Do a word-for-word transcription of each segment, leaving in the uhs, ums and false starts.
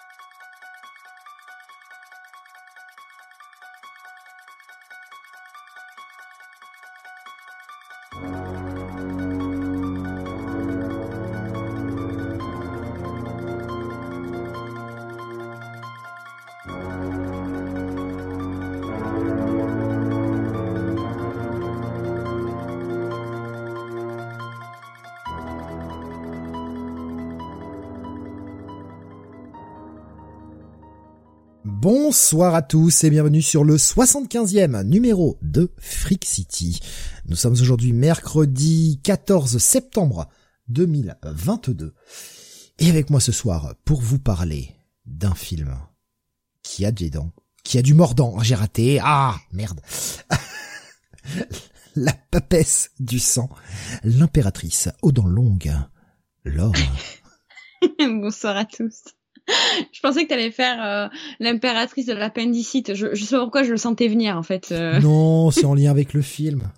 Bonsoir à tous et bienvenue sur le soixante-quinzième numéro de Freak City. Nous sommes aujourd'hui mercredi quatorze septembre deux mille vingt-deux et avec moi ce soir pour vous parler d'un film qui a des dents, qui a du mordant. J'ai raté, ah merde. La papesse du sang, l'impératrice aux dents longues, Laure. Bonsoir à tous. Je pensais que t'allais faire euh, l'impératrice de l'appendicite. Je, je sais pas pourquoi je le sentais venir en fait. Euh... Non, c'est en lien avec le film.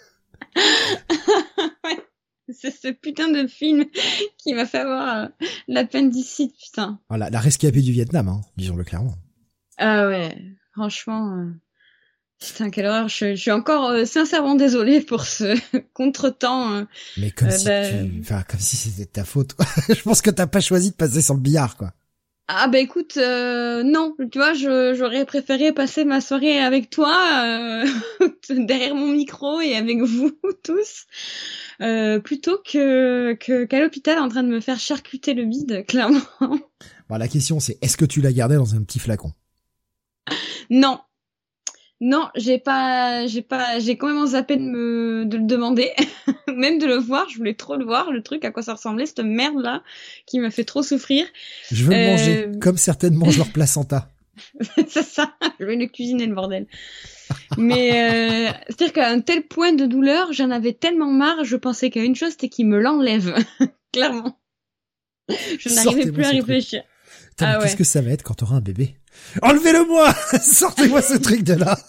Ouais, c'est ce putain de film qui m'a fait avoir euh, l'appendicite, putain. Voilà, la rescapée du Vietnam, hein, disons-le clairement. Ah ouais, franchement, euh... putain quelle horreur. Je, je suis encore euh, sincèrement désolée pour ce contretemps. Euh, Mais comme euh, si bah... tu, enfin comme si c'était de ta faute. Je pense que t'as pas choisi de passer sur le billard, quoi. Ah bah écoute, euh, non, tu vois, je, j'aurais préféré passer ma soirée avec toi, euh, derrière mon micro et avec vous tous, euh, plutôt que, que qu'à l'hôpital en train de me faire charcuter le bide, clairement. Bon, la question c'est, est-ce que tu l'as gardé dans un petit flacon? Non. Non, j'ai pas, j'ai pas, j'ai quand même zappé de me, de le demander, même de le voir. Je voulais trop le voir, le truc, à quoi ça ressemblait, cette merde là, qui m'a fait trop souffrir. Je veux euh... le manger, comme certaines mangent leur placenta. C'est ça, je vais le cuisiner le bordel. Mais euh, c'est-à-dire qu'à un tel point de douleur, j'en avais tellement marre, je pensais qu'à une chose, c'était qu'il me l'enlève, clairement. Je n'arrivais plus à réfléchir. Putain, ah mais ouais. Qu'est-ce que ça va être quand t'auras un bébé? Enlevez-le-moi! Sortez-moi ce truc de là!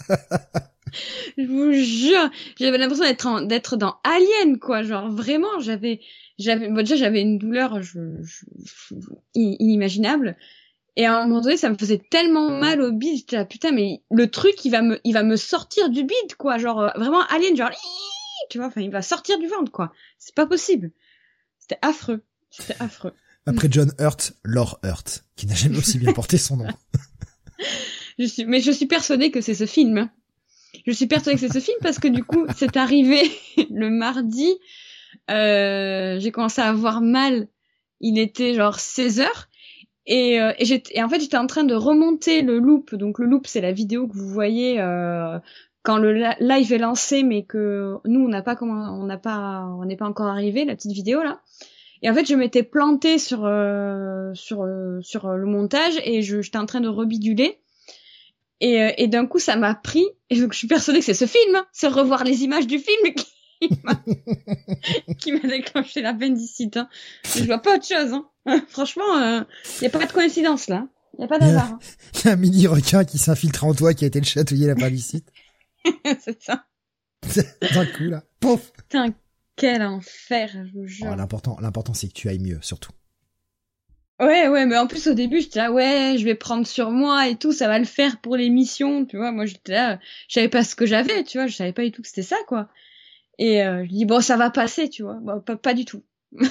Je vous jure, j'avais l'impression d'être en, d'être dans Alien, quoi. Genre vraiment, j'avais, j'avais, bon, déjà j'avais une douleur, je, je, je, inimaginable. Et à un moment donné, ça me faisait tellement mal au bide, j'étais là, putain, mais le truc, il va me, il va me sortir du bide, quoi. Genre euh, vraiment Alien, genre, tu vois, enfin, il va sortir du ventre, quoi. C'est pas possible. C'était affreux, c'était affreux. Après John Hurt, Laure Hurt, qui n'a jamais aussi bien porté son nom. Je suis, mais je suis persuadée que c'est ce film. Je suis persuadée que c'est ce film parce que du coup, c'est arrivé le mardi. Euh, j'ai commencé à avoir mal. Il était genre seize heures et, euh, et, j'étais, et en fait, j'étais en train de remonter le loop. Donc le loop, c'est la vidéo que vous voyez euh, quand le live est lancé, mais que nous, on n'a pas comment, on n'a pas, on n'est pas encore arrivé, la petite vidéo là. Et en fait, je m'étais plantée sur euh, sur euh, sur le montage et je j'étais en train de rebiduler. Et, euh, et d'un coup, ça m'a pris. Et donc, je suis persuadée que c'est ce film, hein, c'est revoir les images du film qui m'a qui m'a déclenché l'appendicite. Hein. Je vois pas autre chose. Hein. Franchement, il euh, y a pas de coïncidence là. Il y a pas d'hasard. Il y a un mini requin qui s'infiltre en toi qui a été le chatouiller l'appendicite. C'est ça. D'un coup là, pouf. Putain. Quel enfer, je vous jure. Oh, l'important, l'important, c'est que tu ailles mieux, surtout. Ouais, ouais, mais en plus, au début, j'étais là, ouais, je vais prendre sur moi et tout, ça va le faire pour l'émission, tu vois. Moi, j'étais là, je savais pas ce que j'avais, tu vois, je savais pas du tout que c'était ça, quoi. Et euh, je dis, bon, ça va passer, tu vois. Bon, pas, pas du tout.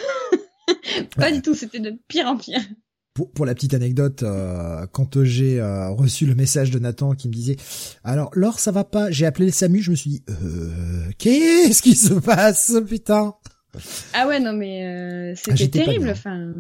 Pas ouais. du tout, c'était de pire en pire. Pour, pour la petite anecdote, euh, quand j'ai euh, reçu le message de Nathan qui me disait « Alors, Laure, ça va pas ?» J'ai appelé le SAMU, je me suis dit euh, « Qu'est-ce qui se passe, putain ?» Ah ouais, non mais euh, c'était ah, terrible, enfin...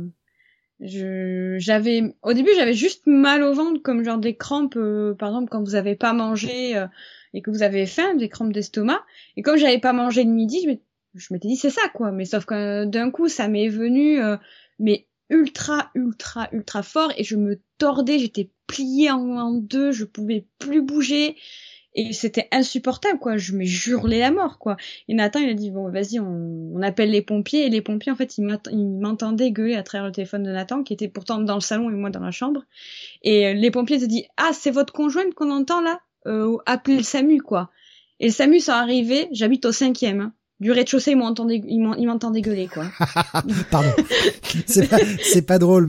Je, j'avais, au début, j'avais juste mal au ventre, comme genre des crampes, euh, par exemple, quand vous avez pas mangé euh, et que vous avez faim, des crampes d'estomac. Et comme j'avais pas mangé le midi, je m'étais, je m'étais dit c'est ça, quoi. Mais sauf que euh, d'un coup, ça m'est venu, euh, mais ultra, ultra, ultra fort, et je me tordais, j'étais pliée en, en deux, je pouvais plus bouger. Et c'était insupportable, quoi. Je me hurlais la mort, quoi. Et Nathan, il a dit, bon, vas-y, on, on appelle les pompiers. Et les pompiers, en fait, ils m'entendaient gueuler à travers le téléphone de Nathan, qui était pourtant dans le salon et moi dans la chambre. Et les pompiers se disent, ah, c'est votre conjointe qu'on entend, là? Euh, appelez le SAMU, quoi. Et le SAMU sont arrivés, j'habite au cinquième, hein. Du rez-de-chaussée, ils m'entendaient, ils m'entendaient gueuler, quoi. Pardon. C'est pas, c'est pas drôle, mais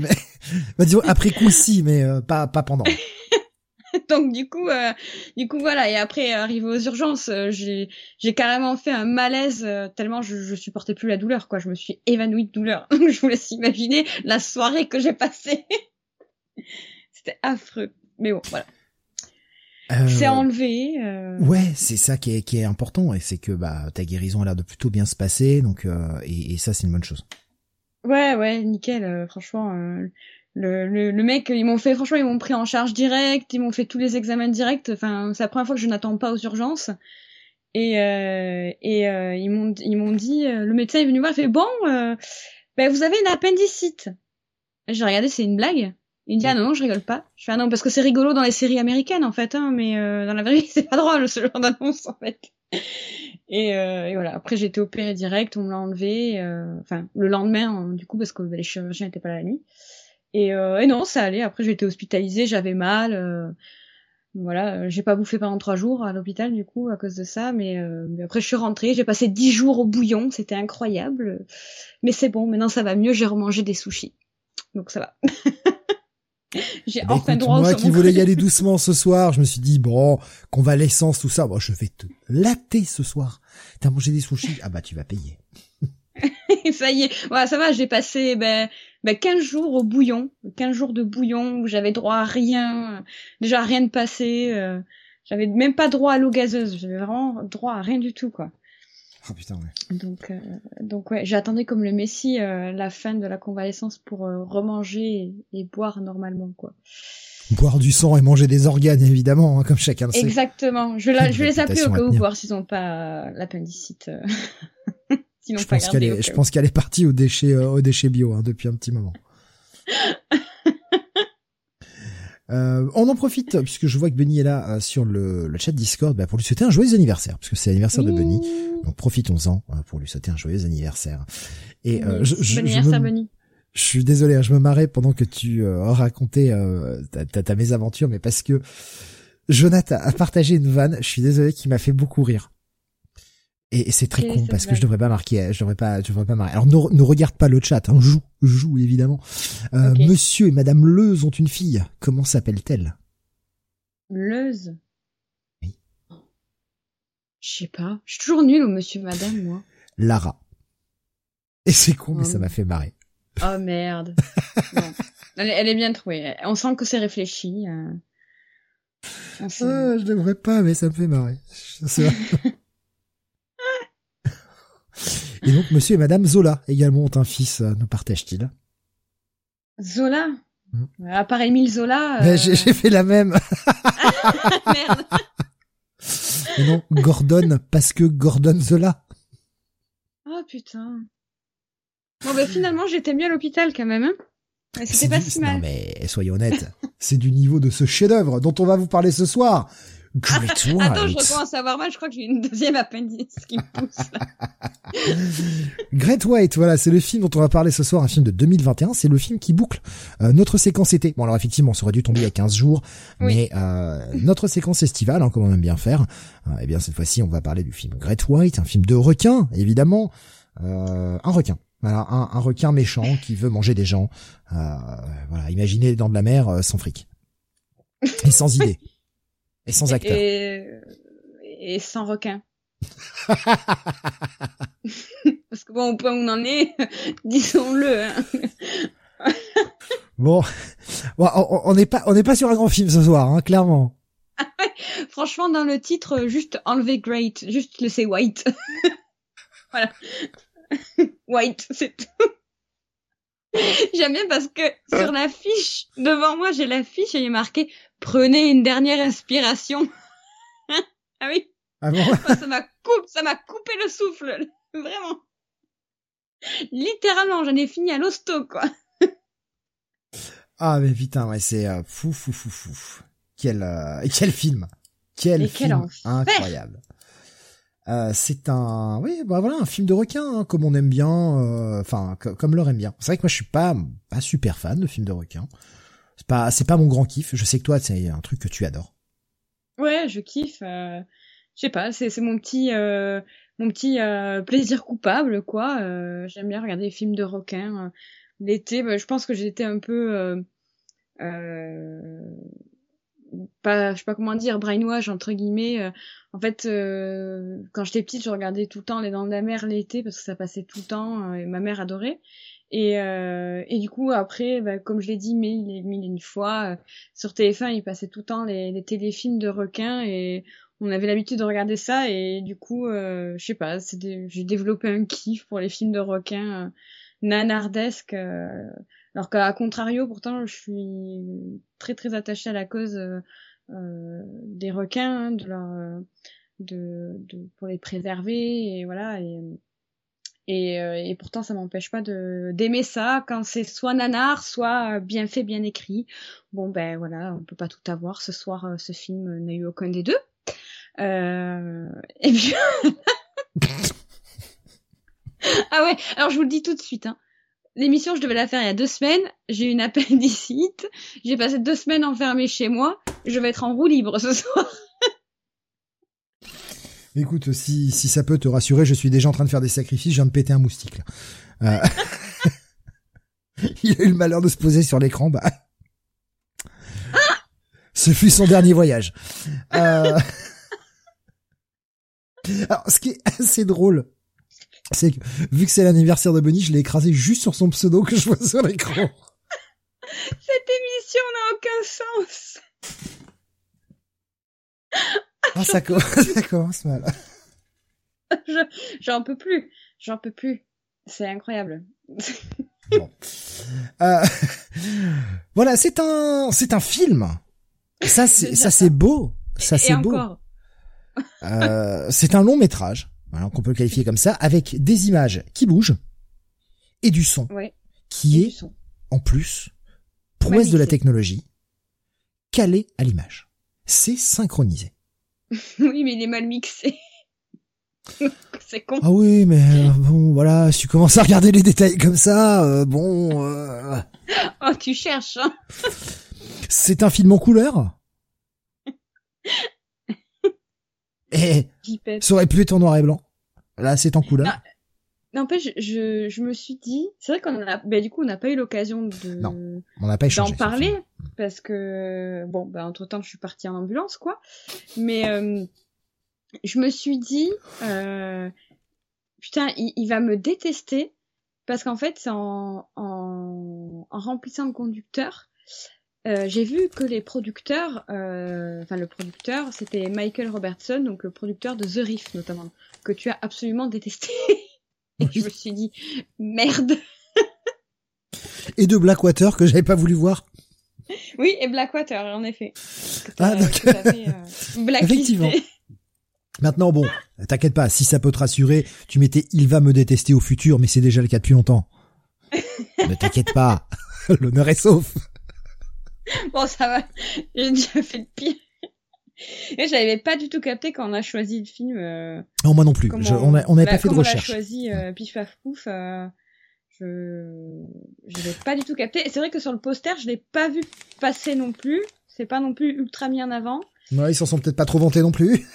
Bah, disons, après coup, si, mais euh, pas, pas pendant. Donc du coup, euh, du coup voilà. Et après, arrivé aux urgences, euh, j'ai, j'ai carrément fait un malaise euh, tellement je, je supportais plus la douleur, quoi. Je me suis évanouie de douleur. Donc je vous laisse imaginer la soirée que j'ai passée. C'était affreux. Mais bon, voilà. Euh... C'est enlevé. Euh... Ouais, c'est ça qui est, qui est important, et c'est que bah ta guérison a l'air de plutôt bien se passer, donc euh, et, et ça c'est une bonne chose. Ouais, ouais, nickel. Euh, franchement. Euh... Le, le, le mec, ils m'ont fait, franchement, ils m'ont pris en charge direct, ils m'ont fait tous les examens directs. Enfin, c'est la première fois que je n'attends pas aux urgences. Et, euh, et euh, ils m'ont, ils m'ont dit, euh, le médecin est venu voir, il fait bon, euh, ben vous avez une appendicite. J'ai regardé, c'est une blague. Il me dit ah non, non, je rigole pas. Je fais ah non parce que c'est rigolo dans les séries américaines en fait, hein, mais euh, dans la vraie vie c'est pas drôle ce genre d'annonce en fait. Et, euh, et voilà. Après j'ai été opérée direct, on me l'a enlevé. Euh, enfin le lendemain hein, du coup parce que ben, les chirurgiens étaient pas là la nuit. Et, euh, et non, ça allait. Après, j'ai été hospitalisée, j'avais mal. Euh, voilà, j'ai pas bouffé pendant trois jours à l'hôpital du coup à cause de ça. Mais, euh, mais après, je suis rentrée. J'ai passé dix jours au bouillon, c'était incroyable. Mais c'est bon, maintenant ça va mieux. J'ai remangé des sushis, donc ça va. J'ai bah, enfin écoute, droit au moi saumon qui voulais cru. y aller doucement ce soir, je me suis dit bon, convalescence tout ça, bon, je vais te latter ce soir. T'as mangé des sushis, ah bah tu vas payer. Ça y est, voilà, ça va, j'ai passé ben, ben quinze jours au bouillon, quinze jours de bouillon où j'avais droit à rien, déjà à rien de passé, euh, j'avais même pas droit à l'eau gazeuse, j'avais vraiment droit à rien du tout quoi. Oh putain ouais. Donc euh, donc ouais, j'attendais comme le Messie euh, la fin de la convalescence pour euh, remanger et, et boire normalement quoi. Boire du sang et manger des organes évidemment, hein, comme chacun le sait. Exactement, je vais, la, je vais les appeler au cas où tenir. voir s'ils ont pas euh, l'appendicite. Euh... Sinon, je pense qu'elle est, je pense qu'elle est partie au déchet, euh, au déchet bio hein, depuis un petit moment. euh, on en profite puisque je vois que Benny est là euh, sur le, le chat Discord bah, pour lui souhaiter un joyeux anniversaire puisque c'est l'anniversaire oui. de Benny. Donc profitons-en euh, pour lui souhaiter un joyeux anniversaire. Et oui. euh, je, je, bon je anniversaire me... Benny. Je suis désolé, je me marrais pendant que tu euh, racontais euh, ta, ta, ta mésaventure, mais parce que Jonathan a partagé une vanne. Je suis désolé, qui m'a fait beaucoup rire. Et c'est très con parce que je devrais pas marquer, je devrais pas, je devrais pas marquer. Alors ne, ne regarde pas le chat, hein, joue, joue évidemment. Euh, okay. Monsieur et Madame Leuze ont une fille. Comment s'appelle-t-elle? Leuze. Oui. Je sais pas. Je suis toujours nulle au Monsieur et Madame moi. Lara. Et c'est con, oh, mais ça m'a fait marrer. Oh merde. Non. Elle, elle est bien trouvée. On sent que c'est réfléchi. Euh... Ah, je devrais pas, mais ça me fait marrer. Et donc, monsieur et madame Zola également ont un fils, euh, nous partagent-ils? Zola? Mmh. À part Émile Zola. Euh... J'ai, j'ai fait la même. Merde. Et non, Gordon, parce que Gordon Zola. Oh putain. Bon, ben finalement, j'étais mieux à l'hôpital quand même, hein. Mais c'était pas du... si mal. Non mais, soyons honnêtes, c'est du niveau de ce chef-d'œuvre dont on va vous parler ce soir. Great White. Attends, je recommence à avoir mal, je crois que j'ai une deuxième appendice qui me pousse, là. Great White, voilà, c'est le film dont on va parler ce soir, un film de deux mille vingt et un, c'est le film qui boucle euh, notre séquence été. Bon alors effectivement, on aurait dû tomber il y a quinze jours, oui. mais euh, notre séquence estivale, hein, comme on aime bien faire, euh, eh bien cette fois-ci, on va parler du film Great White, un film de requin, évidemment, euh, un requin. Voilà, un, un requin méchant qui veut manger des gens. Euh, voilà, imaginez les dents de la mer euh, sans fric. Et sans idée. Et sans acteur. Et, et sans requin. Parce que bon, au point où on en est, disons-le. Hein. Bon, bon on n'est pas, on n'est pas sur un grand film ce soir, hein, clairement. Franchement, dans le titre, juste enlever Great, juste laisser White. Voilà. White, c'est tout. J'aime bien parce que sur l'affiche, devant moi, j'ai l'affiche et il est marqué « Prenez une dernière inspiration ». Ah oui. Ah bon? Ça m'a coupé, ça m'a coupé le souffle. Vraiment. Littéralement, j'en ai fini à l'hosto, quoi. Ah, mais putain, ouais, c'est euh, fou, fou, fou, fou. Quel, euh, quel film. Quel et film quel incroyable. Euh, c'est un, oui, bah voilà, un film de requin, hein, comme on aime bien, enfin, euh, comme Laure aime bien. C'est vrai que moi, je suis pas, pas super fan de films de requins. C'est pas, c'est pas mon grand kiff. Je sais que toi, c'est un truc que tu adores. Ouais, je kiffe. Euh, je sais pas, c'est, c'est mon petit, euh, mon petit euh, plaisir coupable, quoi. Euh, j'aime bien regarder des films de requins. l'été, bah, je pense que j'étais un peu euh, euh, pas, je sais pas comment dire, brainwash entre guillemets. Euh, en fait, euh, quand j'étais petite, je regardais tout le temps Les Dents de la Mer l'été parce que ça passait tout le temps euh, et ma mère adorait. Et, euh, et du coup, après, bah, comme je l'ai dit mille et mille et une fois, euh, sur T F un, il passait tout le temps les, les téléfilms de requins et on avait l'habitude de regarder ça. Et du coup, euh, je sais pas, c'est des, j'ai développé un kiff pour les films de requins euh, nanardesques. Euh, alors qu'à contrario, pourtant, je suis très très attachée à la cause euh, euh, des requins, hein, de leur, euh, de, de, pour les préserver et voilà. Et, Et, euh, et pourtant, ça m'empêche pas de d'aimer ça quand c'est soit nanar, soit bien fait, bien écrit. Bon, ben voilà, on peut pas tout avoir. Ce soir, euh, ce film n'a eu aucun des deux. Euh... Et puis... ah ouais, alors je vous le dis tout de suite. Hein. L'émission, je devais la faire il y a deux semaines. J'ai eu une appendicite. J'ai passé deux semaines enfermée chez moi. Je vais être en roue libre ce soir. Écoute, si, si ça peut te rassurer, je suis déjà en train de faire des sacrifices, je viens de péter un moustique, là. Euh... Il a eu le malheur de se poser sur l'écran, bah. Ce fut son dernier voyage. Euh... Alors, ce qui est assez drôle, c'est que, vu que c'est l'anniversaire de Bunny, je l'ai écrasé juste sur son pseudo que je vois sur l'écran. Cette émission n'a aucun sens. Ah, ça commence, ça commence mal. Je, j'en peux plus. J'en peux plus. C'est incroyable. Bon. Euh, voilà, c'est un, c'est un film. Ça, c'est, ça, c'est beau. Ça, c'est Et beau. encore. Euh, c'est un long métrage. Voilà, qu'on peut qualifier comme ça, avec des images qui bougent et du son. Ouais. Qui et est, en plus, prouesse de la technologie, calé à l'image. C'est synchronisé. Oui, mais il est mal mixé. C'est con. Ah oui, mais euh, bon, voilà, si tu commences à regarder les détails comme ça, euh, bon... Euh... Oh, tu cherches, hein. C'est un film en couleur. Et ça aurait pu être en noir et blanc. Là, c'est en couleur. N'empêche, je, je, je me suis dit... C'est vrai qu'on a... Bah, du coup, on n'a pas eu l'occasion de... Non, on n'a pas échangé. D'en parler, parce que... Bon, bah, entre-temps, je suis partie en ambulance, quoi. Mais... Euh... Je me suis dit, euh, putain, il, il va me détester parce qu'en fait, en, en, en remplissant le conducteur, euh, j'ai vu que les producteurs, euh, enfin le producteur, c'était Michael Robertson, donc le producteur de The Reef notamment, que tu as absolument détesté. Et je me suis dit, merde. Et de Blackwater que j'avais pas voulu voir. Oui, et Blackwater, en effet. Ah, donc... fait, euh, Effectivement. Maintenant, bon, t'inquiète pas, si ça peut te rassurer, tu mettais « il va me détester au futur », mais c'est déjà le cas depuis longtemps. Ne t'inquiète pas, l'honneur est sauf. Bon, ça va, j'ai déjà fait le pire. Et j'avais pas du tout capté quand on a choisi le film. Euh, non, moi non plus, je, on n'avait on pas fait de recherche. On a choisi euh, Pif Paf Pouf, euh, je j'avais pas du tout capté. Et c'est vrai que sur le poster, je l'ai pas vu passer non plus. C'est pas non plus ultra mis en avant. Ouais, ils s'en sont peut-être pas trop vantés non plus.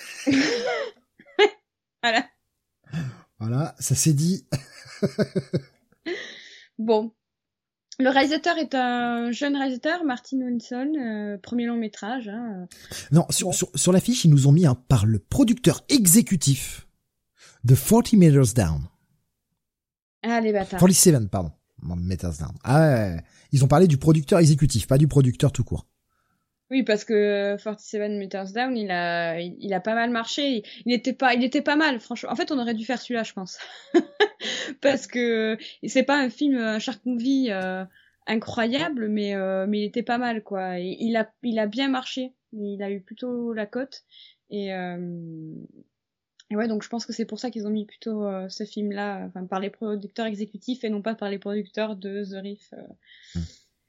Voilà. Voilà, ça c'est dit. Bon. Le réalisateur est un jeune réalisateur, Martin Winson, euh, premier long métrage. Hein. Non, sur, bon. sur, sur l'affiche, ils nous ont mis un par le producteur exécutif de forty meters down. Ah, les bâtards. forty-seven, pardon. Meters down. Ah ouais, ils ont parlé du producteur exécutif, pas du producteur tout court. Oui, parce que forty-seven meters down, il a, il, il a pas mal marché. Il était pas, il était pas mal, franchement. En fait, on aurait dû faire celui-là, je pense. Parce que c'est pas un film, un shark movie euh, incroyable, mais euh, mais il était pas mal, quoi. Et il a, il a bien marché. Il a eu plutôt la cote. Et, euh, et ouais, donc je pense que c'est pour ça qu'ils ont mis plutôt euh, ce film-là, enfin par les producteurs exécutifs et non pas par les producteurs de The Reef. Euh. Hum.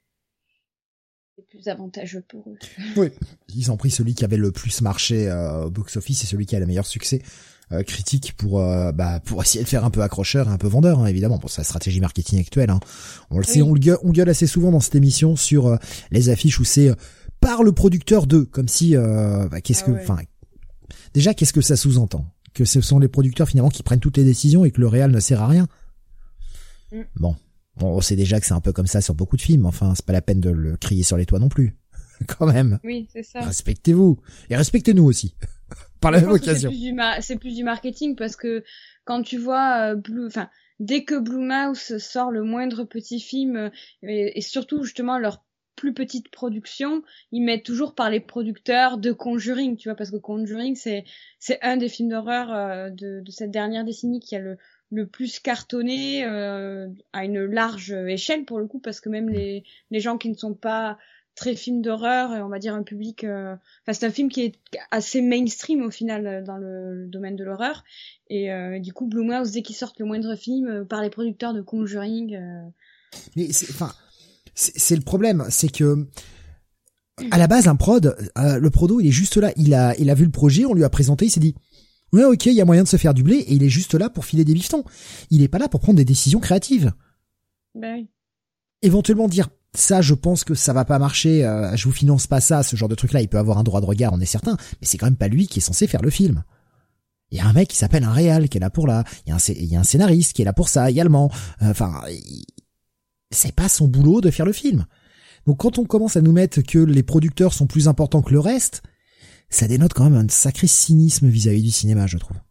Plus avantageux pour eux. Oui, ils ont pris celui qui avait le plus marché euh, au box-office et celui qui a le meilleur succès euh, critique pour euh, bah pour essayer de faire un peu accrocheur et un peu vendeur, hein, évidemment. Bon, c'est la stratégie marketing actuelle. Hein. On le oui. sait, on le gueule, on gueule assez souvent dans cette émission sur euh, les affiches où c'est euh, par le producteur de, comme si euh, bah, qu'est-ce ah que, enfin, ouais. déjà qu'est-ce que ça sous-entend? Que ce sont les producteurs finalement qui prennent toutes les décisions et que le réel ne sert à rien. Mm. Bon. Bon, on sait déjà que c'est un peu comme ça sur beaucoup de films, enfin, c'est pas la peine de le crier sur les toits non plus. Quand même. Oui, c'est ça. Respectez-vous. Et respectez-nous aussi. Par la même occasion. C'est plus, du mar- c'est plus du marketing parce que quand tu vois euh, Blue, enfin, dès que Blue Mouse sort le moindre petit film euh, et, et surtout justement leur plus petite production, ils mettent toujours par les producteurs de Conjuring, tu vois, parce que Conjuring c'est c'est un des films d'horreur euh, de, de cette dernière décennie qui a le le plus cartonné euh, à une large échelle pour le coup, parce que même les les gens qui ne sont pas très film d'horreur, on va dire un public euh... enfin c'est un film qui est assez mainstream au final dans le, le domaine de l'horreur et euh, du coup Blumhouse dès qu'ils sortent le moindre film euh, par les producteurs de Conjuring euh... mais c'est enfin c'est, c'est le problème, c'est que à la base un prod euh, le prodo il est juste là, il a il a vu le projet, on lui a présenté, il s'est dit ouais ok il y a moyen de se faire du blé et il est juste là pour filer des bifetons, il est pas là pour prendre des décisions créatives. Ben oui. Éventuellement dire ça, je pense que ça va pas marcher, euh, je vous finance pas ça, ce genre de truc là, il peut avoir un droit de regard, on est certain, mais c'est quand même pas lui qui est censé faire le film. Il y a un mec qui s'appelle un réal qui est là pour là, il y a un, il y a un scénariste qui est là pour ça également, enfin, euh, c'est pas son boulot de faire le film. Donc quand on commence à nous mettre que les producteurs sont plus importants que le reste, ça dénote quand même un sacré cynisme vis-à-vis du cinéma, je trouve.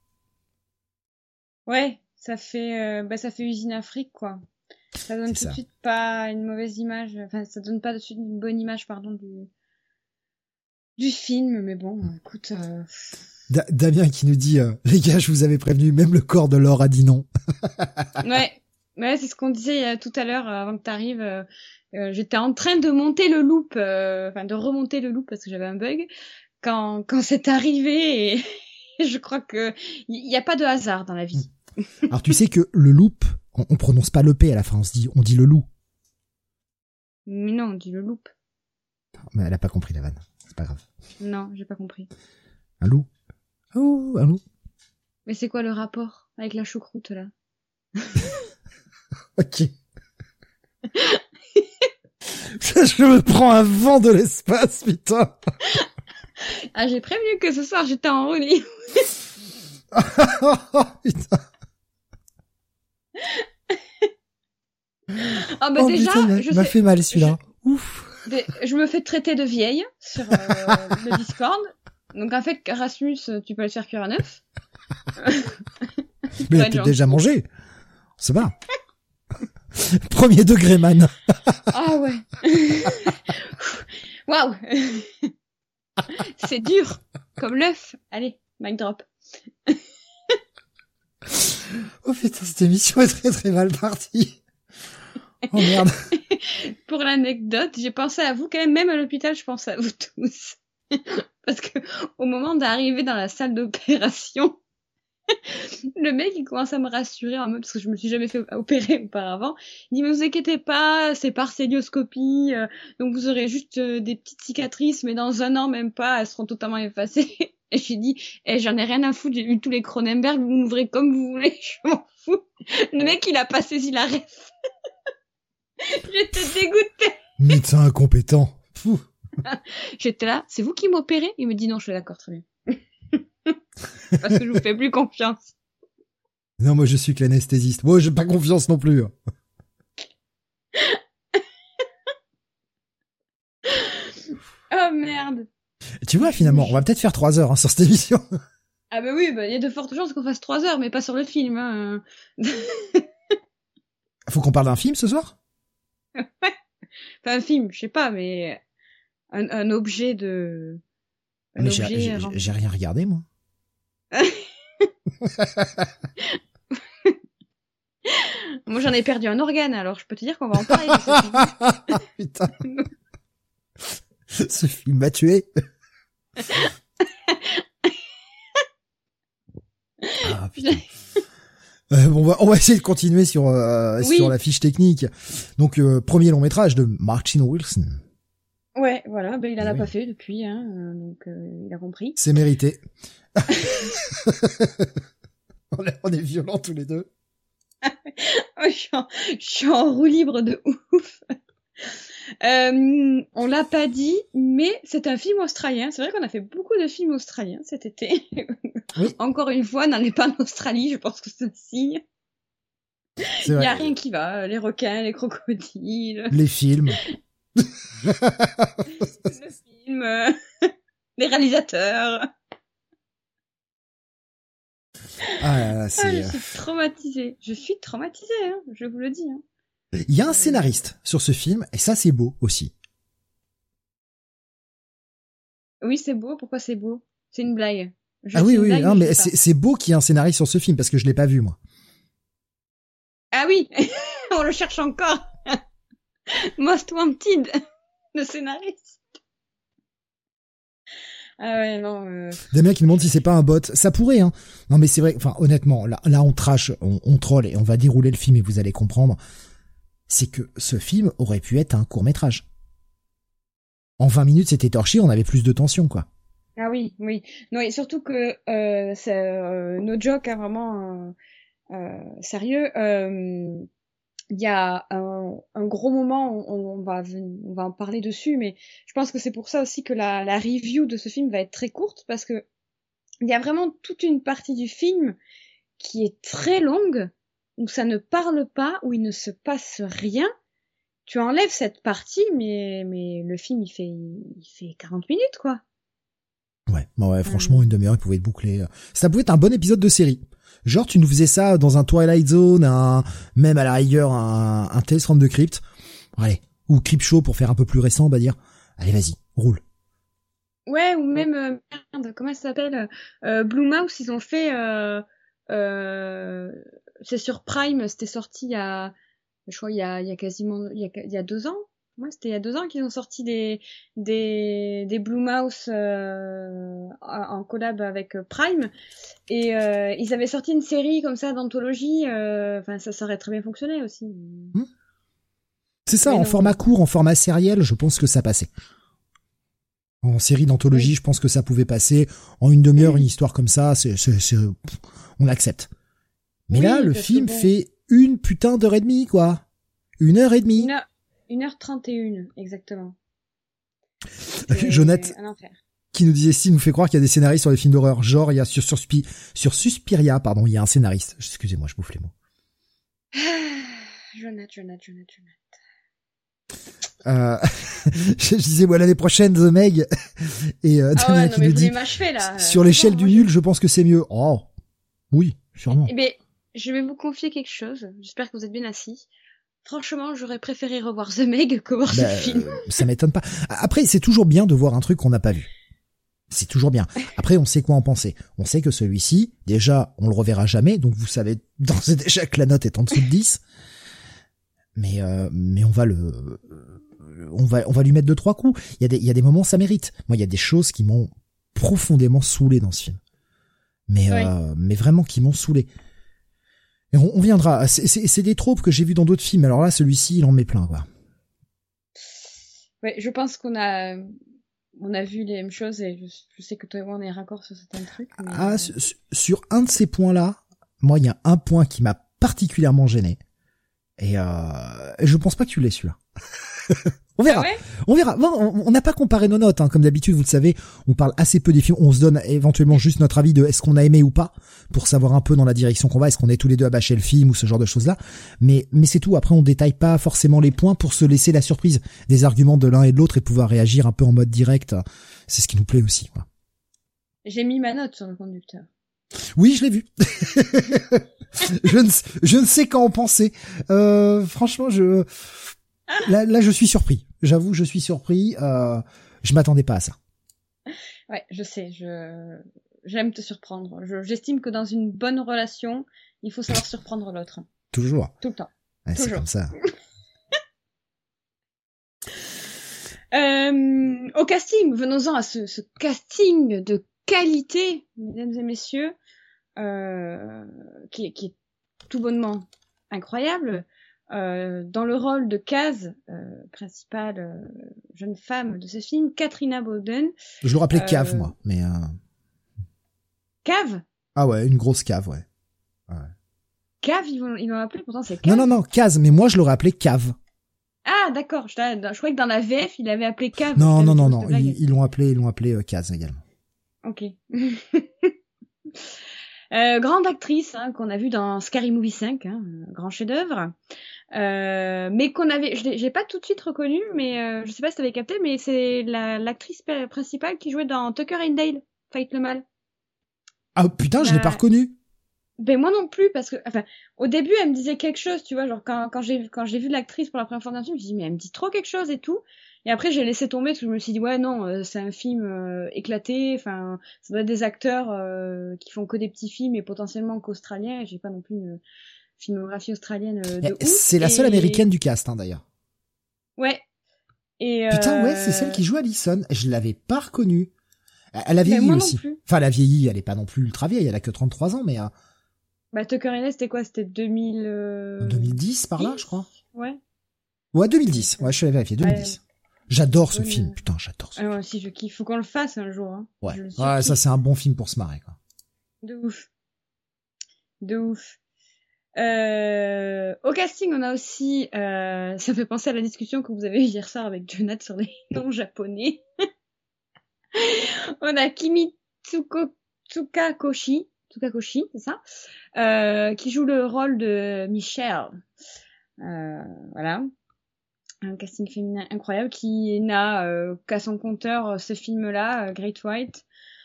Ouais, ça fait, euh, bah ça fait usine Afrique quoi. Ça donne tout de suite pas une mauvaise image, enfin ça donne pas tout de suite une bonne image pardon du du film, mais bon, écoute. Euh... Da- Damien qui nous dit euh, les gars, je vous avais prévenu, même le corps de Laure a dit non. Ouais, ouais, c'est ce qu'on disait euh, tout à l'heure euh, avant que t'arrives. Euh, euh, j'étais en train de monter le loop, euh, enfin de remonter le loop parce que j'avais un bug quand quand c'est arrivé et je crois que il y, y a pas de hasard dans la vie. Alors tu sais que le loop, on, on prononce pas le P à la fin, on se dit, on dit le loup. Mais non, on dit le loop. Mais elle a pas compris la vanne, c'est pas grave. Non, j'ai pas compris. Un loup. Oh, un loup. Mais c'est quoi le rapport avec la choucroute là? Ok. Je me prends un vent de l'espace, putain. Ah, j'ai prévenu que ce soir j'étais en roue libre. Oh, putain. Ah bah oh, déjà, putain, je m'a sais, fait mal celui-là. Je, Ouf. Des, je me fais traiter de vieille sur euh, le Discord. Donc en fait, Rasmus, tu peux le faire cuire à neuf. Mais il a peut-être déjà mangé. On sait pas. Premier degré, man. Ah ouais. Waouh. C'est dur. Comme l'œuf. Allez, mic drop. Oh putain, cette émission est très très mal partie. Oh merde. Pour l'anecdote, j'ai pensé à vous quand même, même à l'hôpital, je pense à vous tous. Parce que au moment d'arriver dans la salle d'opération, le mec il commence à me rassurer en mode parce que je me suis jamais fait opérer auparavant. Il dit mais vous inquiétez pas, c'est par célioscopie, euh, donc vous aurez juste euh, des petites cicatrices, mais dans un an même pas, elles seront totalement effacées. Et j'ai dit, eh, j'en ai rien à foutre, j'ai lu tous les Cronenberg, vous m'ouvrez comme vous voulez, je m'en fous. Le mec il a pas saisi la ref. J'étais dégoûtée. Médecin incompétent. Fou. J'étais là, c'est vous qui m'opérez? Il me dit non, je suis d'accord, très bien. Parce que je vous fais plus confiance. Non, moi je suis que l'anesthésiste. Moi j'ai pas confiance non plus. Oh merde. Tu vois, finalement, on va peut-être faire trois heures hein, sur cette émission. Ah bah oui, bah il y a de fortes chances qu'on fasse trois heures, mais pas sur le film. Hein. Faut qu'on parle d'un film ce soir? Ouais. Enfin un film, je sais pas, mais un, un objet de... Un mais objet j'ai, j'ai, j'ai rien regardé, moi. Moi j'en ai perdu un organe, alors je peux te dire qu'on va en parler de ce film. Putain. Ce film m'a tué. Ah putain. Euh, bon, on va, on va essayer de continuer sur euh, oui. sur la fiche technique. Donc euh, premier long métrage de Martin Wilson. Ouais, voilà, ben il en a oui. pas fait depuis, hein, donc euh, il a compris. C'est mérité. on, est, on est violents tous les deux. je, suis en, je suis en roue libre de ouf. Euh, on l'a pas dit, mais c'est un film australien. C'est vrai qu'on a fait beaucoup de films australiens cet été. Oui. Encore une fois, n'en est pas en Australie, je pense que c'est un signe. Il n'y a rien qui va. Les requins, les crocodiles. Les films. Le film. Euh... les réalisateurs. Ah là là, c'est... Ah, je suis traumatisée. Je suis traumatisée, hein, je vous le dis. Hein. Il y a un scénariste sur ce film, et ça c'est beau aussi. Oui, c'est beau. Pourquoi c'est beau? C'est une blague. Je ah oui, oui, blague, non, mais, mais c'est, c'est beau qu'il y ait un scénariste sur ce film, parce que je l'ai pas vu, moi. Ah oui, on le cherche encore. Most Wanted, le scénariste. Ah ouais, non. Euh... Damien qui demande si c'est pas un bot. Ça pourrait, hein. Non, mais c'est vrai, enfin, honnêtement, là, là on trash, on, on troll, et on va dérouler le film, et vous allez comprendre. C'est que ce film aurait pu être un court-métrage. En vingt minutes, c'était torché, on avait plus de tension, quoi. Ah oui, oui. Non, et surtout que euh, c'est euh, no joke, hein, vraiment euh, euh, sérieux. Euh, il y a un, un gros moment, on, on va on va en parler dessus, mais je pense que c'est pour ça aussi que la, la review de ce film va être très courte, parce que il y a vraiment toute une partie du film qui est très longue, où ça ne parle pas, où il ne se passe rien. Tu enlèves cette partie, mais mais le film il fait il fait quarante minutes, quoi. Ouais, bah ouais, franchement, une demi-heure, il pouvait être bouclé. Ça pouvait être un bon épisode de série. Genre, tu nous faisais ça dans un Twilight Zone, un, même à la rigueur, un, un Tales from the Crypt. Allez. Ou Creepshow pour faire un peu plus récent, on va dire. Allez, vas-y, roule. Ouais, ou même, euh, merde, comment ça s'appelle, euh, Blue Mouse, ils ont fait, euh, euh, c'est sur Prime, c'était sorti il y a, je crois, il y a, il y a quasiment, il y a, il y a deux ans. Ouais, c'était il y a deux ans qu'ils ont sorti des des des Blue Mouse euh, en collab avec Prime, et euh, ils avaient sorti une série comme ça d'anthologie. Enfin, euh, ça, ça aurait très bien fonctionné aussi. Mmh. C'est ça, mais en non, format court, en format sériel, je pense que ça passait. En série d'anthologie, oui. Je pense que ça pouvait passer. En une demi-heure, une histoire comme ça, c'est, c'est, c'est on accepte. Mais oui, là, le film bon. fait une putain d'heure et demie, quoi. Une heure et demie. Une heure... une heure trente et une, exactement. Jonathan, qui nous disait si nous fait croire qu'il y a des scénaristes sur les films d'horreur. Genre, il y a sur, sur, sur Suspiria, pardon, il y a un scénariste. Excusez-moi, je bouffe les mots. Jonathan, Jonathan, Jonathan, Jonathan. Euh, je, je disais, moi, l'année prochaine, The Meg. Et, euh, ah ouais, qui nous dit, là. sur l'échelle bon, du nul, je... je pense que c'est mieux. Oh. Oui, sûrement. Eh ben, je vais vous confier quelque chose. J'espère que vous êtes bien assis. Franchement, j'aurais préféré revoir The Meg que voir bah, ce film. Euh, ça m'étonne pas. Après, c'est toujours bien de voir un truc qu'on n'a pas vu. C'est toujours bien. Après, on sait quoi en penser. On sait que celui-ci, déjà, on le reverra jamais, donc vous savez d'ores et déjà que la note est en dessous de dix. Mais euh, mais on va le on va on va lui mettre deux trois coups. Il y a des il y a des moments ça mérite. Moi, il y a des choses qui m'ont profondément saoulé dans ce film. Mais oui. euh, mais vraiment qui m'ont saoulé. Et on, on viendra. C'est, c'est, c'est des tropes que j'ai vus dans d'autres films. Alors là, celui-ci, il en met plein, quoi. Ouais, je pense qu'on a, on a vu les mêmes choses et je, je sais que toi et moi on est raccord sur certains trucs. Mais... Ah, sur, sur un de ces points-là, moi, il y a un point qui m'a particulièrement gêné. Et euh, je pense pas que tu l'aies celui-là. On verra. Ah ouais on verra. Bon, on n'a pas comparé nos notes, hein. Comme d'habitude, vous le savez, on parle assez peu des films. On se donne éventuellement juste notre avis de est-ce qu'on a aimé ou pas, pour savoir un peu dans la direction qu'on va. Est-ce qu'on est tous les deux à bâcher le film ou ce genre de choses-là. Mais, mais c'est tout. Après, on détaille pas forcément les points pour se laisser la surprise des arguments de l'un et de l'autre et pouvoir réagir un peu en mode direct. C'est ce qui nous plaît aussi, quoi. J'ai mis ma note sur le conducteur. Oui, je l'ai vu. je ne, je ne sais qu'en penser. Euh, franchement, je, là, là, je suis surpris. J'avoue, je suis surpris. Euh, je m'attendais pas à ça. Ouais, je sais. Je, j'aime te surprendre. Je, j'estime que dans une bonne relation, il faut savoir surprendre l'autre. Toujours. Tout le temps. Ouais, Toujours. C'est comme ça. euh, au casting, venons-en à ce, ce casting de qualité, mesdames et messieurs, euh, qui, qui est tout bonnement incroyable. Euh, dans le rôle de Kaz, euh, principale euh, jeune femme de ce film, Katrina Bowden. Je le rappelais euh, cave, moi, mais... Euh... Cave ? Ah ouais, une grosse cave, ouais. ouais. Cave, ils l'ont, ils l'ont appelé, pourtant c'est Kaz. Non, non, non, Kaz, mais moi je l'aurais appelé cave. Ah, d'accord, je, je croyais que dans la V F, il avait appelé Cave. Non, non, non, non, ils, ils l'ont appelé, ils l'ont appelé euh, Kaz également. Ok. Euh, grande actrice hein, qu'on a vue dans Scary Movie cinq, hein, grand chef-d'œuvre, euh, mais qu'on avait, je l'ai, j'ai pas tout de suite reconnue, mais euh, je sais pas si t'avais capté, mais c'est la, l'actrice principale qui jouait dans Tucker and Dale, Fight le mal. Ah putain, je l'ai pas reconnue. Ben moi non plus, parce que, enfin, au début elle me disait quelque chose, tu vois, genre quand quand j'ai quand j'ai vu l'actrice pour la première fois dans le film, je me suis dit mais elle me dit trop quelque chose et tout. Et après, j'ai laissé tomber parce que je me suis dit, ouais, non, euh, c'est un film euh, éclaté. Enfin, ça doit être des acteurs euh, qui font que des petits films et potentiellement qu'australiens. J'ai pas non plus une filmographie australienne euh, de ouf. C'est la seule et... américaine du cast, hein, d'ailleurs. Ouais. Et Putain, euh... ouais, c'est celle qui joue Allison. Je l'avais pas reconnue. Elle a vieilli moi aussi. Non plus. Enfin, elle a vieilli, elle est pas non plus ultra vieille, elle a que trente-trois ans, mais... Euh... Bah, Tucker and Dale, c'était quoi? C'était deux mille... Euh... deux mille dix, par là, je crois. Ouais. Ouais, deux mille dix. Ouais, je suis allé vérifier, deux mille dix. Ouais. J'adore ce bonne... film, putain, j'adore ce ah, film. Moi aussi, je kiffe. Faut qu'on le fasse un jour. Hein. Ouais, ouais ça c'est un bon film pour se marrer, quoi. De ouf. De ouf. Euh... Au casting, on a aussi... Euh... Ça fait penser à la discussion que vous avez eue hier soir avec Jonathan sur les noms japonais. On a Kimi Tsuko... Tsukakoshi, Tsukakoshi, c'est ça, euh, qui joue le rôle de Michelle. Euh, voilà. Un casting féminin incroyable qui n'a euh, qu'à son compteur ce film-là, euh, Great White.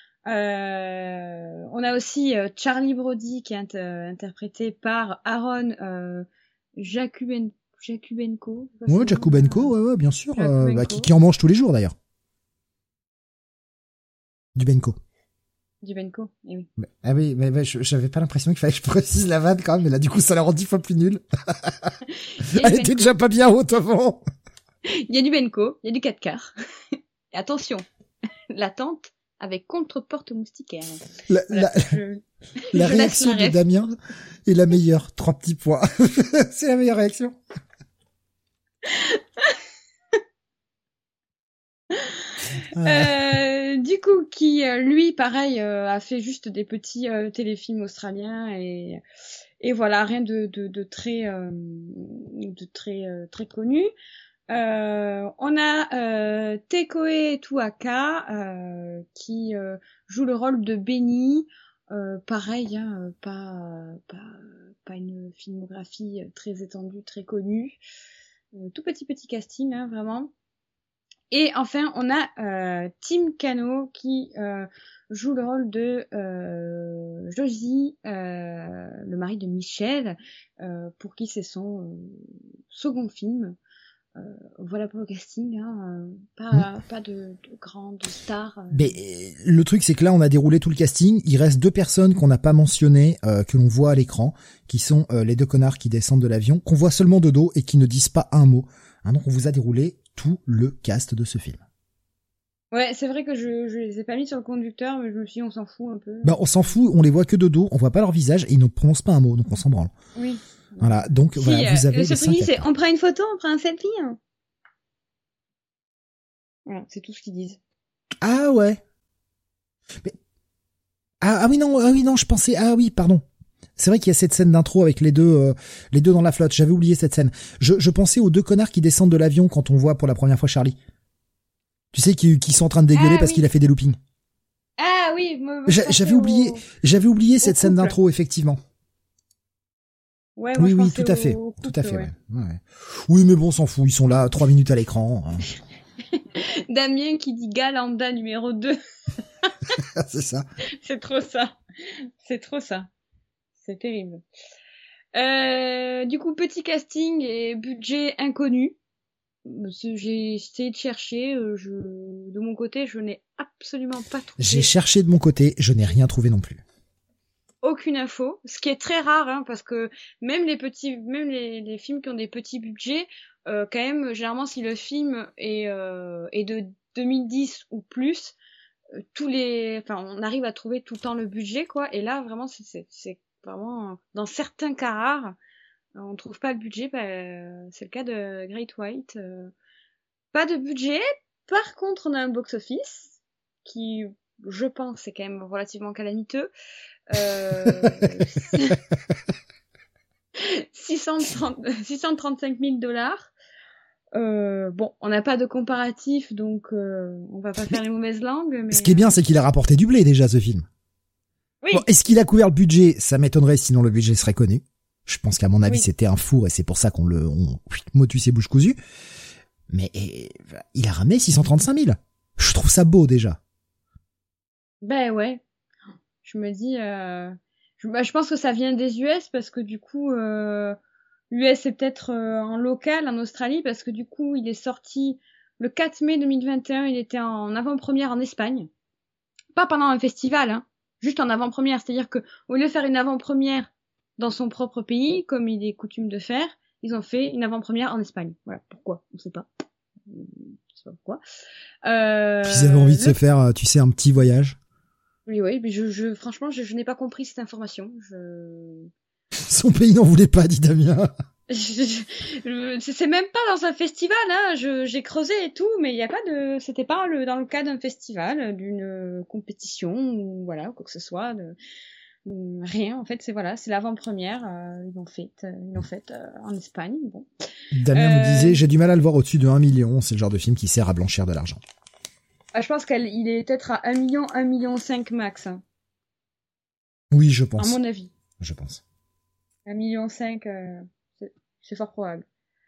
Euh, on a aussi euh, Charlie Brody qui est int- interprété par Aaron euh, Jakuben- Jakubenko. Ouais, Jakubenko, ouais, ouais, bien sûr. Euh, bah, qui, qui en mange tous les jours d'ailleurs. Du Benko. Du Benko, eh oui. Mais, ah oui, mais, mais j'avais pas l'impression qu'il fallait que je précise la vanne quand même, mais là du coup ça la rend dix fois plus nulle. Elle était déjà pas bien haute avant. Il y a du Benko, il y a du quatre quarts. Et attention, la tente avec contre-porte moustiquaire. La, voilà, la, je, la je réaction la de Damien est la meilleure. Trois petits points. C'est la meilleure réaction. euh, du coup, qui lui, pareil, euh, a fait juste des petits euh, téléfilms australiens et et voilà, rien de de, de très euh, de très euh, très connu. Euh, on a euh, Tekoe Tuaka euh, qui euh, joue le rôle de Benny. Euh, pareil, hein, pas pas pas une filmographie très étendue, très connue. Euh, tout petit petit casting, hein, vraiment. Et enfin, on a euh, Tim Kano qui euh, joue le rôle de euh, Josie, euh, le mari de Michelle, euh, pour qui c'est son euh, second film. Euh, voilà pour le casting, hein, euh, pas, mmh. pas de, de grandes stars. Euh. Mais le truc, c'est que là, on a déroulé tout le casting. Il reste deux personnes qu'on n'a pas mentionnées, euh, que l'on voit à l'écran, qui sont euh, les deux connards qui descendent de l'avion, qu'on voit seulement de dos et qui ne disent pas un mot. Hein, donc, on vous a déroulé tout le cast de ce film. Ouais, c'est vrai que je, je les ai pas mis sur le conducteur, mais je me suis dit, on s'en fout un peu. Bah, on s'en fout, on les voit que de dos, on voit pas leur visage et ils ne prononcent pas un mot, donc on s'en branle. Oui. Voilà, donc si, voilà, vous avez euh, les ce cinq c'est on prend une photo, on prend un selfie. Hein. Voilà, c'est tout ce qu'ils disent. Ah ouais. Mais... Ah, ah oui non, ah oui non, je pensais ah oui, pardon. C'est vrai qu'il y a cette scène d'intro avec les deux euh, les deux dans la flotte, j'avais oublié cette scène. Je je pensais aux deux connards qui descendent de l'avion quand on voit pour la première fois Charlie. Tu sais qui qui sont en train de dégueuler ah, parce oui. qu'il a fait des loopings. Ah oui, moi, moi, j'avais oublié au... j'avais oublié cette scène d'intro effectivement. Ouais, moi, oui, je oui, tout à fait, couple, tout à fait, ouais. Ouais. Ouais. Oui, mais bon, on s'en fout, ils sont là, trois minutes à l'écran. Hein. Damien qui dit Galanda numéro deux. C'est ça. C'est trop ça. C'est trop ça. C'est terrible. Euh, du coup, petit casting et budget inconnu. J'ai essayé de chercher, je, de mon côté, je n'ai absolument pas trouvé. J'ai cherché de mon côté, je n'ai rien trouvé non plus. Aucune info, ce qui est très rare, hein, parce que même les petits, même les, les films qui ont des petits budgets, euh, quand même, généralement, si le film est, euh, est de deux mille dix ou plus, euh, tous les, enfin, on arrive à trouver tout le temps le budget, quoi. Et là, vraiment, c'est, c'est, c'est vraiment dans certains cas rares, on trouve pas le budget. Bah, c'est le cas de Great White. Euh, pas de budget. Par contre, on a un box-office qui, je pense, est quand même relativement calamiteux. Euh, six cent trente-cinq mille dollars. Euh, bon, on n'a pas de comparatif, donc euh, on va pas faire les mauvaises langues. Mais... Ce qui est bien, c'est qu'il a rapporté du blé déjà, ce film. Oui. Bon, est-ce qu'il a couvert le budget? Ça m'étonnerait, sinon le budget serait connu. Je pense qu'à mon avis, Oui. c'était un four et c'est pour ça qu'on le, on, motus et bouche cousue. Mais et, il a ramené six cent trente-cinq mille. Je trouve ça beau déjà. Ben ouais. Je me dis, euh... je, bah, je pense que ça vient des U S parce que du coup, euh... U S c'est peut-être euh, en local en Australie parce que du coup, il est sorti le quatre mai deux mille vingt et un. Il était en avant-première en Espagne. Pas pendant un festival, hein. Juste en avant-première. C'est-à-dire que au lieu de faire une avant-première dans son propre pays, comme il est coutume de faire, ils ont fait une avant-première en Espagne. Voilà. Pourquoi? On sait pas. On sait pas pourquoi. Euh... Puis ils avaient envie de le... se faire, tu sais, un petit voyage. Oui, oui, mais je, je, franchement, je, je n'ai pas compris cette information. Je... Son pays n'en voulait pas, dit Damien. je, je, c'est même pas dans un festival, hein. Je, j'ai creusé et tout, mais il y a pas de, c'était pas le, dans le cas d'un festival, d'une compétition ou voilà, quoi que ce soit. De... Rien, en fait, c'est voilà, c'est l'avant-première. Euh, ils l'ont faite, ils l'ont faite euh, en Espagne. Bon. Damien euh... nous disait, j'ai du mal à le voir au-dessus de un million. C'est le genre de film qui sert à blanchir de l'argent. Ah, je pense qu'il est peut-être à un million, un million cinq max. Hein. Oui, je pense. À mon avis. Je pense. un million cinq, euh, c'est, c'est fort probable.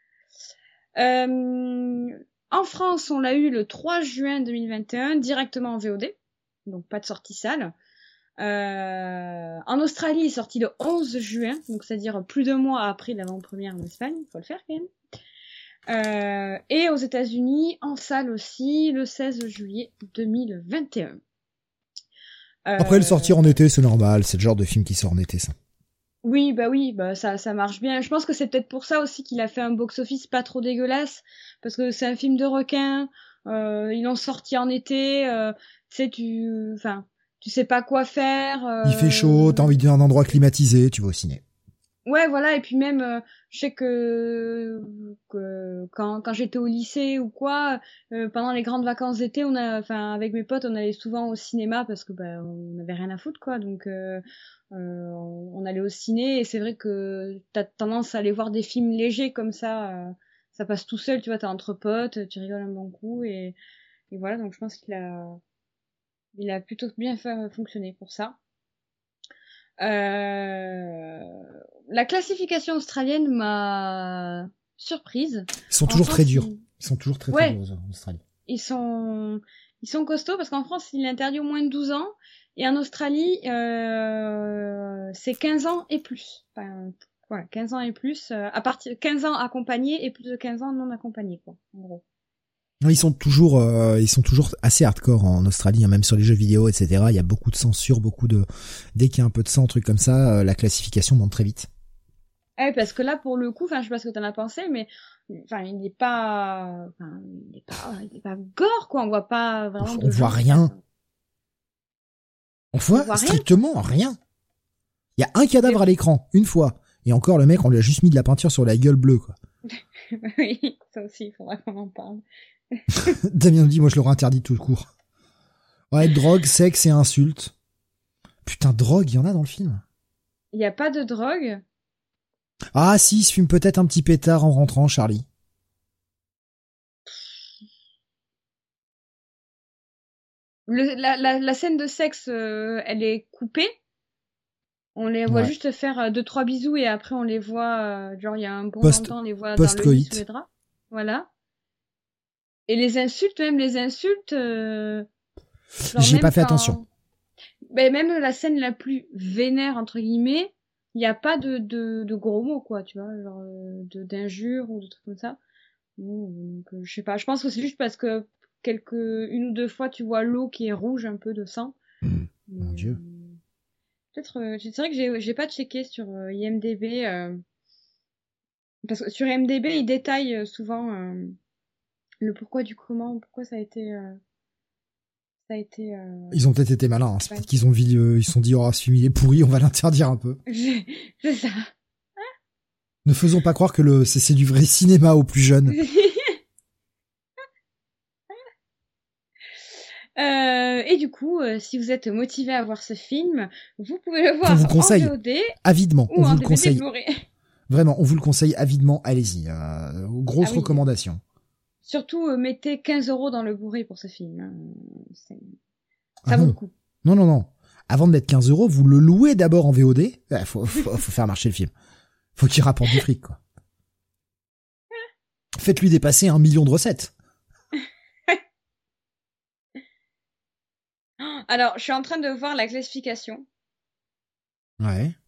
Euh, en France, on l'a eu le trois juin deux mille vingt et un, directement en V O D. Donc pas de sortie salle. Euh, en Australie, il est sorti le onze juin, donc c'est-à-dire plus d'un mois après l'avant-première en Espagne. Faut le faire quand même. Euh, et aux États-Unis, en salle aussi, le seize juillet deux mille vingt et un. Euh, Après, le sortir en été, c'est normal. C'est le genre de film qui sort en été, ça. Oui, bah oui, bah ça, ça marche bien. Je pense que c'est peut-être pour ça aussi qu'il a fait un box-office pas trop dégueulasse, parce que c'est un film de requin. Euh, ils l'ont sorti en été. Euh, tu sais, tu, enfin, tu sais pas quoi faire. Euh... Il fait chaud, t'as envie d'un endroit climatisé, tu vas au ciné. Ouais, voilà, et puis même, euh, je sais que, que quand, quand j'étais au lycée ou quoi, euh, pendant les grandes vacances d'été, on a, enfin, avec mes potes, on allait souvent au cinéma parce que bah, on avait rien à foutre, quoi. Donc, euh, euh, on allait au ciné et c'est vrai que t'as tendance à aller voir des films légers comme ça, euh, ça passe tout seul, tu vois, t'es entre potes, tu rigoles un bon coup et, et voilà. Donc, je pense qu'il a, il a plutôt bien fait fonctionner pour ça. Euh, la classification australienne m'a surprise. Ils sont En toujours France, très durs. ils... Ils sont toujours très ouais, très durs en Australie. Ils sont, ils sont costauds parce qu'en France, il est interdit au moins de douze ans et en Australie, euh, c'est quinze ans et plus. Enfin, voilà, quinze ans et plus. Euh, à partir quinze ans accompagnés et plus de quinze ans non accompagnés, quoi, en gros. Ils sont toujours, euh, ils sont toujours assez hardcore en Australie, hein, même sur les jeux vidéo, et cetera. Il y a beaucoup de censure, beaucoup de, dès qu'il y a un peu de sang, un truc comme ça, euh, la classification monte très vite. Eh, parce que là, pour le coup, enfin, je sais pas ce que t'en as pensé, mais, enfin, il n'est pas, enfin, il est pas, il est pas gore, quoi. On voit pas vraiment On de voit gens, rien. quoi. On voit, On voit rien. strictement rien. Il y a un cadavre Mais... à l'écran, une fois. Et encore, le mec, on lui a juste mis de la peinture sur la gueule bleue, quoi. Oui, ça aussi, il faudrait qu'on en parle. Damien me dit, moi je l'aurais interdit tout court. Ouais, drogue, sexe et insultes. Putain, drogue, il y en a dans le film. Il y a pas de drogue. Ah si, il se fume peut-être un petit pétard en rentrant, Charlie. Le, la, la, la scène de sexe, euh, elle est coupée. On les voit Ouais. juste faire euh, deux trois bisous et après on les voit, euh, genre il y a un bon Post- temps, on les voit dans post-coït. le lit sous les draps. Voilà. Et les insultes, même les insultes. Euh, genre J'y ai même pas fait quand... attention. Ben, même la scène la plus vénère, entre guillemets, il n'y a pas de, de, de gros mots, quoi, tu vois, genre euh, de, d'injures ou de trucs comme ça. Bon, donc, euh, je sais pas, je pense que c'est juste parce que quelques, une ou deux fois, tu vois l'eau qui est rouge, un peu de sang. Mmh, mon Mais, Dieu. euh, peut-être, euh, c'est vrai que j'ai, j'ai pas checké sur euh, I M D B, euh, parce que sur I M D B, ils détaillent euh, souvent euh, le pourquoi du comment, pourquoi ça a été... Euh, ça a été... Euh... Ils ont peut-être été malins, hein. C'est Ouais. peut-être qu'ils ont vu, euh, ils se sont dit, oh, ce film il est pourri, on va l'interdire un peu. c'est ça. Ne faisons pas croire que le, c'est, c'est du vrai cinéma aux plus jeunes. Euh, et du coup, euh, si vous êtes motivé à voir ce film, vous pouvez le voir On vous conseille. en V O D Avidement, ou on en vous le D V D conseille. Blu-ray. Vraiment, on vous le conseille avidement, allez-y. Euh, grosse Ah oui. recommandation. Surtout, euh, mettez quinze euros dans le Blu-ray pour ce film. Hein. C'est... Ça Ah vaut non. le coup. Non, non, non. avant de mettre quinze euros, vous le louez d'abord en V O D. Il faut, faut, faut faire marcher le film. Faut qu'il rapporte du fric, quoi. Faites-lui dépasser un million de recettes. Alors, je suis en train de voir la classification. Ouais.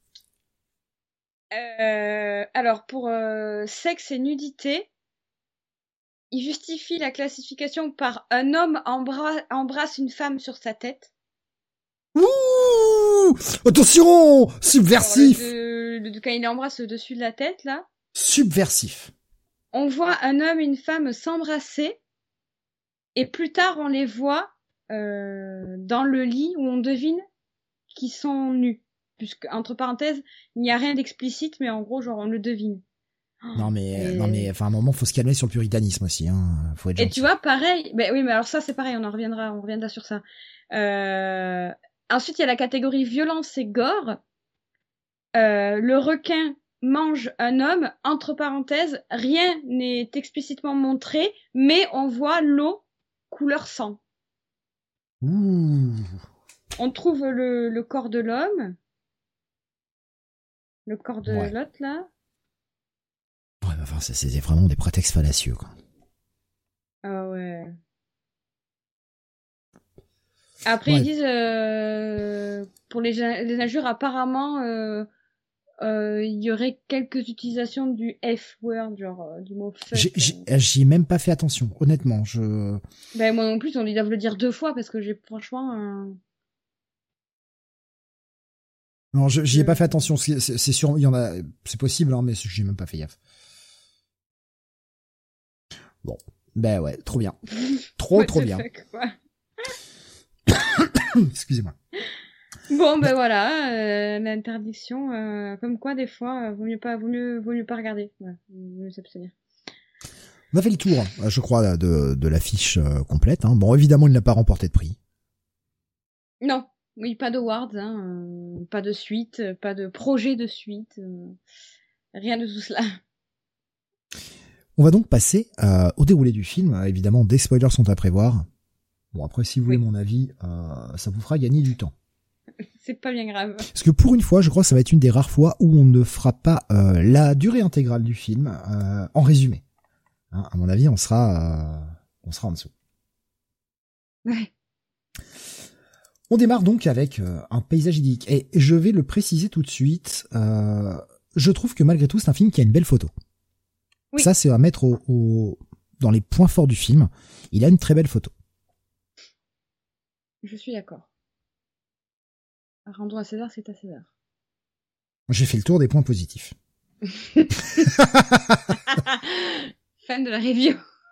Euh, alors, pour euh, sexe et nudité, il justifie la classification par un homme embra- embrasse une femme sur sa tête. Ouh, attention, subversif. Alors, le, le, le, quand il embrasse le dessus de la tête, là. Subversif. On voit un homme et une femme s'embrasser, et plus tard, on les voit euh, dans le lit où on devine qu'ils sont nus. Puisque, entre parenthèses, il n'y a rien d'explicite, mais en gros, genre, on le devine. Non mais, et... non mais, enfin, à un moment, faut se calmer sur le puritanisme aussi, hein. Faut être gentil. Et tu vois, pareil, ben oui, mais alors ça, c'est pareil, on en reviendra, on reviendra sur ça. Euh... Ensuite, il y a la catégorie violence et gore. Euh, le requin mange un homme, entre parenthèses, rien n'est explicitement montré, mais on voit l'eau couleur sang. Ouh. On trouve le, le corps de l'homme, le corps de Ouais. l'autre, là. Ouais, enfin, c'est vraiment des prétextes fallacieux, quoi. Ah ouais. Après, ouais. ils disent, euh, pour les, les injures, apparemment, euh, euh, il y aurait quelques utilisations du F-word, genre euh, du mot fuck. J'y ai même pas fait attention, honnêtement. Je. Ben moi non plus, on doivent le dire deux fois parce que j'ai franchement. Euh... Non, j'y ai pas fait attention. C'est sûr, il y en a, c'est possible, hein, mais j'ai même pas fait gaffe. Bon, ben ouais, trop bien, trop trop bien. Excusez-moi. Bon ben voilà, euh, l'interdiction, euh, comme quoi des fois, euh, vaut mieux pas, vaut mieux, vaut mieux pas regarder, ouais, vaut mieux s'abstenir. On a fait le tour, je crois, de de la fiche euh, complète. Hein. Bon, évidemment, il n'a pas remporté de prix. Non, oui, pas d'awards, hein, euh, pas de suite, pas de projet de suite, euh, rien de tout cela. On va donc passer euh, au déroulé du film. Évidemment, des spoilers sont à prévoir. Bon, après, si vous voulez oui. mon avis, euh, ça vous fera gagner du temps. C'est pas bien grave. Parce que pour une fois, je crois que ça va être une des rares fois où on ne fera pas euh, la durée intégrale du film euh, en résumé. Hein, à mon avis, on sera, euh, on sera en dessous. Ouais. On démarre donc avec euh, un paysage idyllique. Et je vais le préciser tout de suite. Euh, je trouve que malgré tout, c'est un film qui a une belle photo. Oui. Ça, c'est à mettre au, au, dans les points forts du film. Il a une très belle photo. Je suis d'accord. Rendons à César, c'est à César. J'ai fait le tour des points positifs. Fan de la review.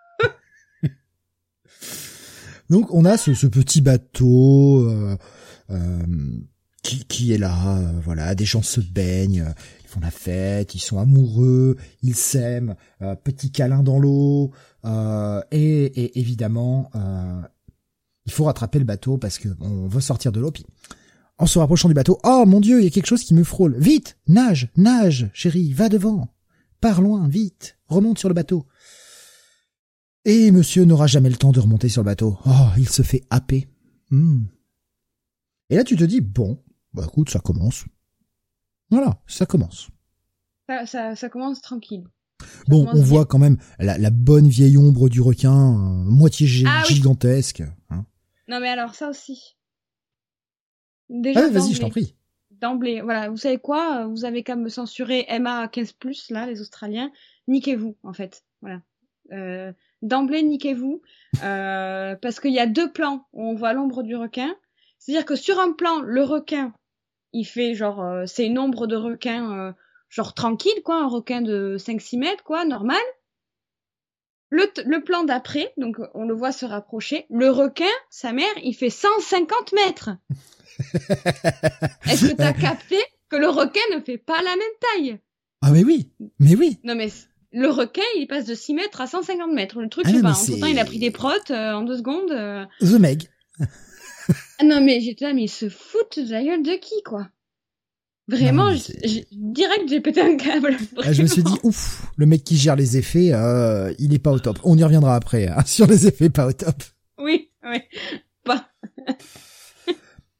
Donc on a ce, ce petit bateau euh, euh, qui, qui est là, euh, voilà, des gens se baignent, euh, ils font la fête, ils sont amoureux, ils s'aiment, euh, petit câlin dans l'eau, euh, et, et évidemment euh, il faut rattraper le bateau parce que on veut sortir de l'eau. Puis en se rapprochant du bateau, oh mon Dieu, il y a quelque chose qui me frôle. Vite, nage, nage, chérie, va devant, pars loin, vite, remonte sur le bateau. Et monsieur n'aura jamais le temps de remonter sur le bateau. Oh, il se fait happer. Mmh. Et là, tu te dis, bon, bah écoute, ça commence. Voilà, ça commence. Ça, ça, ça commence tranquille. Ça bon, commence on bien. voit quand même la, la bonne vieille ombre du requin, euh, moitié g- ah, gigantesque. Oui. Hein. Non mais alors, ça aussi. Déjà, ah, vas-y, je t'en prie. D'emblée, voilà, vous savez quoi? Vous avez qu'à me censurer M A quinze plus, là, les Australiens. Niquez-vous, en fait. Voilà. Euh, d'emblée, niquez-vous, euh, parce qu'il y a deux plans où on voit l'ombre du requin. C'est-à-dire que sur un plan, le requin, il fait genre, euh, c'est une ombre de requin, euh, genre tranquille, quoi, un requin de cinq six mètres, quoi, normal. Le, le plan d'après, donc on le voit se rapprocher, le requin, sa mère, il fait cent cinquante mètres. Est-ce que t'as capté que le requin ne fait pas la même taille? Ah mais oui, mais oui. Non mais... Le requin, il passe de six mètres à cent cinquante mètres. Le truc, ah non, bah, entre temps, il a pris des protes euh, en deux secondes. Euh... The Meg. ah non, mais j'étais là, mais ils se foutent de la gueule de qui, quoi? Vraiment, non, j'ai direct, j'ai pété un câble. Ah, je me suis dit, ouf, le mec qui gère les effets, euh, il est pas au top. On y reviendra après, hein, sur les effets pas au top. Oui, oui, pas.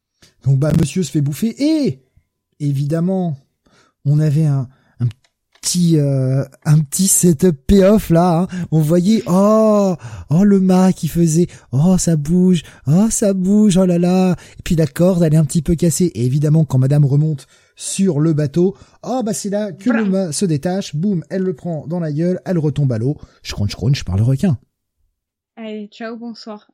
Donc bah monsieur se fait bouffer et évidemment on avait un un petit euh, un petit setup payoff là, hein. On voyait oh oh le mât qui faisait oh ça bouge, oh ça bouge, oh là là, et puis la corde elle est un petit peu cassée et évidemment quand madame remonte sur le bateau, oh bah c'est là que voilà. Le mât se détache, boum, elle le prend dans la gueule, elle retombe à l'eau, scrunch scrunch par le requin. Allez, ciao, bonsoir.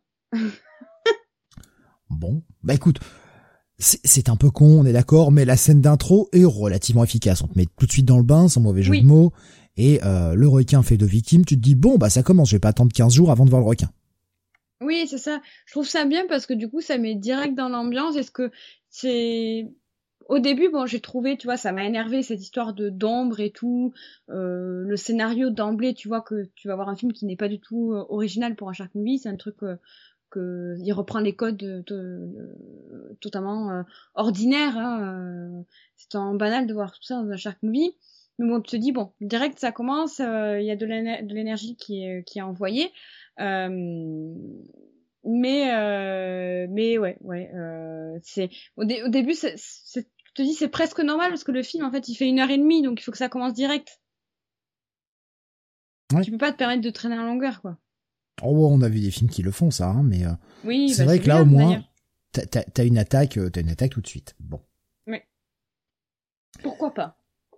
Bon, bah écoute, c'est, c'est un peu con, on est d'accord, mais la scène d'intro est relativement efficace. On te met tout de suite dans le bain, sans mauvais jeu oui. de mots, et euh, le requin fait deux victimes, tu te dis, bon, bah ça commence, je vais pas attendre quinze jours avant de voir le requin. Oui, c'est ça. Je trouve ça bien parce que du coup, ça met direct dans l'ambiance. Est-ce que c'est... Au début, bon, j'ai trouvé, tu vois, ça m'a énervé, cette histoire de d'ombre et tout. Euh, le scénario d'emblée, tu vois, que tu vas voir un film qui n'est pas du tout euh, original pour un shark movie, c'est un truc... Euh, que il reprend les codes de, de, de, totalement euh, ordinaires. Hein, euh, c'est en banal de voir tout ça dans un shark movie. Mais bon, tu te dis, bon, direct ça commence, il euh, y a de, l'éner- de l'énergie qui est, qui est envoyée. Euh, mais, euh, mais ouais, ouais, euh, c'est, au, dé- au début, c'est, c'est, tu te dis, c'est presque normal parce que le film, en fait, il fait une heure et demie, donc il faut que ça commence direct. Ouais. Tu peux pas te permettre de traîner en longueur, quoi. Oh, on a vu des films qui le font, ça, hein, mais euh, oui, c'est bah, vrai c'est que là, bien, au moins, t'as, t'as, t'as une attaque, t'as une attaque tout de suite. Bon. Oui. Pourquoi pas?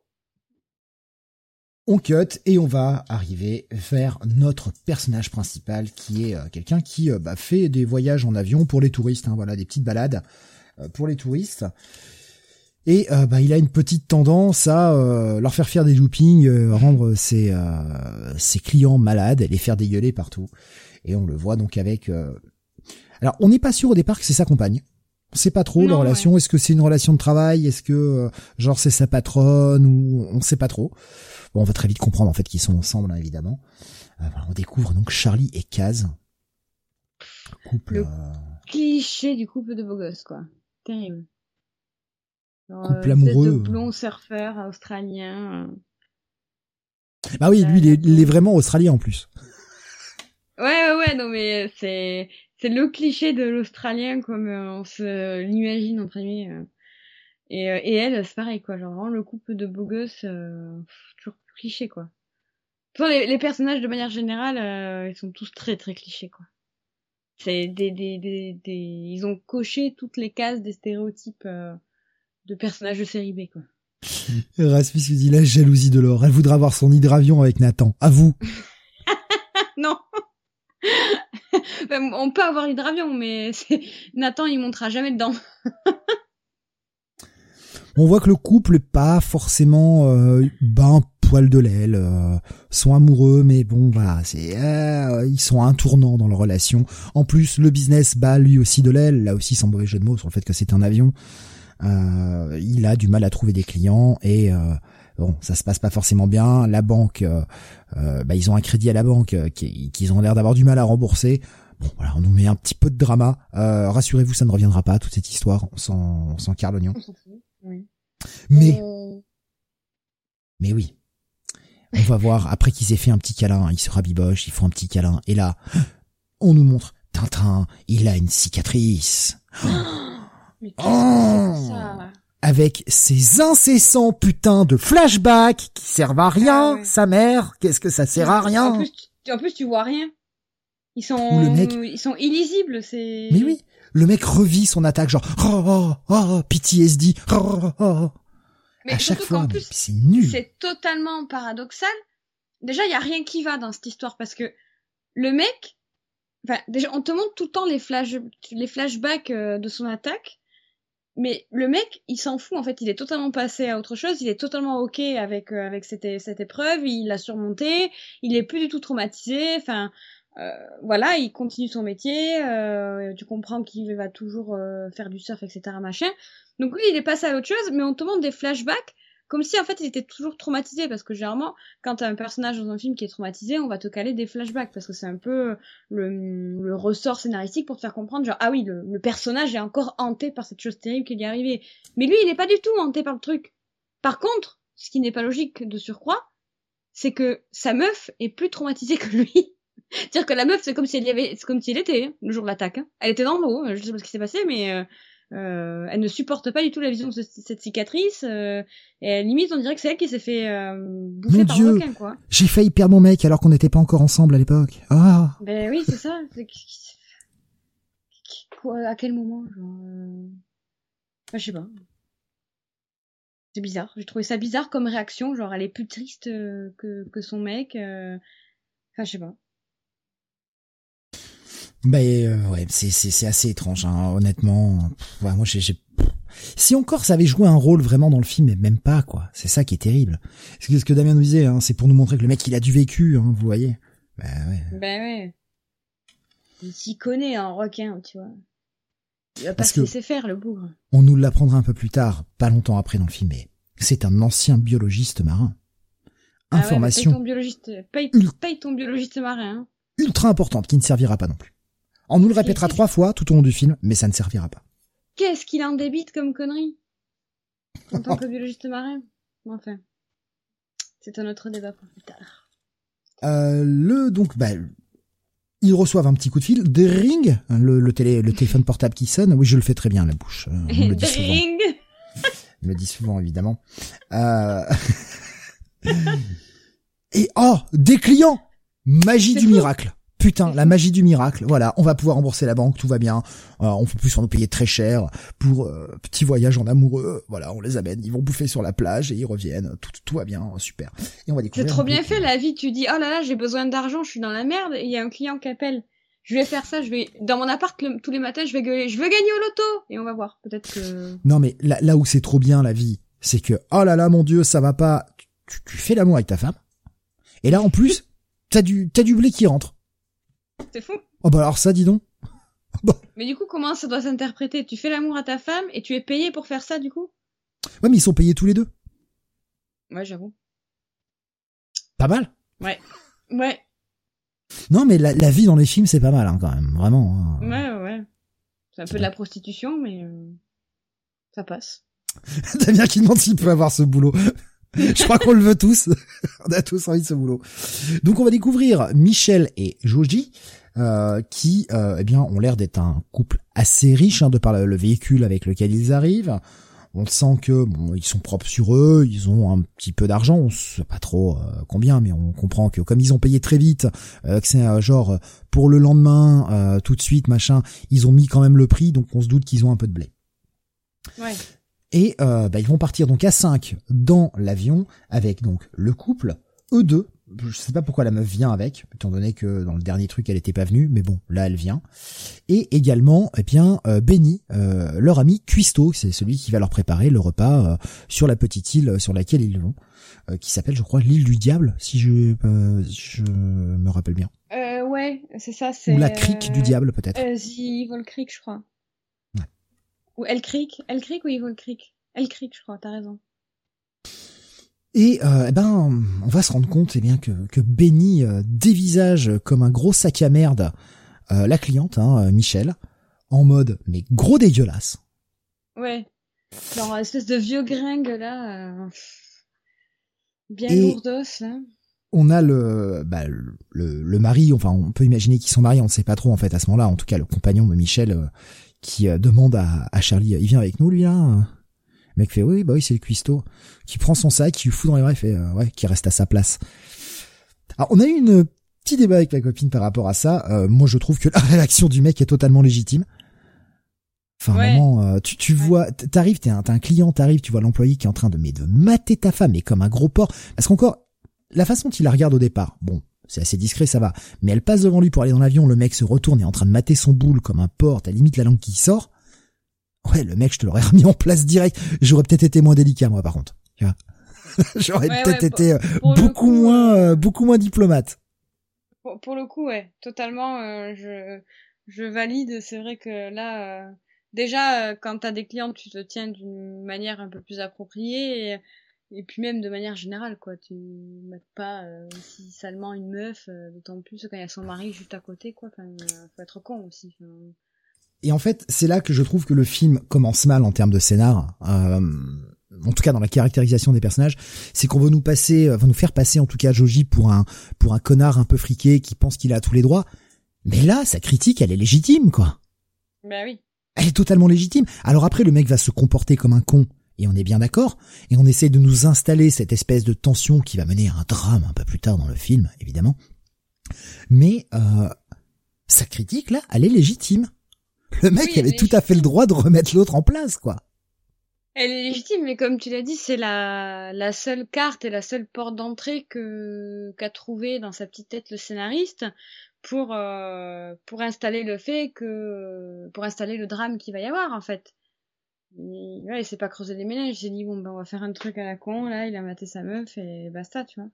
On cut et on va arriver vers notre personnage principal, qui est euh, quelqu'un qui euh, bah, fait des voyages en avion pour les touristes, hein, voilà, des petites balades euh, pour les touristes. Et euh, bah, il a une petite tendance à euh, leur faire faire des loopings, euh, rendre ses, euh, ses clients malades, les faire dégueuler partout. Et on le voit donc avec... Euh... Alors, on n'est pas sûr au départ que c'est sa compagne. On sait pas trop non, la relation. Ouais. Est-ce que c'est une relation de travail? Est-ce que euh, genre c'est sa patronne? Ou on sait pas trop. Bon, on va très vite comprendre en fait qu'ils sont ensemble, hein, évidemment. Euh, voilà, on découvre donc Charlie et Kaz. Couple. Le euh... cliché du couple de beaux gosses, quoi. Terrible. Genre, couple euh, amoureux. De blond surfeur australien. Bah oui, lui, il est, il est vraiment australien en plus. Ouais, ouais, ouais, non mais c'est c'est le cliché de l'Australien comme euh, on se l'imagine entre guillemets. Euh. Et euh, et elle, c'est pareil quoi, genre vraiment le couple de beaux gosses, euh, toujours cliché quoi. Enfin, les, les personnages de manière générale, euh, ils sont tous très très clichés quoi. C'est des des des des ils ont coché toutes les cases des stéréotypes euh, de personnages de série B quoi. Rasmus lui dit la jalousie de Laure. Elle voudra avoir son hydravion avec Nathan. À vous. Non. On peut avoir l'hydravion, mais c'est... Nathan, il montera jamais dedans. On voit que le couple est pas forcément euh, ben poil de l'aile, euh, sont amoureux, mais bon voilà, c'est euh, ils sont à un tournant dans leur relation. En plus, le business bat lui aussi de l'aile, là aussi sans mauvais jeu de mots sur le fait que c'est un avion. Euh, il a du mal à trouver des clients et euh, bon, ça se passe pas forcément bien. La banque, euh, euh, bah, ils ont un crédit à la banque euh, qui, qu'ils ont l'air d'avoir du mal à rembourser. Bon, voilà, on nous met un petit peu de drama. Euh, rassurez-vous, ça ne reviendra pas, toute cette histoire. On s'en, on s'en carre l'oignon. Oui. Mais, euh... mais oui. On va voir, après qu'ils aient fait un petit câlin, ils se rabibochent, ils font un petit câlin. Et là, on nous montre, Tintin, il a une cicatrice. Mais qu'est-ce que c'est que ça? Avec ces incessants putains de flashbacks qui servent à rien, ah ouais. Sa mère, qu'est-ce que ça sert à rien? En plus, tu, en plus, tu vois rien. Ils sont, le mec... ils sont illisibles, c'est... Mais oui, le mec revit son attaque, genre, oh, oh, oh, P T S D, oh, oh, oh. Mais à chaque fois, plus, c'est nul. C'est totalement paradoxal. Déjà, il y a rien qui va dans cette histoire parce que le mec, enfin, déjà, on te montre tout le temps les flash, les flashbacks de son attaque. Mais le mec, il s'en fout, en fait, il est totalement passé à autre chose, il est totalement ok avec euh, avec cette, cette épreuve, il l'a surmonté, il est plus du tout traumatisé, enfin, euh, voilà, il continue son métier, euh, tu comprends qu'il va toujours euh, faire du surf, et cetera, machin. Donc lui, il est passé à autre chose, mais on te montre des flashbacks comme si, en fait, il était toujours traumatisé, parce que généralement, quand t'as un personnage dans un film qui est traumatisé, on va te caler des flashbacks, parce que c'est un peu le, le ressort scénaristique pour te faire comprendre, genre, ah oui, le, le personnage est encore hanté par cette chose terrible qui lui est arrivée. Mais lui, il est pas du tout hanté par le truc. Par contre, ce qui n'est pas logique de surcroît, c'est que sa meuf est plus traumatisée que lui. C'est-à-dire que la meuf, c'est comme si elle y avait, c'est comme si elle était, hein, le jour de l'attaque, hein. Elle était dans l'eau, je sais pas ce qui s'est passé, mais, euh, Euh, elle ne supporte pas du tout la vision de ce- cette cicatrice. Euh, et limite, on dirait que c'est elle qui s'est fait euh, bouffer Mon par Dieu. un requin, quoi. J'ai failli perdre mon mec alors qu'on n'était pas encore ensemble à l'époque. Ah. Ben oui, c'est ça. C'est... Quoi, à quel moment, genre... Euh... Enfin, je sais pas. C'est bizarre. J'ai trouvé ça bizarre comme réaction. Genre, elle est plus triste euh, que, que son mec. Euh... Enfin, je sais pas. Bah euh, ouais, c'est c'est c'est assez étrange, hein, honnêtement. Pff, ouais, moi j'ai, j'ai si encore ça avait joué un rôle vraiment dans le film, mais même pas quoi. C'est ça qui est terrible. C'est ce que Damien nous disait, hein, c'est pour nous montrer que le mec il a du vécu, hein, vous voyez. Bah ouais. Ben ouais. Il s'y connaît en requin, tu vois. Il va pas Parce se que- laisser faire, le bougre. On nous l'apprendra un peu plus tard, pas longtemps après dans le film, mais c'est un ancien biologiste marin. Ah ouais, mais Information paye ton biologiste, paye, Ul- paye ton biologiste marin. Hein. ultra importante qui ne servira pas non plus. On nous le répétera C'est- trois fois tout au long du film, mais ça ne servira pas. Qu'est-ce qu'il en débite comme connerie en tant que biologiste marin. Enfin, c'est un autre débat pour plus tard. Euh, le donc bah ils reçoivent un petit coup de fil, des ring, le, le télé, le téléphone portable qui sonne. Oui, je le fais très bien à la bouche. Euh, on me le dit souvent. Dring. On me le dit souvent évidemment. Euh... Et oh, des clients, magie C'est du fou. miracle. Putain, C'est la fou. magie du miracle. Voilà, on va pouvoir rembourser la banque, tout va bien. Euh, on peut plus sur nous payer très cher pour euh, petit voyage en amoureux. Voilà, on les amène, ils vont bouffer sur la plage et ils reviennent. Tout, tout va bien, super. Et on va C'est découvrir. trop un peu- bien fait la vie. Tu dis oh là là, j'ai besoin d'argent, je suis dans la merde. Et il y a un client qui appelle. Je vais faire ça. Je vais dans mon appart le- tous les matins. Je vais gueuler. Je veux gagner au loto. Et on va voir. Peut-être que. Non mais là, là où c'est trop bien la vie, c'est que oh là là mon Dieu, ça va pas. Tu, tu fais l'amour avec ta femme. Et là en plus, t'as du t'as du blé qui rentre. C'est fou. Oh bah alors ça, dis donc. Bah, Mais du coup, comment ça doit s'interpréter? Tu fais l'amour à ta femme et tu es payé pour faire ça, du coup? ouais mais ils sont payés tous les deux. Ouais, j'avoue. Pas mal. Ouais. Ouais. Non mais la, la vie dans les films c'est pas mal hein, quand même, vraiment. hein. Ouais, ouais, ouais. C'est un peu de la prostitution, mais euh, ça passe. Damien qui demande s'il peut avoir ce boulot. Je crois qu'on le veut tous. On a tous envie de ce boulot. Donc on va découvrir Michel et Joji, euh, qui euh, eh bien ont l'air d'être un couple assez riche hein, de par le, le véhicule avec lequel ils arrivent. On sent que bon, ils sont propres sur eux, ils ont un petit peu d'argent, on sait pas trop euh, combien, mais on comprend que comme ils ont payé très vite, euh, que c'est euh, genre pour le lendemain, euh, tout de suite, machin, ils ont mis quand même le prix, donc on se doute qu'ils ont un peu de blé. Ouais. Et euh, bah, ils vont partir donc à cinq dans l'avion avec donc le couple, eux deux. Je sais pas pourquoi la meuf vient avec, étant donné que dans le dernier truc elle était pas venue, mais bon là elle vient. Et également eh bien euh, Benny, euh, leur ami Cuisto, c'est celui qui va leur préparer le repas euh, sur la petite île sur laquelle ils vont, euh, qui s'appelle je crois l'île du diable si je euh, je me rappelle bien. Euh, ouais, c'est ça, c'est... Ou la crique euh, du diable peut-être. Euh, The Evil Creek, je crois. Ouais. Ou El Creek. El Creek ou Evil Creek? El Creek, je crois, t'as raison. Et euh, eh ben, on va se rendre compte eh bien que, que Benny euh, dévisage comme un gros sac à merde euh, la cliente, hein, euh, Michel, en mode mais gros dégueulasse. Ouais. Genre, espèce de vieux gringue, là. Euh... Bien Et- lourdos, là. On a le, bah, le, le mari, enfin on peut imaginer qu'ils sont mariés, on ne sait pas trop en fait à ce moment-là, en tout cas le compagnon de Michel euh, qui euh, demande à, à Charlie, il vient avec nous lui là. Le mec fait oui, bah oui c'est le cuistot, qui prend son sac, qui lui fout dans les bras, il fait euh, ouais, qui reste à sa place. Alors on a eu une petit débat avec ma copine par rapport à ça. Euh, moi je trouve que la réaction du mec est totalement légitime. Enfin Ouais. vraiment, euh, tu tu Ouais. vois, t'arrives, t'es un, t'es un client, t'arrives, tu vois l'employé qui est en train de mais de mater ta femme, mais comme un gros porc, parce qu'encore la façon dont il la regarde au départ, bon, c'est assez discret, ça va, mais elle passe devant lui pour aller dans l'avion, le mec se retourne et est en train de mater son boule comme un porc, t'as limite la langue qui sort. Ouais, le mec, je te l'aurais remis en place direct. J'aurais peut-être été moins délicat, moi, par contre. Tu vois. J'aurais Ouais, peut-être ouais, été euh, pour le beaucoup coup, moins, euh, euh, beaucoup moins diplomate. Pour, pour le coup, ouais, totalement, euh, je, je valide. C'est vrai que là, euh, déjà, euh, quand t'as des clients, tu te tiens d'une manière un peu plus appropriée, et, et puis même de manière générale, quoi. Tu mets pas euh, si salement une meuf, euh, d'autant plus quand il y a son mari juste à côté, quoi. Enfin, euh, faut être con aussi. Enfin, Et en fait, c'est là que je trouve que le film commence mal en termes de scénar. Euh, en tout cas, dans la caractérisation des personnages, c'est qu'on veut nous passer, va nous faire passer en tout cas Joji pour un pour un connard un peu friqué qui pense qu'il a tous les droits. Mais là, sa critique, elle est légitime, quoi. bah oui. Elle est totalement légitime. Alors après, le mec va se comporter comme un con, et on est bien d'accord, et on essaie de nous installer cette espèce de tension qui va mener à un drame un peu plus tard dans le film, évidemment. Mais euh, sa critique, là, elle est légitime. Le mec oui, avait tout légitime. à fait le droit de remettre l'autre en place, quoi. Elle est légitime, mais comme tu l'as dit, c'est la, la seule carte et la seule porte d'entrée que qu'a trouvé dans sa petite tête le scénariste pour euh, pour installer le fait que pour installer le drame qu'il va y avoir en fait. Et, ouais, il s'est pas creusé les ménages, il s'est dit bon ben on va faire un truc à la con, là il a maté sa meuf et basta, tu vois.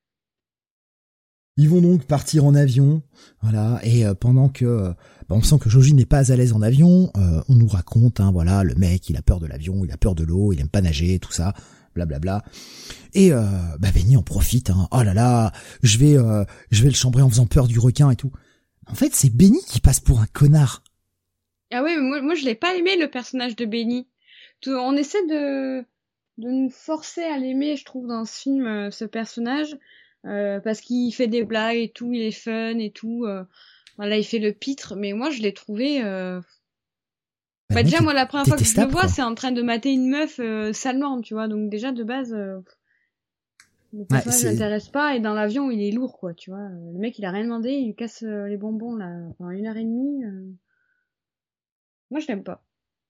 Ils vont donc partir en avion, voilà, et euh, pendant que euh, bah, on sent que Joji n'est pas à l'aise en avion, euh, on nous raconte, hein, voilà, le mec, il a peur de l'avion, il a peur de l'eau, il aime pas nager, tout ça, blablabla. Et euh, bah Benny en profite, hein, oh là là, je vais, euh, je vais le chambrer en faisant peur du requin et tout. En fait, c'est Benny qui passe pour un connard. Ah oui, mais moi, moi je l'ai pas aimé le personnage de Benny. Tout, on essaie de de nous forcer à l'aimer, je trouve, dans ce film, euh, ce personnage. Euh, parce qu'il fait des blagues et tout, il est fun et tout. Euh, voilà, il fait le pitre, mais moi je l'ai trouvé. Euh... Bah, bah déjà moi la première fois que je le vois, quoi. C'est en train de mater une meuf euh, salement, tu vois. Donc déjà de base, euh... le personnage ouais, m'intéresse pas et dans l'avion il est lourd, quoi, tu vois. Le mec il a rien demandé, il lui casse euh, les bonbons là pendant une heure et demie. Euh... Moi je l'aime pas.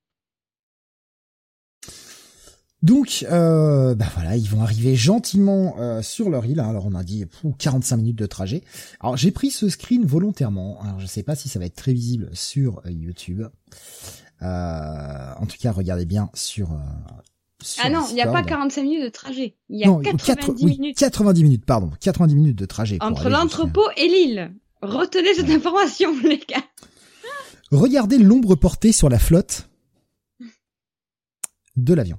Donc, euh, bah voilà, ils vont arriver gentiment euh, sur leur île. Hein. Alors on a dit pou, quarante-cinq minutes de trajet. Alors j'ai pris ce screen volontairement. Alors je sais pas si ça va être très visible sur euh, YouTube. Euh, en tout cas, regardez bien sur. Euh, sur ah non, il n'y a pas quarante-cinq minutes de trajet. Il y a non, quatre-vingt-dix quatre, minutes. Oui, quatre-vingt-dix minutes, pardon, quatre-vingt-dix minutes de trajet. Entre l'entrepôt et l'île. Retenez cette ouais. information, les gars. Regardez l'ombre portée sur la flotte de l'avion.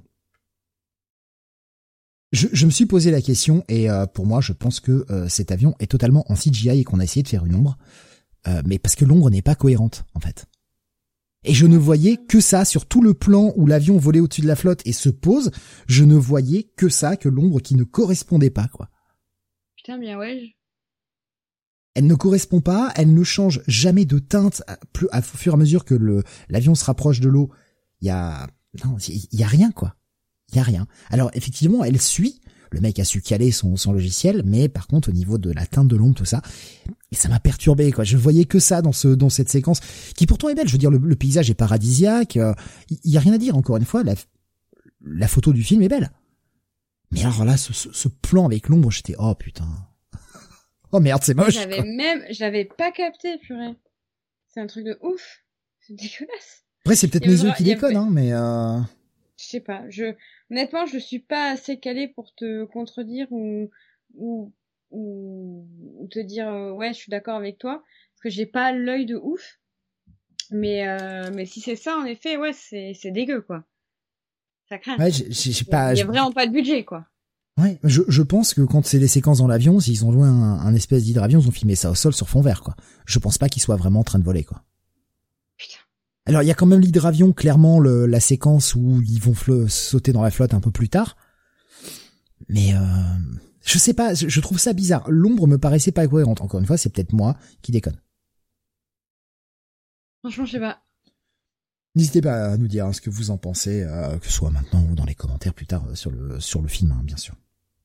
Je, je me suis posé la question et euh, pour moi, je pense que euh, cet avion est totalement en C G I et qu'on a essayé de faire une ombre, euh, mais parce que l'ombre n'est pas cohérente en fait. Et je ne voyais que ça sur tout le plan où l'avion volait au-dessus de la flotte et se pose. Je ne voyais que ça, que l'ombre qui ne correspondait pas, quoi. Putain, bien ouais. Elle ne correspond pas, elle ne change jamais de teinte à, plus, à fur et à mesure que le l'avion se rapproche de l'eau. Il y a non, il y a rien, quoi. Il y a rien. Alors effectivement, elle suit. Le mec a su caler son, son logiciel, mais par contre au niveau de la teinte de l'ombre, tout ça, et ça m'a perturbé, quoi. Je voyais que ça dans ce dans cette séquence, qui pourtant est belle. Je veux dire, le, le paysage est paradisiaque. Il euh, y, y a rien à dire. Encore une fois, la la photo du film est belle. Mais alors là, ce, ce, ce plan avec l'ombre, j'étais oh putain. Oh merde, c'est moche. J'avais même, je l'avais pas capté, purée. C'est un truc de ouf. C'est dégueulasse. Après, c'est peut-être mes yeux qui déconnent, hein, mais. Euh... Je sais pas, je honnêtement je suis pas assez calée pour te contredire ou ou ou, ou te dire euh, ouais je suis d'accord avec toi parce que j'ai pas l'œil de ouf mais euh, mais si c'est ça en effet ouais c'est c'est dégueu quoi, ça craint. Ouais, j'ai, j'ai pas. Il y a vraiment pas de budget quoi. Ouais, je je pense que quand c'est les séquences dans l'avion, s'ils ont joué un, un espèce d'hydravion, ils ont filmé ça au sol sur fond vert quoi. Je pense pas qu'ils soient vraiment en train de voler quoi. Putain. Alors il y a quand même l'hydravion, clairement le, la séquence où ils vont fle- sauter dans la flotte un peu plus tard. Mais euh, je sais pas, je trouve ça bizarre. L'ombre me paraissait pas cohérente. Encore une fois, c'est peut-être moi qui déconne. Franchement, je sais pas. N'hésitez pas à nous dire hein, ce que vous en pensez, euh, que ce soit maintenant ou dans les commentaires plus tard euh, sur le sur le film, hein, bien sûr.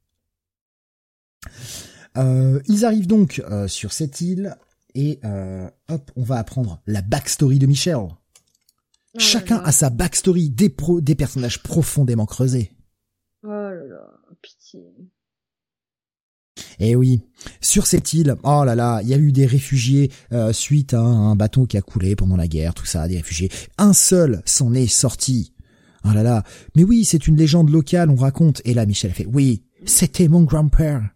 Euh, ils arrivent donc euh, sur cette île et euh, hop, on va apprendre la backstory de Michel. Oh Chacun a sa backstory, des, pro, des personnages profondément creusés. Oh là là, pitié. Eh oui, sur cette île, oh là là, il y a eu des réfugiés euh, suite à un bateau qui a coulé pendant la guerre, tout ça, des réfugiés. Un seul s'en est sorti. Oh là là, mais oui, c'est une légende locale, on raconte. Et là, Michel a fait, oui, c'était mon grand-père.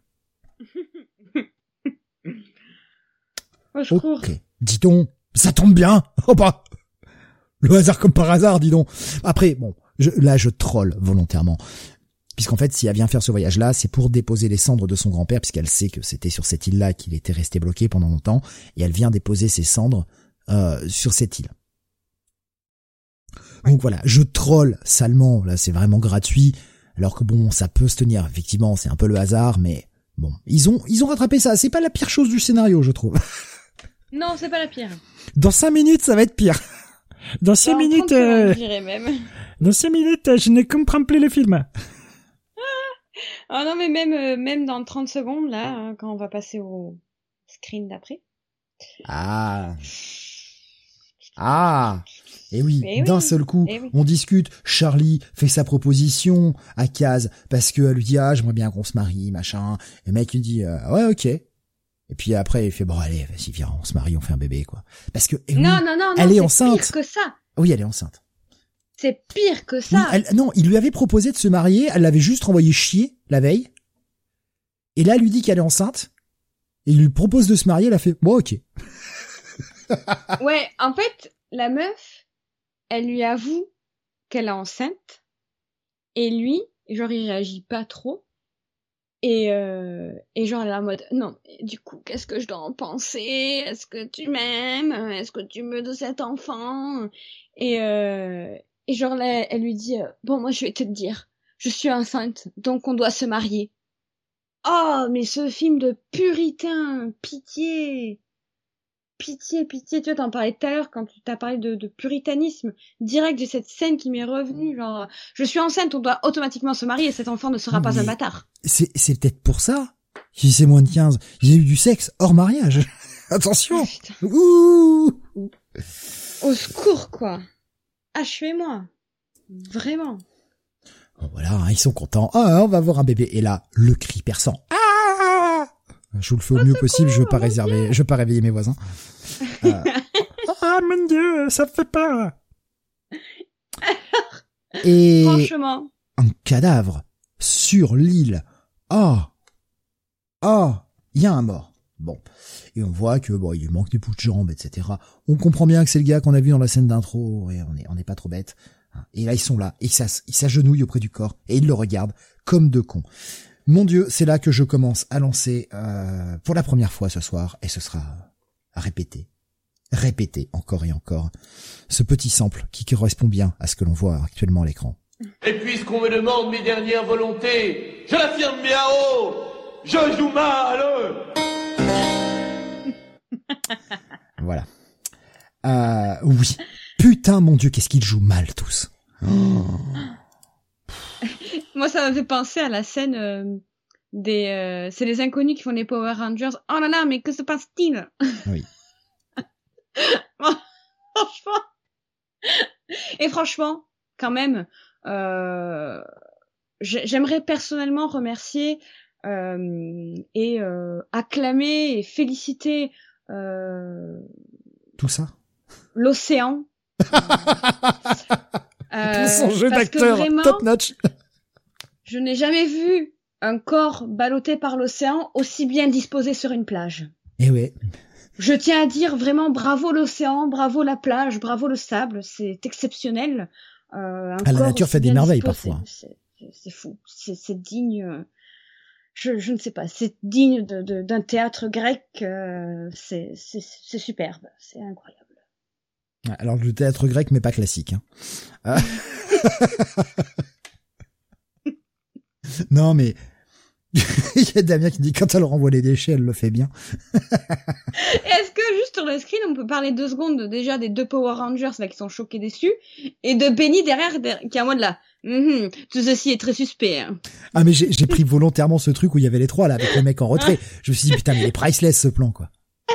Oh, je cours. Ok, dis donc, ça tombe bien. Oh bah, le hasard comme par hasard, dis donc. Après, bon, je, là, je troll volontairement. Puisqu'en fait, si elle vient faire ce voyage-là, c'est pour déposer les cendres de son grand-père, puisqu'elle sait que c'était sur cette île-là qu'il était resté bloqué pendant longtemps, et elle vient déposer ses cendres euh, sur cette île. Donc voilà, je troll salement, là c'est vraiment gratuit, alors que bon, ça peut se tenir, effectivement, c'est un peu le hasard, mais bon, ils ont ils ont rattrapé ça, c'est pas la pire chose du scénario, je trouve. Non, c'est pas la pire. Dans cinq minutes, ça va être pire. Dans cinq Dans minutes, trente secondes, euh, je dirais même. dans cinq minutes, je ne comprends plus le film. Ah non, mais même, euh, même dans trente secondes, là, hein, quand on va passer au screen d'après. Ah. Ah. Et oui, Eh d'un oui, seul coup, eh oui. on discute, Charlie fait sa proposition à Kaz, parce qu'elle lui dit, ah, j'aimerais bien qu'on se marie, machin. Et le mec lui dit, euh, ouais, ok. Et puis après, il fait, bon, allez, vas-y, viens, on se marie, on fait un bébé, quoi. Parce que, eh oui, Non, non, non, non, elle est c'est enceinte. pire que ça. Oui, elle est enceinte. C'est pire que Oui, ça. elle- non, il lui avait proposé de se marier, elle l'avait juste renvoyé chier la veille. Et là, elle lui dit qu'elle est enceinte. Et il lui propose de se marier, elle a fait, bon, ok. Ouais, en fait, la meuf, elle lui avoue qu'elle est enceinte. Et lui, genre, il réagit pas trop. Et, euh, et genre, elle est en mode, non, mais du coup, qu'est-ce que je dois en penser? Est-ce que tu m'aimes? Est-ce que tu veux de cet enfant? Et, euh, et genre, là, elle lui dit, euh, bon, moi, je vais te dire, je suis enceinte, donc on doit se marier. Oh, mais ce film de puritain, pitié, pitié, pitié. Tu vois, t'en parlais tout à l'heure quand tu t'as parlé de, de puritanisme. Direct, j'ai cette scène qui m'est revenue, genre, je suis enceinte, on doit automatiquement se marier, cet enfant ne sera pas Mais un bâtard. C'est, c'est peut-être pour ça. Si c'est moins de quinze, il y a eu du sexe hors mariage. Attention. Putain. Ouh. Au secours, quoi. Achevez-moi. Vraiment. Bon, voilà, hein, ils sont contents. Ah, on va avoir un bébé. Et là, le cri perçant. Ah! Je vous le fais au mieux possible, je veux pas réserver, je veux pas réveiller mes voisins. Euh, Ah, mon Dieu, ça fait peur. et Franchement. un cadavre sur l'île. Ah! Ah! Il y a un mort. Bon. Et on voit que, bon, il lui manque des bouts de jambes, et cetera. On comprend bien que c'est le gars qu'on a vu dans la scène d'intro, et on est, on n'est pas trop bête. Et là, ils sont là, et ils s'as- ils s'agenouillent auprès du corps, et ils le regardent comme deux cons. Mon Dieu, c'est là que je commence à lancer, euh, pour la première fois ce soir, et ce sera à répéter, répéter encore et encore, ce petit sample qui correspond bien à ce que l'on voit actuellement à l'écran. Et puisqu'on me demande mes dernières volontés, je l'affirme bien haut, je joue mal. Voilà. Euh, oui. Putain, mon Dieu, qu'est-ce qu'ils jouent mal tous. Oh. Moi, ça m'a fait penser à la scène euh, des... Euh, c'est les inconnus qui font les Power Rangers. Oh là là, mais que se passe-t-il? Oui. Franchement. Et franchement, quand même, euh, j'ai- j'aimerais personnellement remercier euh, et euh, acclamer et féliciter euh, Tout ça. l'océan. Pour son jeu parce que d'acteur vraiment, top notch. je n'ai jamais vu un corps ballotté par l'océan aussi bien disposé sur une plage. Eh ouais. Je tiens à dire vraiment bravo l'océan, bravo la plage, bravo le sable, c'est exceptionnel. Euh, un Ah, la corps nature aussi fait des bien merveilles disposé, parfois. C'est, c'est, c'est fou, c'est, c'est digne. euh, Je, je ne sais pas, c'est digne de, de, d'un théâtre grec. Euh, c'est, c'est, c'est superbe, c'est incroyable. Alors le théâtre grec, mais pas classique. Hein. Ah. Non, mais il y a Damien qui dit quand elle renvoie les déchets, elle le fait bien. Est-ce que juste sur le screen, on peut parler deux secondes de, déjà des deux Power Rangers là qui sont choqués dessus et de Benny derrière, derrière qui est en mode là. Mm-hmm, tout ceci est très suspect. Hein. Ah mais j'ai, j'ai pris volontairement ce truc où il y avait les trois là avec le mec en retrait. Je me suis dit putain mais il est priceless ce plan quoi.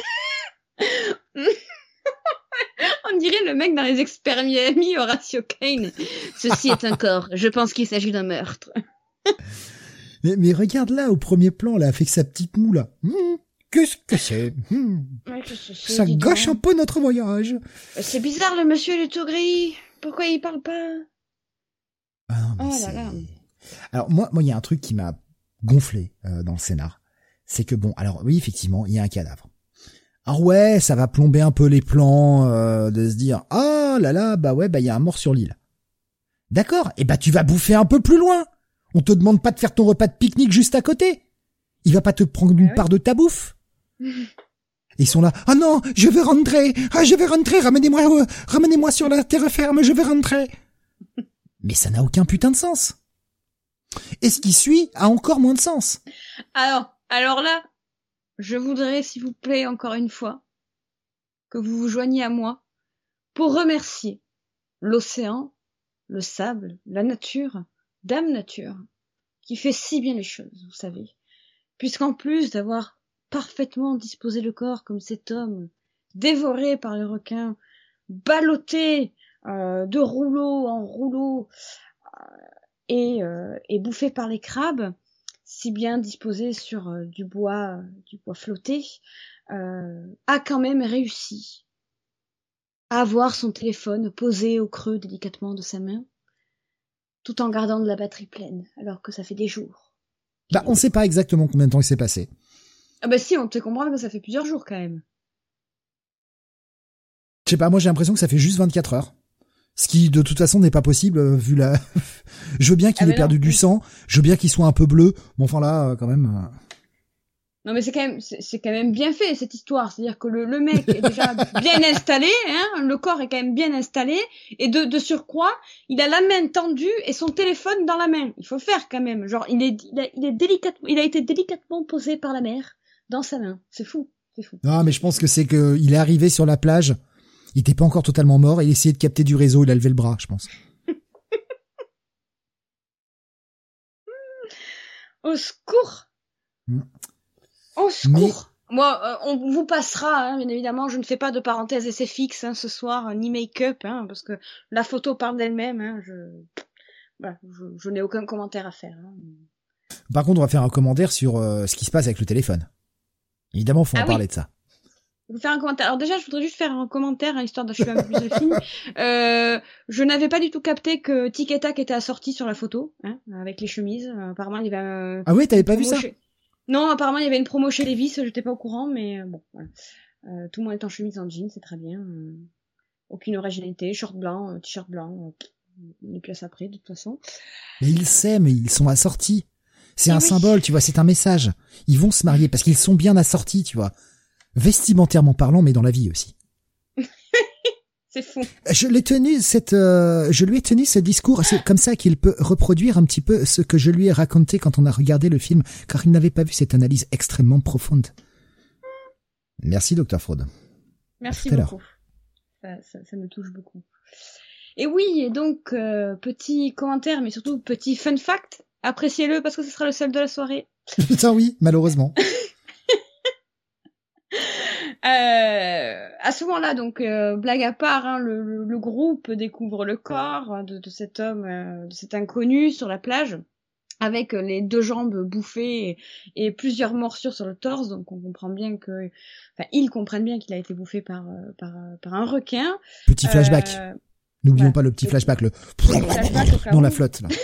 On dirait le mec dans les experts Miami, Horatio Kane. Ceci est un corps. Je pense qu'il s'agit d'un meurtre. Mais, mais regarde là au premier plan là avec sa petite moue là. Mmh, qu'est-ce que c'est mmh, Ouais, je sais, ça dis gâche un donc. peu notre voyage. C'est bizarre, le monsieur il est tout gris. Pourquoi il parle pas? Ah non, mais Oh là c'est... là. Alors moi, moi, il y a un truc qui m'a gonflé euh, dans le scénar, c'est que bon, alors oui, effectivement, il y a un cadavre. Alors ouais, ça va plomber un peu les plans euh, de se dire ah là là, bah ouais, bah il y a un mort sur l'île. D'accord, et bah tu vas bouffer un peu plus loin. On te demande pas de faire ton repas de pique-nique juste à côté. Il va pas te prendre une Ah ouais. part de ta bouffe. Ils sont là. Ah non, je vais rentrer. Ah, je vais rentrer. Ramenez-moi, euh, ramenez-moi sur la terre ferme. Je vais rentrer. Mais ça n'a aucun putain de sens. Et ce qui suit a encore moins de sens. Alors, alors là, je voudrais, s'il vous plaît, encore une fois, que vous vous joigniez à moi pour remercier l'océan, le sable, la nature, Dame Nature, qui fait si bien les choses, vous savez. Puisqu'en plus d'avoir parfaitement disposé le corps comme cet homme, dévoré par les requins, ballotté euh, de rouleau en rouleau euh, et, euh, et bouffé par les crabes, si bien disposé sur euh, du bois, euh, du bois flotté, euh, a quand même réussi à avoir son téléphone posé au creux délicatement de sa main, tout en gardant de la batterie pleine, alors que ça fait des jours. Bah, on sait pas exactement combien de temps il s'est passé. Ah bah si, on te fait comprendre que ça fait plusieurs jours quand même. Je sais pas, moi j'ai l'impression que ça fait juste vingt-quatre heures. Ce qui, de toute façon, n'est pas possible, euh, vu la... je veux bien qu'il ah ait non, perdu du oui. sang, je veux bien qu'il soit un peu bleu, mais enfin là, euh, quand même... Euh... Non mais c'est quand même, c'est, c'est quand même bien fait cette histoire, c'est-à-dire que le, le mec est déjà bien installé, hein, le corps est quand même bien installé, et de, de surcroît, il a la main tendue et son téléphone dans la main. Il faut le faire quand même, genre il est, il a, il est délicatement, il a été délicatement posé par la mère dans sa main. C'est fou, c'est fou. Non, mais je pense que c'est que il est arrivé sur la plage, il était pas encore totalement mort, il essayait de capter du réseau, il a levé le bras, je pense. Au secours. Mm. Au secours. Mais... Moi, euh, on vous passera, hein, bien évidemment, je ne fais pas de parenthèse S F X hein, ce soir, ni make-up, hein, parce que la photo parle d'elle-même. Hein, je... Voilà, je, je n'ai aucun commentaire à faire. Hein. Par contre, on va faire un commentaire sur euh, ce qui se passe avec le téléphone. Évidemment, faut en ah, parler oui. de ça. Je vais faire un commentaire. Alors déjà, je voudrais juste faire un commentaire, hein, histoire d'achever un peu plus le film. Euh, je n'avais pas du tout capté que Tic et Tac était assorti sur la photo, hein, avec les chemises. Euh, apparemment, il y avait un... Ah oui, t'avais pas vu ça chez... Non, apparemment, il y avait une promo chez Levi's, j'étais pas au courant, mais euh, bon, voilà. Euh, tout le monde est en chemise, en jean, c'est très bien. Euh, aucune originalité, short blanc, euh, t-shirt blanc, euh, on les place après, de toute façon. Mais ils s'aiment, ils sont assortis. C'est Et un oui. symbole, tu vois, c'est un message. Ils vont se marier parce qu'ils sont bien assortis, tu vois. Vestimentairement parlant, mais dans la vie aussi. C'est fou. Je l'ai tenu cette, euh, je lui ai tenu ce discours, c'est comme ça qu'il peut reproduire un petit peu ce que je lui ai raconté quand on a regardé le film, car il n'avait pas vu cette analyse extrêmement profonde. Merci, Docteur Freud. Merci À beaucoup. Ça, ça, ça me touche beaucoup. Et oui, et donc, euh, petit commentaire, mais surtout petit fun fact, appréciez-le parce que ce sera le seul de la soirée. Putain oui, malheureusement. Euh, à ce moment-là, donc euh, blague à part, hein, le, le, le groupe découvre le corps de, de cet homme, euh, de cet inconnu sur la plage, avec les deux jambes bouffées et, et plusieurs morsures sur le torse. Donc on comprend bien que, enfin ils comprennent bien qu'il a été bouffé par par par un requin. Petit flashback. Euh, N'oublions ouais, pas le petit flashback, le, le flashback dans la flotte. Là.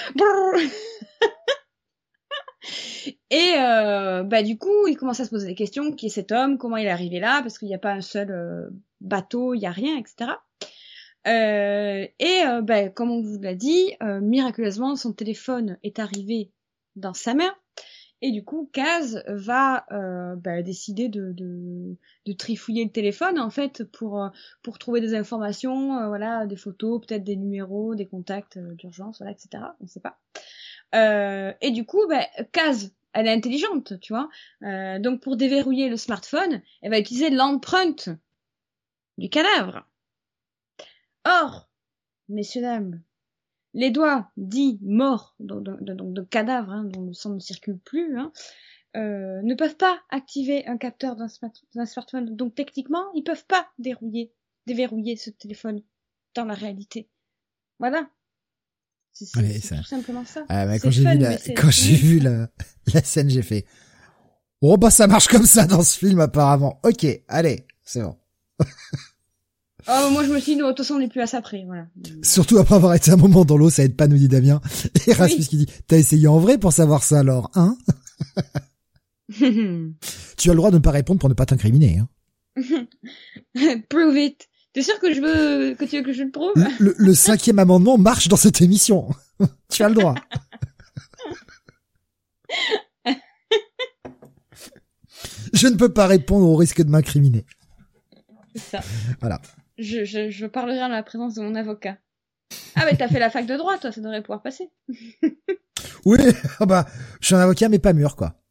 Et euh, bah du coup, il commence à se poser des questions. Qui est cet homme? Comment il est arrivé là? Parce qu'il n'y a pas un seul euh, bateau, il y a rien, et cetera. Euh, et euh, bah, comme on vous l'a dit, euh, miraculeusement, son téléphone est arrivé dans sa main. Et du coup, Kaz va euh, bah, décider de, de, de trifouiller le téléphone en fait pour pour trouver des informations, euh, voilà, des photos, peut-être des numéros, des contacts euh, d'urgence, voilà, et cetera. On ne sait pas. Euh, et du coup, bah, Kaz, elle est intelligente, tu vois. Euh, donc pour déverrouiller le smartphone, elle va utiliser l'empreinte du cadavre. Or, messieurs dames, les doigts dits morts, donc de, de, de, de cadavres, hein, dont le sang ne circule plus, hein, euh, ne peuvent pas activer un capteur d'un, smart, d'un smartphone. Donc techniquement, ils peuvent pas dérouiller, déverrouiller ce téléphone dans la réalité. Voilà. C'est, c'est, ouais, c'est ça... tout simplement ça. Ah, bah, quand j'ai fun, vu la, quand j'ai vu la, la scène, j'ai fait, oh, bah, ça marche comme ça dans ce film, apparemment. Ok, allez, c'est bon. Oh, moi, je me suis dit, de toute façon, on n'est plus à ça près, voilà. Surtout après avoir été un moment dans l'eau, ça aide pas, nous dit Damien. Et Rasmus oui. qui dit, t'as essayé en vrai pour savoir ça alors, hein? Tu as le droit de ne pas répondre pour ne pas t'incriminer, hein. Prove it. T'es sûr que je veux, que tu veux que je le prouve? Le, le, le cinquième amendement marche dans cette émission. Tu as le droit. Je ne peux pas répondre au risque de m'incriminer. C'est ça. Voilà. Je, je, je parlerai en la présence de mon avocat. Ah, mais t'as fait la fac de droit, toi, ça devrait pouvoir passer. Oui, oh bah, je suis un avocat, mais pas mûr, quoi.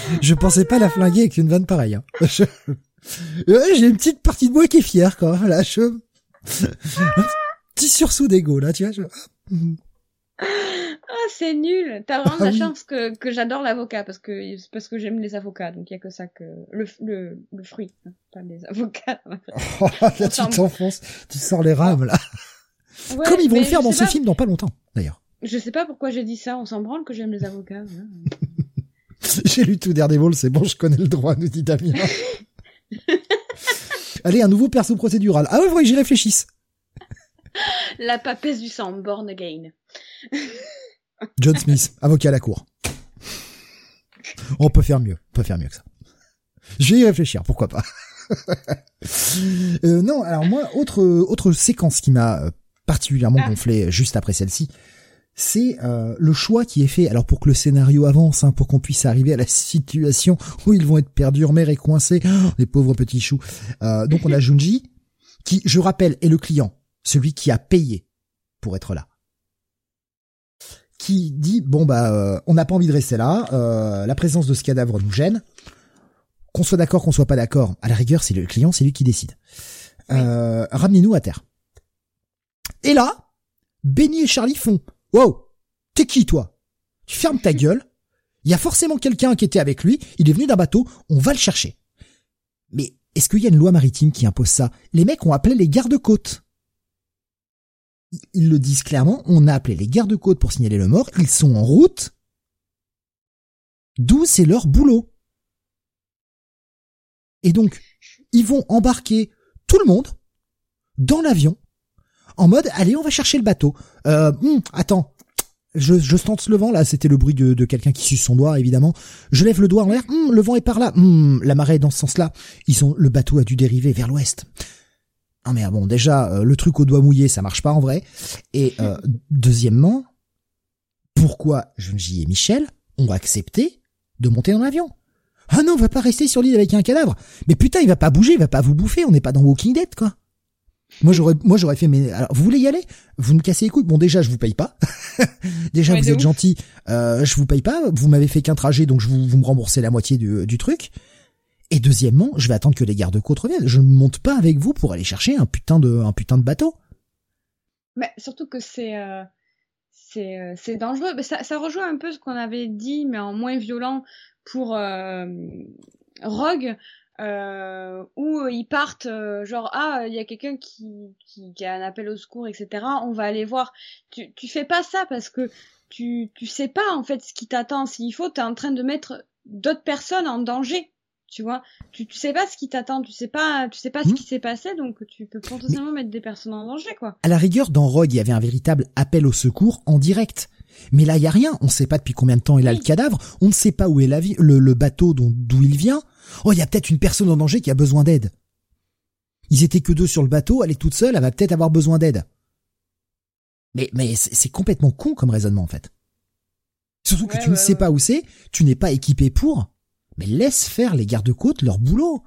Je pensais pas la flinguer avec une vanne pareille. Hein. Je... Ouais, j'ai une petite partie de moi qui est fière, quoi. Là, je... Un petit sursaut d'ego, là, tu vois. Je... Ah, c'est nul. T'as vraiment Ah, la oui. chance que, que j'adore l'avocat parce que, parce que j'aime les avocats. Donc, il y a que ça que, le, le, le fruit. hein, Pas les avocats. Oh, là, tu Ensemble. t'enfonces. Tu sors les rames, là. Ouais, Comme ils vont mais le faire je dans sais ce pas- film dans pas longtemps, d'ailleurs. Je sais pas pourquoi j'ai dit ça. On s'en branle que j'aime les avocats. ouais. J'ai lu tout Daredevil, c'est bon, je connais le droit, nous dit Damien. Allez, un nouveau perso procédural. Ah ouais, faudrait que j'y réfléchisse. La papesse du sang, born again. John Smith, avocat à la cour. On peut faire mieux, on peut faire mieux que ça. Je vais y réfléchir, pourquoi pas. euh, non, alors moi, autre autre séquence qui m'a euh, particulièrement Ah. gonflé juste après celle-ci, c'est euh, le choix qui est fait, alors pour que le scénario avance, hein, pour qu'on puisse arriver à la situation où ils vont être perdus en mer et coincés, oh, les pauvres petits choux. Euh, donc on a Junji, qui, je rappelle, est le client, celui qui a payé pour être là, qui dit, bon bah, euh, on n'a pas envie de rester là, euh, la présence de ce cadavre nous gêne, qu'on soit d'accord, qu'on soit pas d'accord, à la rigueur, c'est le client, c'est lui qui décide. Euh, ramenez-nous à terre. Et là, Benny et Charlie font, wow, t'es qui toi? Tu fermes ta gueule, il y a forcément quelqu'un qui était avec lui, il est venu d'un bateau, on va le chercher. Mais est-ce qu'il y a une loi maritime qui impose ça? Les mecs ont appelé les gardes-côtes. Ils le disent clairement, on a appelé les gardes-côtes pour signaler le mort, ils sont en route, d'où c'est leur boulot. Et donc, ils vont embarquer tout le monde dans l'avion, en mode, allez, on va chercher le bateau. Euh, hum, attends, je, je tente le vent, là, c'était le bruit de, de quelqu'un qui suce son doigt, évidemment. Je lève le doigt en l'air, hum, le vent est par là, hum, la marée est dans ce sens-là. Ils ont, le bateau a dû dériver vers l'ouest. Ah mais bon, déjà, euh, le truc au doigt mouillé, ça marche pas en vrai. Et euh, deuxièmement, pourquoi Junji et Michel ont accepté de monter dans l'avion? Ah non, on va pas rester sur l'île avec un cadavre. Mais putain, il va pas bouger, il va pas vous bouffer, on n'est pas dans Walking Dead, quoi. Moi j'aurais, moi j'aurais fait, mais alors vous voulez y aller? Vous me cassez les couilles. Bon déjà je vous paye pas. déjà Ouais, vous de êtes ouf. gentil. Euh, je vous paye pas. Vous m'avez fait qu'un trajet, donc je vous, vous me remboursez la moitié du, du truc. Et deuxièmement, je vais attendre que les gardes-côtes reviennent. Je ne monte pas avec vous pour aller chercher un putain de, un putain de bateau. Mais surtout que c'est, euh, c'est, euh, c'est dangereux. Mais ça, ça rejoint un peu ce qu'on avait dit, mais en moins violent pour euh, Rogue. Euh, où ils partent euh, genre ah il y a quelqu'un qui, qui qui a un appel au secours, etc., on va aller voir. Tu tu fais pas ça parce que tu tu sais pas en fait ce qui t'attend. S'il faut, t'es en train de mettre d'autres personnes en danger, tu vois. Tu tu sais pas ce qui t'attend, tu sais pas tu sais pas ce Mmh. qui s'est passé, donc tu peux potentiellement mettre des personnes en danger, quoi. À la rigueur, dans Rogue, il y avait un véritable appel au secours en direct. Mais là, il y a rien. On sait pas depuis combien de temps est là Oui. le cadavre. On ne sait pas où est la vie, le, le bateau dont, d'où il vient. Oh, il y a peut-être une personne en danger qui a besoin d'aide. Ils étaient que deux sur le bateau. Elle est toute seule. Elle va peut-être avoir besoin d'aide. Mais, mais c'est, c'est complètement con comme raisonnement, en fait. Surtout que Ouais, tu ne ouais, sais ouais. pas où c'est. Tu n'es pas équipé pour. Mais laisse faire les gardes-côtes leur boulot.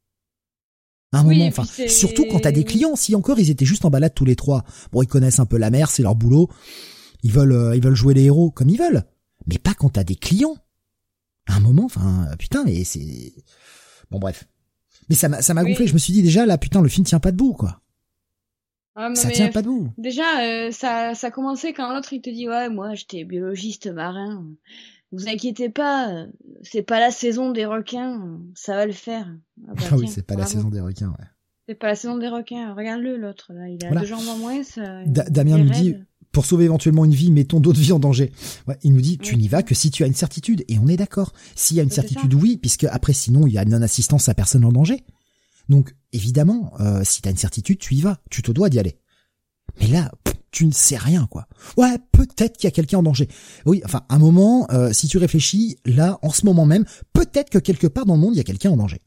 À un Oui, moment, et puis enfin, c'est- surtout quand t'as des clients. Si encore ils étaient juste en balade tous les trois. Bon, ils connaissent un peu la mer, c'est leur boulot. Ils veulent, euh, ils veulent jouer les héros comme ils veulent. Mais pas quand t'as des clients. À un moment, enfin, putain, mais c'est... Bon, bref. Mais ça m'a, ça m'a Oui. gonflé. Je me suis dit déjà, là, putain, le film tient pas debout, quoi. Ah, mais- Ça mais tient pas debout. déjà euh, ça ça commençait quand l'autre il te dit ouais moi j'étais biologiste marin. Vous inquiétez pas, euh, c'est pas la saison des requins, ça va le faire. Ah, bah, Ah oui, tiens, c'est pas la bravo. saison des requins, ouais. C'est pas la saison des requins. Regarde-le, l'autre, là. Il a Voilà. deux jambes en moins. Ça, Da- il Damien est nous dit, raide. pour sauver éventuellement une vie, mettons d'autres vies en danger. Ouais, il nous dit, tu Oui. n'y vas que si tu as une certitude. Et on est d'accord. S'il y a une C'est certitude, ça. oui, puisque après, sinon, il y a non-assistance à personne en danger. Donc, évidemment, euh, si t'as une certitude, tu y vas. Tu te dois d'y aller. Mais là, pff, tu ne sais rien, quoi. Ouais, peut-être qu'il y a quelqu'un en danger. Oui, enfin, un moment, euh, si tu réfléchis, là, en ce moment même, peut-être que quelque part dans le monde, il y a quelqu'un en danger.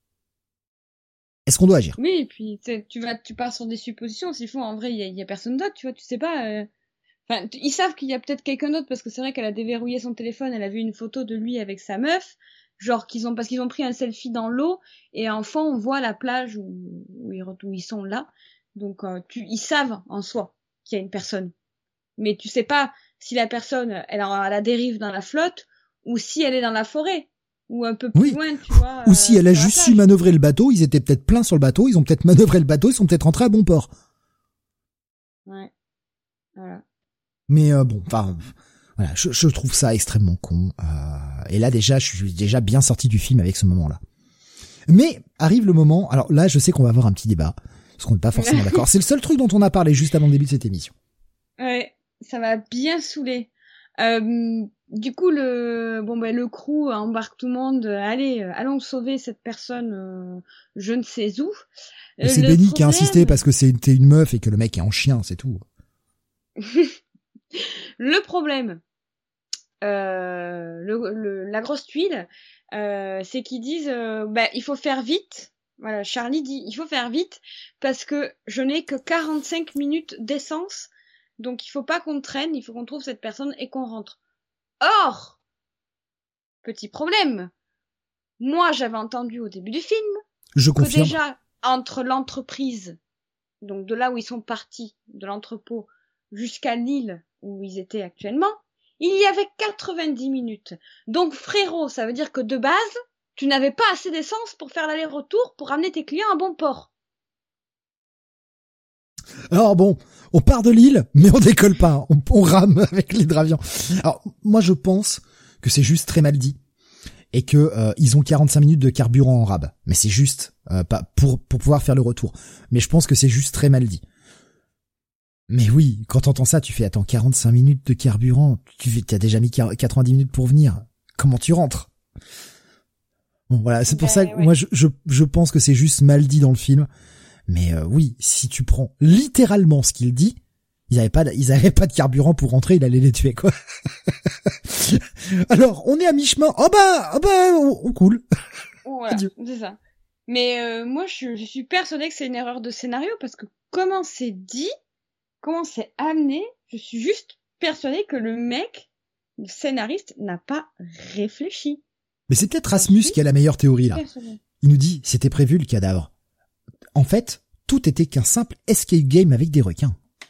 Est-ce qu'on doit agir? Oui, et puis tu sais, tu vas, tu pars sur des suppositions. S'il faut, en vrai, il y a, il y a personne d'autre, tu vois. Tu sais pas. euh, Enfin, t- ils savent qu'il y a peut-être quelqu'un d'autre parce que c'est vrai qu'elle a déverrouillé son téléphone. Elle a vu une photo de lui avec sa meuf. Genre qu'ils ont parce qu'ils ont pris un selfie dans l'eau et en fond on voit la plage où où ils, où ils sont là. Donc euh, tu, ils savent en soi qu'il y a une personne. Mais tu sais pas si la personne elle est à la dérive dans la flotte ou si elle est dans la forêt. ou un peu plus Oui. loin, tu vois. Ou si euh, elle a sur la juste su plage. manœuvrer le bateau, ils étaient peut-être pleins sur le bateau, ils ont peut-être manœuvré le bateau, ils sont peut-être rentrés à bon port. Ouais. Voilà. Mais euh, bon, enfin, voilà, je, je trouve ça extrêmement con. Euh, et là déjà, je suis déjà bien sorti du film avec ce moment-là. Mais arrive le moment. Alors là, je sais qu'on va avoir un petit débat parce qu'on n'est pas forcément d'accord. C'est le seul truc dont on a parlé juste avant le début de cette émission. Ouais, ça m'a bien saoulé. Euh, du coup, le bon ben le crew embarque tout le monde. Allez, euh, allons sauver cette personne. Euh, je ne sais où. Et Euh, c'est le Benny qui a problème- insisté parce que c'était une meuf et que le mec est en chien, c'est tout. Le problème, euh, le, le, la grosse tuile, euh, c'est qu'ils disent, euh, bah, il faut faire vite. Voilà, Charlie dit, il faut faire vite parce que je n'ai que quarante-cinq minutes d'essence, donc il faut pas qu'on traîne, il faut qu'on trouve cette personne et qu'on rentre. Or, petit problème, moi j'avais entendu au début du film Je que confirme. déjà entre l'entreprise, donc de là où ils sont partis, de l'entrepôt, jusqu'à l'île où ils étaient actuellement, il y avait quatre-vingt-dix minutes. Donc frérot, ça veut dire que de base, tu n'avais pas assez d'essence pour faire l'aller-retour pour ramener tes clients à bon port. Alors bon, on part de l'île, mais on décolle pas. On, on rame avec l'hydravion. Alors moi, je pense que c'est juste très mal dit et que euh, ils ont quarante-cinq minutes de carburant en rab. Mais c'est juste euh, pas pour pour pouvoir faire le retour. Mais je pense que c'est juste très mal dit. Mais oui, quand t'entends ça, tu fais attends quarante-cinq minutes de carburant. Tu fais, t'as déjà mis quatre-vingt-dix minutes pour venir. Comment tu rentres? Bon voilà, c'est pour Ben, ça que ouais. moi je, je je pense que c'est juste mal dit dans le film. Mais euh, oui, si tu prends littéralement ce qu'il dit, ils avaient pas, de, ils avaient pas de carburant pour rentrer, il allait les tuer quoi. Alors, on est à mi-chemin. Oh bah, oh bah, on, on coule. Voilà, Adieu. c'est ça. Mais euh, moi, je, je suis persuadée que c'est une erreur de scénario parce que comment c'est dit, comment c'est amené, je suis juste persuadée que le mec, le scénariste, n'a pas réfléchi. Mais c'est peut-être Rasmus qui a la meilleure théorie là. Persuadée. Il nous dit, c'était prévu le cadavre. En fait, tout était qu'un simple escape game avec des requins.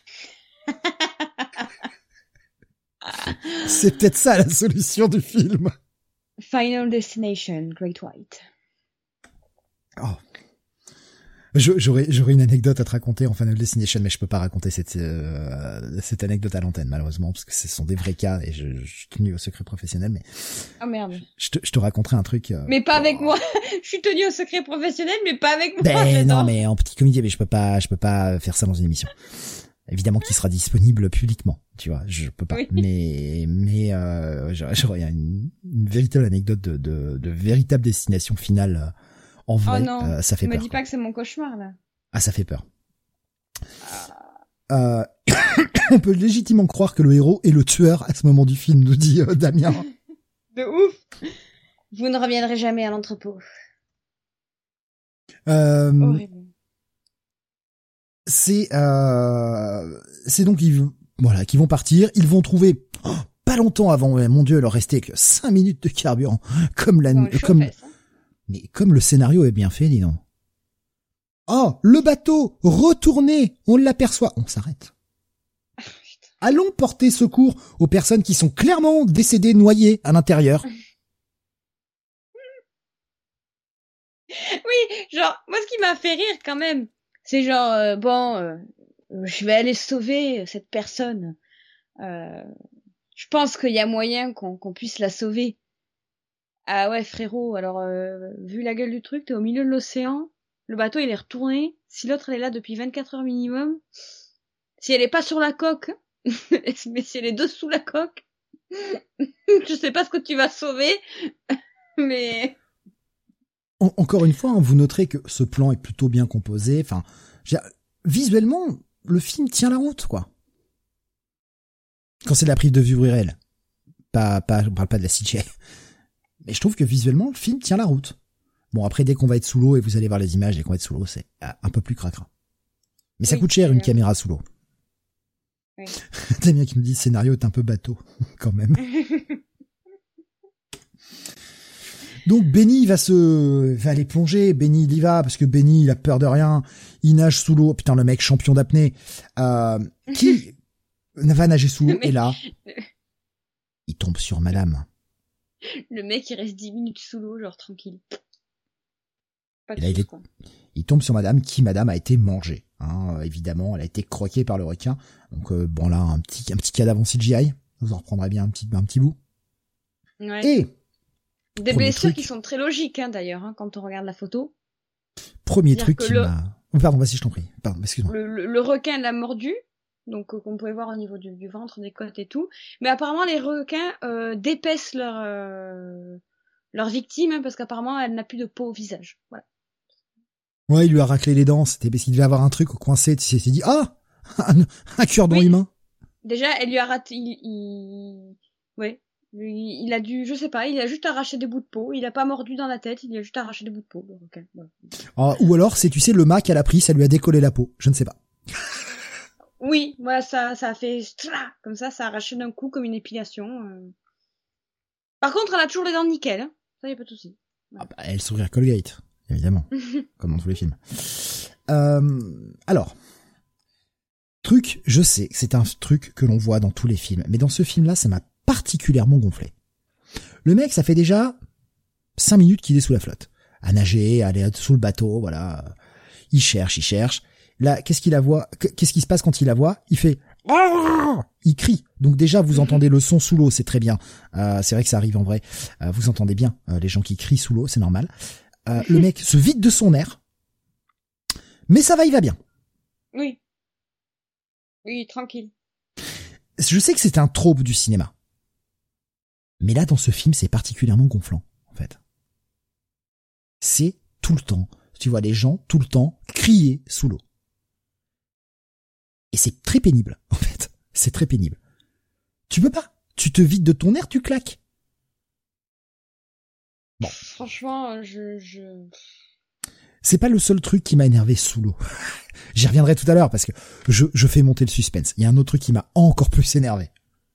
C'est peut-être ça la solution du film. Final Destination, Great White. Oh. Je, j'aurais, j'aurais une anecdote à te raconter en Final Destination, mais je peux pas raconter cette, euh, cette anecdote à l'antenne, malheureusement, parce que ce sont des vrais cas et je, je suis tenu au secret professionnel, mais. Oh merde. Je te, je te raconterai un truc. Euh, Mais pas avec moi. Je suis tenue au secret professionnel, mais pas avec moi. Ben j'adore. non, mais en petit comité, mais je peux pas, je peux pas faire ça dans une émission. Évidemment qu'il sera disponible publiquement, tu vois, je peux pas. Oui. Mais, mais euh, j'aurais, j'aurais une, une véritable anecdote de, de, de véritable destination finale. Euh, en vrai, Oh non, euh, ça fait me peur. dis quoi. pas que c'est mon cauchemar, là. Ah, ça fait peur. Euh, on peut légitimement croire que le héros est le tueur à ce moment du film, nous dit euh, Damien. De ouf. Vous ne reviendrez jamais à l'entrepôt. Euh, Horrible. c'est euh, c'est donc ils voilà qu'ils vont partir, ils vont trouver oh, pas longtemps avant, ouais, mon Dieu, il leur restait que cinq minutes de carburant, comme la Dans le comme chaud-fesse, hein. mais comme le scénario est bien fait, dis donc. Oh, le bateau retourné, on l'aperçoit, on s'arrête. Allons porter secours aux personnes qui sont clairement décédées noyées à l'intérieur. Oui, genre, moi, ce qui m'a fait rire, quand même, c'est genre, euh, bon, euh, je vais aller sauver cette personne. Euh, je pense qu'il y a moyen qu'on qu'on puisse la sauver. Ah ouais, frérot, alors, euh, vu la gueule du truc, t'es au milieu de l'océan, le bateau, il est retourné. Si l'autre, elle est là depuis vingt-quatre heures minimum, si elle est pas sur la coque, mais si elle est dessous la coque, je sais pas ce que tu vas sauver, mais... En- encore une fois, hein, vous noterez que ce plan est plutôt bien composé. Enfin, j'ai- visuellement, le film tient la route, quoi. Quand c'est de la prise de vue réelle, pas, pas, on parle pas de la C G I. Mais je trouve que visuellement, le film tient la route. Bon, après, dès qu'on va être sous l'eau et vous allez voir les images, dès qu'on va être sous l'eau, c'est ah, un peu plus cracra. Mais ça Oui, coûte cher c'est une vrai. caméra sous l'eau. Oui. Damien qui nous dit le scénario est un peu bateau, quand même. Donc Benny va se, va aller plonger. Benny il y va parce que Benny il a peur de rien. Il nage sous l'eau. Putain le mec champion d'apnée. Euh, qui va nager sous l'eau Mais- et là il tombe sur Madame. Le mec, il reste dix minutes sous l'eau, genre tranquille. Pas de Et là, il, soucis, est... quoi. il tombe sur madame, qui madame a été mangée. Hein, euh, évidemment, elle a été croquée par le requin. Donc euh, bon là, un petit un petit cadavre en C G I. Vous en reprendrez bien un petit un petit bout. Ouais. Et Des premier blessures truc. qui sont très logiques, hein, d'ailleurs, hein, quand on regarde la photo. premier C'est-à-dire truc que qui le- m'a... Oh, pardon, vas-y, je t'en prie. Pardon, excuse-moi. Le, le, le requin l'a mordu, donc euh, qu'on pouvait voir au niveau du, du ventre, des côtes et tout. Mais apparemment, les requins euh, dépaissent leur euh, leur victime, hein, parce qu'apparemment, elle n'a plus de peau au visage. Voilà. Ouais, il lui a raclé les dents. C'était parce qu'il devait avoir un truc coincé. Tu sais, il s'est dit, ah, un, un cure-dent Oui. humain. Déjà, elle lui a raté. Il, il... Ouais. Lui, il a dû, je sais pas, il a juste arraché des bouts de peau. Il a pas mordu dans la tête, il a juste arraché des bouts de peau, le requin. Voilà. Ah, ou alors, c'est, tu sais, le mât qu'elle a pris, ça lui a décollé la peau. Je ne sais pas. Oui, voilà, ça, ça a fait comme ça, ça a arraché d'un coup comme une épilation. euh. Par contre, elle a toujours les dents nickel, hein. Ça y a pas de souci. Ah bah, elle sourit à Colgate, évidemment, comme dans tous les films. Euh, alors, truc, je sais que c'est un truc que l'on voit dans tous les films, mais dans ce film-là, ça m'a particulièrement gonflé. Le mec, ça fait déjà cinq minutes qu'il est sous la flotte, à nager, à aller sous le bateau, voilà. Il cherche, il cherche. Là, qu'est-ce qu'il la voit Qu'est-ce qui se passe quand il la voit? Il fait ah, il crie. Donc déjà, vous entendez le son sous l'eau, c'est très bien. Euh, c'est vrai que ça arrive en vrai. Euh, vous entendez bien euh, les gens qui crient sous l'eau, c'est normal. Euh, le mec se vide de son air, mais ça va, il va bien. Oui. Oui, tranquille. Je sais que c'est un trope du cinéma, mais là, dans ce film, c'est particulièrement gonflant, en fait. C'est tout le temps. Tu vois les gens tout le temps crier sous l'eau. Et c'est très pénible, en fait. C'est très pénible. Tu peux pas. Tu te vides de ton air, tu claques. Bon. Franchement, je, je... C'est pas le seul truc qui m'a énervé sous l'eau. J'y reviendrai tout à l'heure parce que je, je fais monter le suspense. Il y a un autre truc qui m'a encore plus énervé.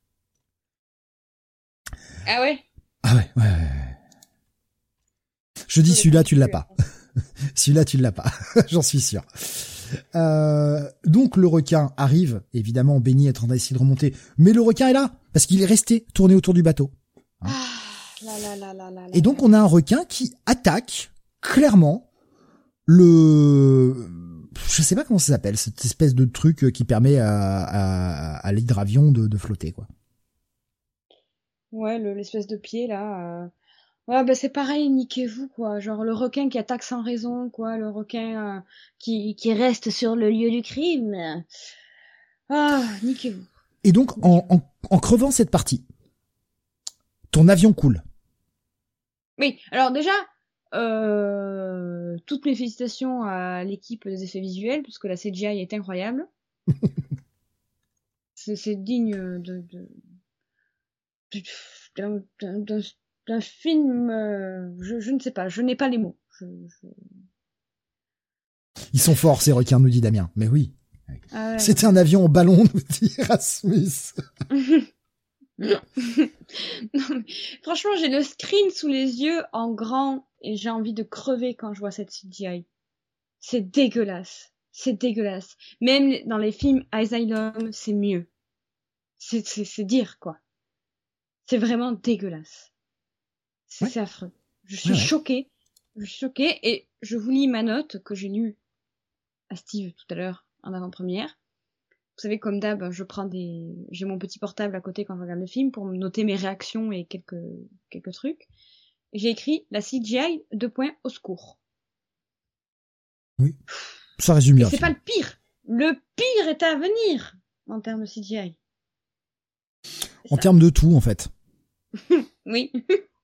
Ah ouais? Ah ouais, ouais, ouais, ouais. Je dis celui-là, tu l'as pas. Celui-là, tu l'as pas. J'en suis sûr. Euh, donc le requin arrive, évidemment Benny est en train d'essayer de remonter, mais le requin est là parce qu'il est resté tourné autour du bateau. Hein. Ah, là, là, là, là, là, Et donc on a un requin qui attaque clairement le, je sais pas comment ça s'appelle, cette espèce de truc qui permet à, à, à l'hydravion de, de flotter, quoi. Ouais, le, l'espèce de pied là. Euh... Ouais, bah c'est pareil, niquez-vous quoi. Genre le requin qui attaque sans raison, quoi. Le requin euh, qui qui reste sur le lieu du crime. Ah, niquez-vous. Et donc en, en, en crevant cette partie, ton avion coule. Oui, alors déjà, euh, toutes mes félicitations à l'équipe des effets visuels, puisque la C G I est incroyable. c'est, c'est digne de, de, de d'un, d'un, d'un, d'un film, euh, je, je ne sais pas, je n'ai pas les mots. Je, je... Ils sont forts ces requins, nous dit Damien. Mais oui. Ah ouais. C'était un avion en ballon, nous dit Rasmus. non, mais, franchement, j'ai le screen sous les yeux en grand et j'ai envie de crever quand je vois cette C G I. C'est dégueulasse. C'est dégueulasse. Même dans les films Asylum, c'est mieux. C'est, c'est, c'est dire, quoi. C'est vraiment dégueulasse. C'est, Ouais. c'est affreux. Je suis Ouais, ouais. choquée. Je suis choquée et je vous lis ma note que j'ai lue à Steve tout à l'heure en avant-première. Vous savez, comme d'hab, je prends des, j'ai mon petit portable à côté quand je regarde le film pour noter mes réactions et quelques, quelques trucs. Et j'ai écrit la C G I, deux points, au secours. Oui. Ça résume Et bien. c'est pas le pire. Le pire est à venir en termes de C G I. C'est En ça. termes de tout, en fait. Oui.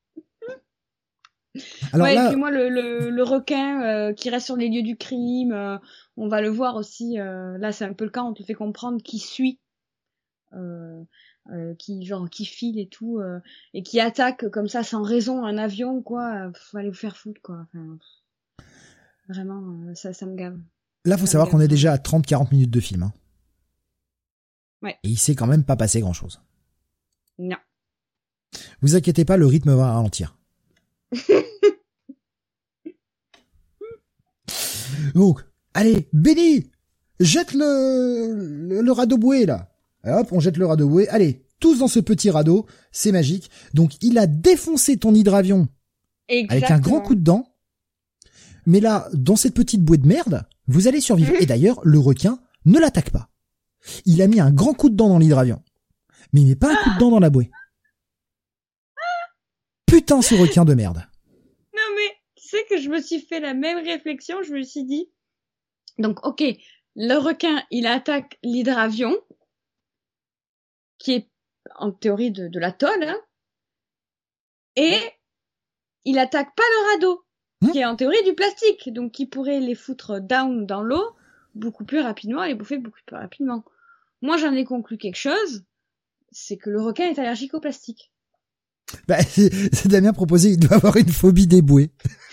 Alors ouais, là, et puis moi, le, le, le requin euh, qui reste sur les lieux du crime, euh, on va le voir aussi. Euh, là, c'est un peu le cas, on te fait comprendre qui suit, euh, euh, qui genre qui file et tout, euh, et qui attaque comme ça sans raison un avion, quoi. Faut aller vous faire foutre, quoi. Enfin, vraiment, euh, ça, ça me gave. là, faut Ça savoir me qu'on est gave. déjà à trente à quarante minutes de film. Hein. Ouais. Et il s'est quand même pas passé grand chose. Non. Vous inquiétez pas, le rythme va ralentir. Donc, allez, Benny, jette le, le, le radeau bouée, là. Et hop, on jette le radeau bouée. Allez, tous dans ce petit radeau, c'est magique. Donc il a défoncé ton hydravion Exactement. avec un grand coup de dent. Mais là, dans cette petite bouée de merde, vous allez survivre. Et d'ailleurs, le requin ne l'attaque pas. Il a mis un grand coup de dent dans l'hydravion. Mais il met pas un coup de dent dans la bouée. Putain, ce requin de merde. Non mais, tu sais que je me suis fait la même réflexion, je me suis dit, donc ok, le requin, il attaque l'hydravion, qui est en théorie de, de l'atoll, hein, et il attaque pas le radeau, Mmh. qui est en théorie du plastique, donc qui pourrait les foutre down dans l'eau beaucoup plus rapidement et les bouffer beaucoup plus rapidement. Moi, j'en ai conclu quelque chose, c'est que le requin est allergique au plastique. Bah, c'est Damien proposé, il doit avoir une phobie des bouées.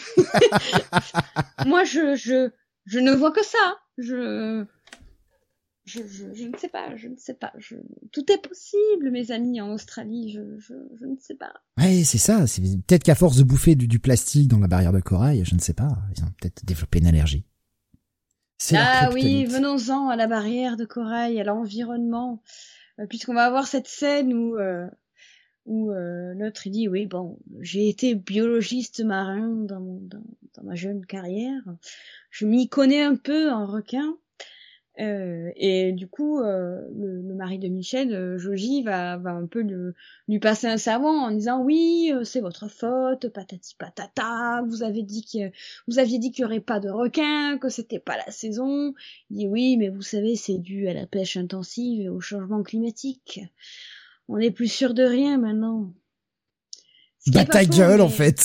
Moi, je, je, je ne vois que ça. Je, je, je, je ne sais pas, je ne sais pas. Je... Tout est possible, mes amis, en Australie. Je, je, je ne sais pas. Ouais, c'est ça. C'est peut-être qu'à force de bouffer du, du plastique dans la barrière de corail, je ne sais pas, ils ont peut-être développé une allergie. C'est Ah oui, venons-en à la barrière de corail, à l'environnement, euh, puisqu'on va avoir cette scène où euh, où euh, l'autre il dit oui bon, j'ai été biologiste marin dans, mon, dans dans ma jeune carrière, je m'y connais un peu en requin. Euh, et du coup, euh, le, le mari de Michel, euh, Joji, va, va un peu lui, lui passer un savon en disant oui, euh, c'est votre faute, patati patata. Vous avez dit que vous aviez dit qu'il y aurait pas de requins, que c'était pas la saison. Il dit oui, mais vous savez, c'est dû à la pêche intensive et au changement climatique. On n'est plus sûr de rien maintenant. Bah ta gueule, mais... en fait.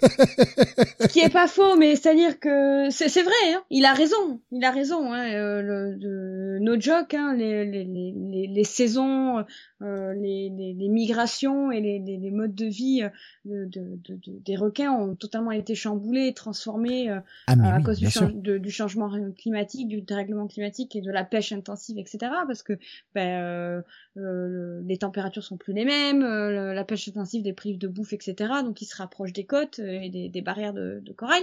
Ce qui est pas faux, mais c'est-à-dire que c'est, c'est vrai, hein, il a raison, il a raison, hein, euh, le, de, no joke, hein, les, les, les, les saisons, euh, les, les, les migrations et les, les, les modes de vie de, de, de, de, des requins ont totalement été chamboulés, transformés euh, Ah, mais à oui, cause du, bien chan- sûr. de, du changement climatique, du dérèglement climatique et de la pêche intensive, et cetera. Parce que ben, euh, euh, les températures sont plus les mêmes, euh, la pêche intensive des prive de bouffe, et cetera. Donc ils se rapprochent des côtes et des, des barrières de, de corail.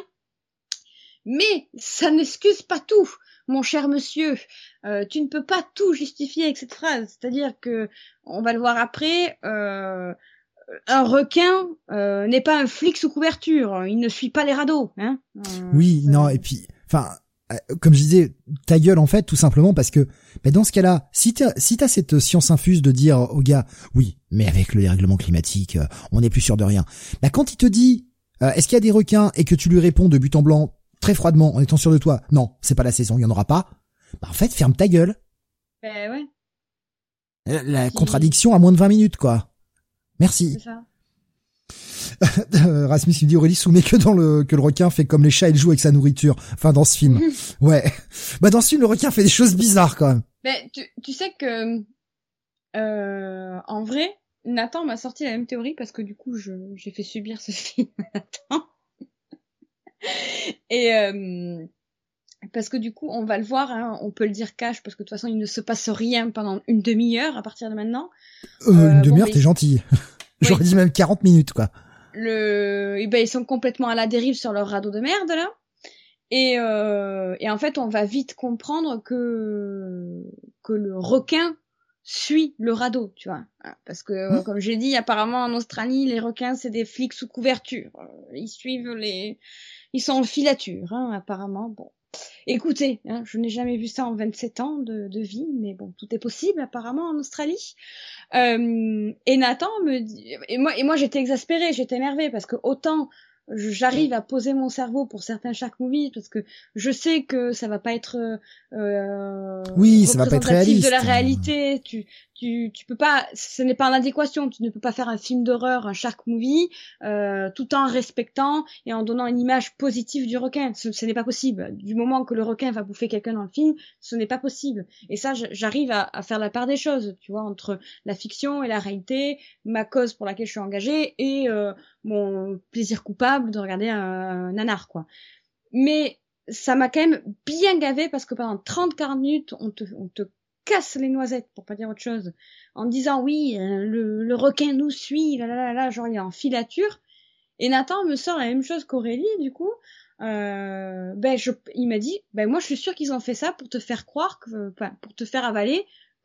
Mais ça n'excuse pas tout, mon cher monsieur. Euh, tu ne peux pas tout justifier avec cette phrase. C'est-à-dire que, on va le voir après, euh, un requin euh, n'est pas un flic sous couverture. Il ne suit pas les radeaux. Hein euh, Oui, ça... non, et puis, enfin, euh, comme je disais, ta gueule en fait, tout simplement parce que, bah, dans ce cas-là, si t'as, si t'as cette science infuse de dire au gars, oui, mais avec le dérèglement climatique, euh, on n'est plus sûr de rien. Bah, quand il te dit, euh, est-ce qu'il y a des requins et que tu lui réponds de but en blanc, très froidement, en étant sûr de toi, non, c'est pas la saison, il y en aura pas. Bah, en fait, ferme ta gueule. Ben ouais. La, la Si... contradiction à moins de vingt minutes, quoi. Merci. C'est ça. Rasmus il dit Aurélie soumet que dans le que le requin fait comme les chats, il joue avec sa nourriture. Enfin dans ce film. Ouais. Bah dans ce film le requin fait des choses bizarres quand même. Ben tu, tu sais que euh, en vrai, Nathan m'a sorti la même théorie parce que du coup je j'ai fait subir ce film à Nathan. Et euh, parce que du coup on va le voir, hein, on peut le dire cash parce que de toute façon il ne se passe rien pendant une demi-heure à partir de maintenant. Euh, Euh, une bon, demi-heure mais- t'es gentil. J'aurais dit même quarante minutes quoi. Le, et ben ils sont complètement à la dérive sur leur radeau de merde là. Et euh, et en fait on va vite comprendre que que le requin suit le radeau, tu vois, parce que euh, Mmh. comme j'ai dit, apparemment en Australie les requins c'est des flics sous couverture. Ils suivent les, ils sont en filature, hein, apparemment. Bon, écoutez, hein, je n'ai jamais vu ça en vingt-sept ans de, de vie, mais bon, tout est possible apparemment en Australie. Euh, et Nathan me dit, et moi, et moi j'étais exaspérée, j'étais énervée parce que autant je- j'arrive à poser mon cerveau pour certains shark movies parce que je sais que ça va pas être euh, Oui, ça va pas être représentatif de la réaliste. réalité. Tu, tu, tu peux pas, ce n'est pas en adéquation. Tu ne peux pas faire un film d'horreur, un shark movie, euh, tout en respectant et en donnant une image positive du requin. Ce, ce n'est pas possible. Du moment que le requin va bouffer quelqu'un dans le film, ce n'est pas possible. Et ça, je- j'arrive à, à faire la part des choses, tu vois, entre la fiction et la réalité, ma cause pour laquelle je suis engagée et euh, mon plaisir coupable de regarder un, un nanar, quoi. Mais ça m'a quand même bien gavé parce que pendant trente à quarante minutes, on te, on te casse les noisettes, pour pas dire autre chose, en disant oui, euh, le, le requin nous suit, là, là, là, là, genre il est en filature. Et Nathan me sort la même chose qu'Aurélie, du coup. Euh, ben je, il m'a dit, ben moi je suis sûre qu'ils ont fait ça pour te faire croire que, enfin, pour te faire avaler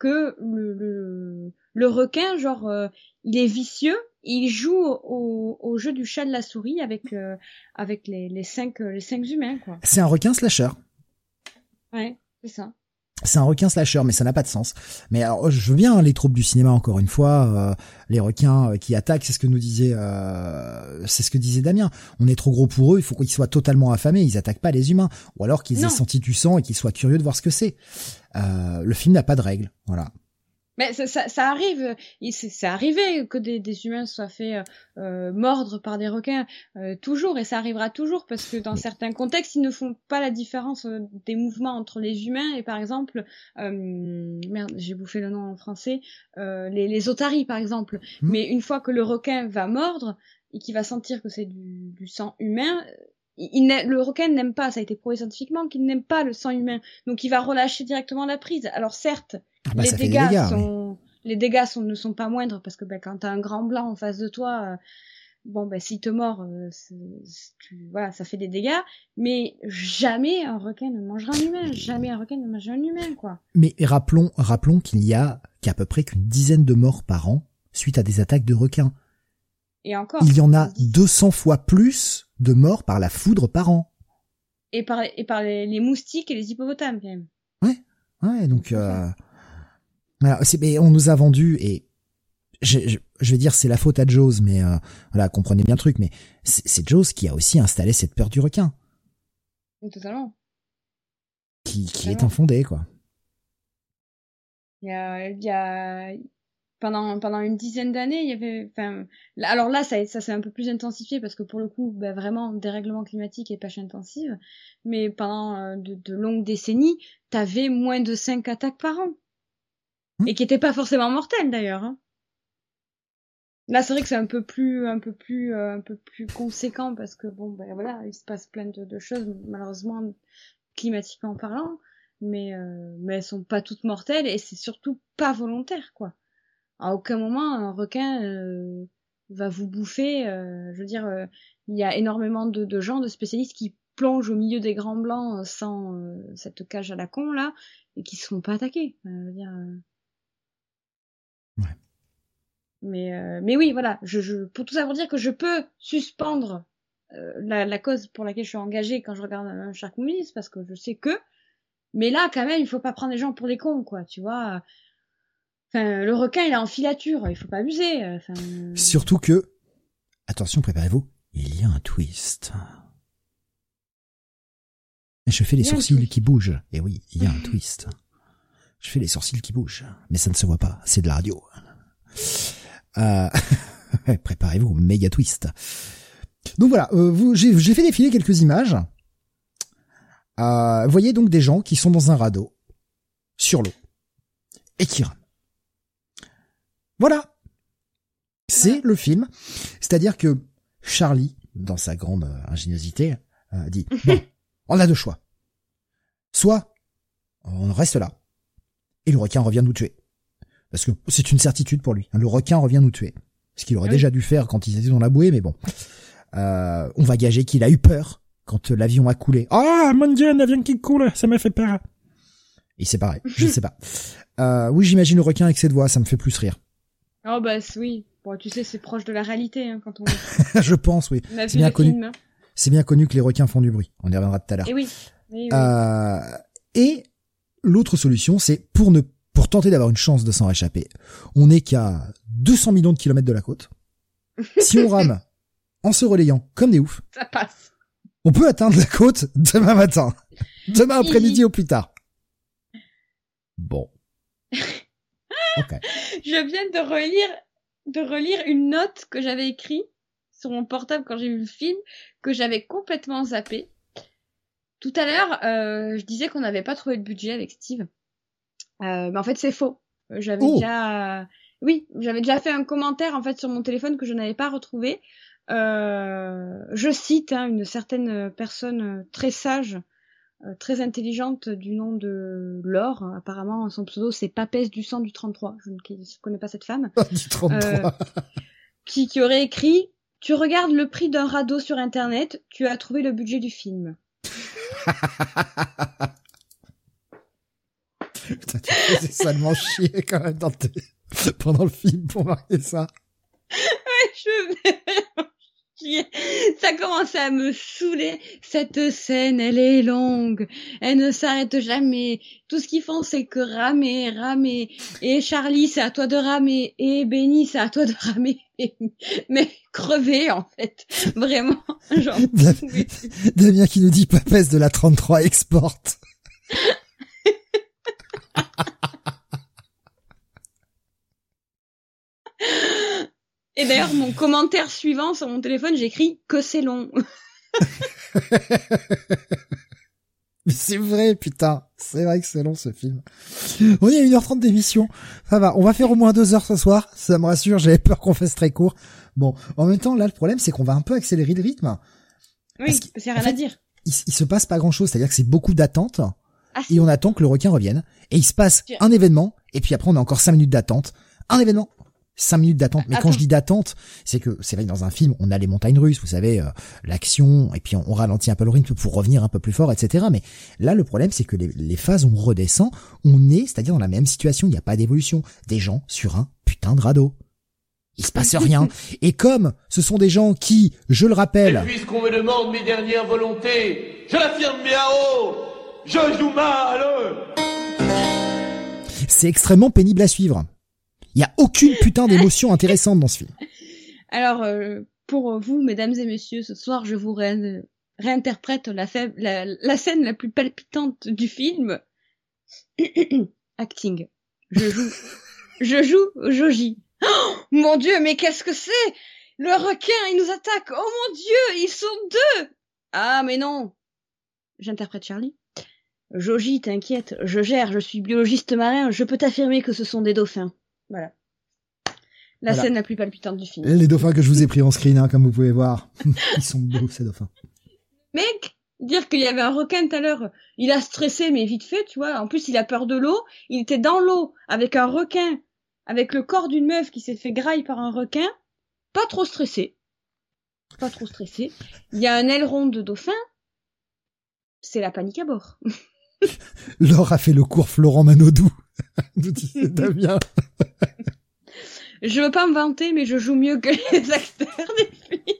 que le le, le requin, genre, euh, il est vicieux, il joue au, au jeu du chat de la souris avec euh, avec les les cinq les cinq humains, quoi. C'est un requin slasher. Ouais, c'est ça. C'est un requin slasher, mais ça n'a pas de sens. Mais alors, je veux bien hein, les troupes du cinéma, encore une fois, euh, les requins euh, qui attaquent, c'est ce que nous disait, euh, c'est ce que disait Damien. On est trop gros pour eux, il faut qu'ils soient totalement affamés, ils attaquent pas les humains, ou alors qu'ils Non. aient senti du sang et qu'ils soient curieux de voir ce que c'est. Euh, le film n'a pas de règles, voilà. Mais ça, ça, ça arrive, il- c'est c'est arrivé que des, des humains soient fait euh, mordre par des requins, euh, toujours, et ça arrivera toujours, parce que dans certains contextes, ils ne font pas la différence euh, des mouvements entre les humains et par exemple, euh, merde, j'ai bouffé le nom en français, euh, les, les otaries par exemple. Hmm. Mais une fois que le requin va mordre et qu'il va sentir que c'est du, du sang humain, il, il n'a- le requin n'aime pas, ça a été prouvé scientifiquement qu'il n'aime pas le sang humain, donc il va relâcher directement la prise. Alors certes, Ah bah, les ça fait des dégâts, dégâts, sont les dégâts sont ne sont pas moindres parce que ben quand t'as un grand blanc en face de toi, euh, bon ben s'il te mord, euh, c'est- c'est- tu voilà, ça fait des dégâts, mais jamais un requin ne mangera un humain, jamais un requin ne mangera un humain, quoi. Mais rappelons, rappelons qu'il y a qu'à peu près qu'une dizaine de morts par an suite à des attaques de requins. Et encore. Il y en a deux cents fois plus de morts par la foudre par an. Et par et par les, les moustiques et les hippopotames quand même. Ouais, donc euh, voilà, c'est, mais on nous a vendu et je, je, je vais dire c'est la faute à Jaws, mais euh, voilà, comprenez bien le truc, mais c'est, c'est Jaws qui a aussi installé cette peur du requin, Totalement. qui, qui Totalement. est infondée, quoi. Il y a il y a pendant pendant une dizaine d'années, il y avait enfin là- alors là ça ça s'est un peu plus intensifié parce que pour le coup, ben vraiment dérèglement climatique et pêche intensive, mais pendant euh, de, de longues décennies, t'avais moins de cinq attaques par an. Hmm. Et qui étaient pas forcément mortelles d'ailleurs, hein. Là, c'est vrai que c'est un peu plus un peu plus euh, un peu plus conséquent parce que bon ben voilà, il se passe plein de, de choses malheureusement climatiquement parlant, mais euh, mais elles sont pas toutes mortelles et c'est surtout pas volontaire, quoi. À aucun moment un requin euh, va vous bouffer. Euh, je veux dire, euh, il y a énormément de, de gens, de spécialistes qui plongent au milieu des grands blancs euh, sans euh, cette cage à la con là et qui se font pas attaquer. Euh, je veux dire. Euh... Ouais. Mais euh, mais oui, voilà. Je, je pour tout ça pour dire que je peux suspendre euh, la, la cause pour laquelle je suis engagée quand je regarde un Shark Movie, parce que je sais que. Mais là, quand même, il faut pas prendre les gens pour des cons, quoi. Tu vois. Enfin, le requin, il est en filature, il faut pas abuser. Enfin... Surtout que, attention, préparez-vous, il y a un twist. Je fais les sourcils qui bougent. Et oui, il y a un twist. Je fais les sourcils qui bougent, mais ça ne se voit pas, c'est de la radio. Euh... préparez-vous, méga twist. Donc voilà, euh, vous, j'ai, j'ai fait défiler quelques images. Euh, vous voyez donc des gens qui sont dans un radeau, sur l'eau, et qui rament. Voilà. C'est le film. C'est-à-dire que Charlie, dans sa grande euh, ingéniosité, euh, dit, bon, on a deux choix. Soit, on reste là, et le requin revient nous tuer. Parce que c'est une certitude pour lui. Le requin revient nous tuer. Ce qu'il aurait oui. déjà dû faire quand ils étaient dans la bouée, mais bon. Euh, on va gager qu'il a eu peur quand l'avion a coulé. Ah, oh, mon Dieu, un avion qui coule, ça m'a fait peur. Et c'est pareil, je sais pas. Euh, oui, j'imagine le requin avec cette voix, ça me fait plus rire. Oh bah oui. Bon, tu sais, c'est proche de la réalité hein, quand on. Je pense, oui. On a C'est vu bien le connu. film, hein. C'est bien connu que les requins font du bruit. On y reviendra tout à l'heure. Et oui. oui, oui. Euh, et l'autre solution, c'est pour ne pour tenter d'avoir une chance de s'en réchapper. On n'est qu'à deux cents millions de kilomètres de la côte. Si on rame en se relayant comme des oufs, Ça passe. on peut atteindre la côte demain matin, demain après-midi au plus tard. Bon. Ok. Je viens de relire, de relire une note que j'avais écrite sur mon portable quand j'ai vu le film, que j'avais complètement zappé. Tout à l'heure, euh, je disais qu'on n'avait pas trouvé de budget avec Steve. Euh, mais en fait, c'est faux. J'avais Oh. déjà, oui, j'avais déjà fait un commentaire en fait sur mon téléphone que je n'avais pas retrouvé. Euh, je cite hein, une certaine personne très sage, euh, très intelligente du nom de Laure. Apparemment, son pseudo c'est Papesse du sang du trente-trois. Je ne connais pas cette femme. Du trente-trois. Euh, qui, qui aurait écrit « Tu regardes le prix d'un radeau sur Internet, tu as trouvé le budget du film. » Putain, tu faisais salement chier quand même dans tes... pendant le film pour marquer ça. Je vais... Ça commence à me saouler. Cette scène, elle est longue. Elle ne s'arrête jamais. Tout ce qu'ils font, c'est que ramer, ramer. Et Charlie, c'est à toi de ramer. Et Benny, c'est à toi de ramer. Mais crever, en fait. Vraiment. Genre... Damien qui nous dit papesse de la trente-trois export. Et d'ailleurs, mon commentaire suivant sur mon téléphone, j'écris que c'est long. Mais c'est vrai, putain. C'est vrai que c'est long, ce film. On est à une heure trente d'émission. Ça va. On va faire au moins deux heures ce soir. Ça me rassure. J'avais peur qu'on fasse très court. Bon. En même temps, là, le problème, c'est qu'on va un peu accélérer le rythme. Oui, c'est rien en fait, à dire. Il, il se passe pas grand chose. C'est-à-dire que c'est beaucoup d'attente. Ah, si. Et on attend que le requin revienne. Et il se passe Tiens. un événement. Et puis après, on a encore cinq minutes d'attente. Un événement. Cinq minutes d'attente. Mais Attends. quand je dis d'attente, c'est que c'est vrai que dans un film, on a les montagnes russes, vous savez, euh, l'action, et puis on, on ralentit un peu le rythme pour revenir un peu plus fort, et cetera. Mais là, le problème, c'est que les, les phases, on redescend, on est, c'est-à-dire dans la même situation, il n'y a pas d'évolution. Des gens sur un putain de radeau. Il se passe rien. Et comme ce sont des gens qui, je le Et rappelle, puisqu'on me demande mes dernières volontés, je l'affirme bien haut, je joue mal. c'est extrêmement pénible à suivre. Il y a aucune putain d'émotion intéressante dans ce film. Alors, euh, pour vous, mesdames et messieurs, ce soir, je vous ré- réinterprète la, faible, la, la scène la plus palpitante du film. Acting. Je joue, je joue Joji. Oh, mon Dieu, mais qu'est-ce que c'est? Le requin, il nous attaque. Oh mon Dieu, ils sont deux. Ah, mais non. J'interprète Charlie. Joji, t'inquiète, je gère, je suis biologiste marin, je peux t'affirmer que ce sont des dauphins. Voilà. La Voilà. scène la plus palpitante du film. Les dauphins que je vous ai pris en screen, hein, comme vous pouvez voir. Ils sont beaux, ces dauphins. Mec, dire qu'il y avait un requin tout à l'heure, il a stressé, mais vite fait, tu vois. En plus, il a peur de l'eau. Il était dans l'eau avec un requin, avec le corps d'une meuf qui s'est fait graille par un requin. Pas trop stressé. Pas trop stressé. Il y a un aileron de dauphin. C'est la panique à bord. Laure a fait le cours Florent Manodou. Nous disait Damien. Je veux pas me vanter, mais je joue mieux que les acteurs des films.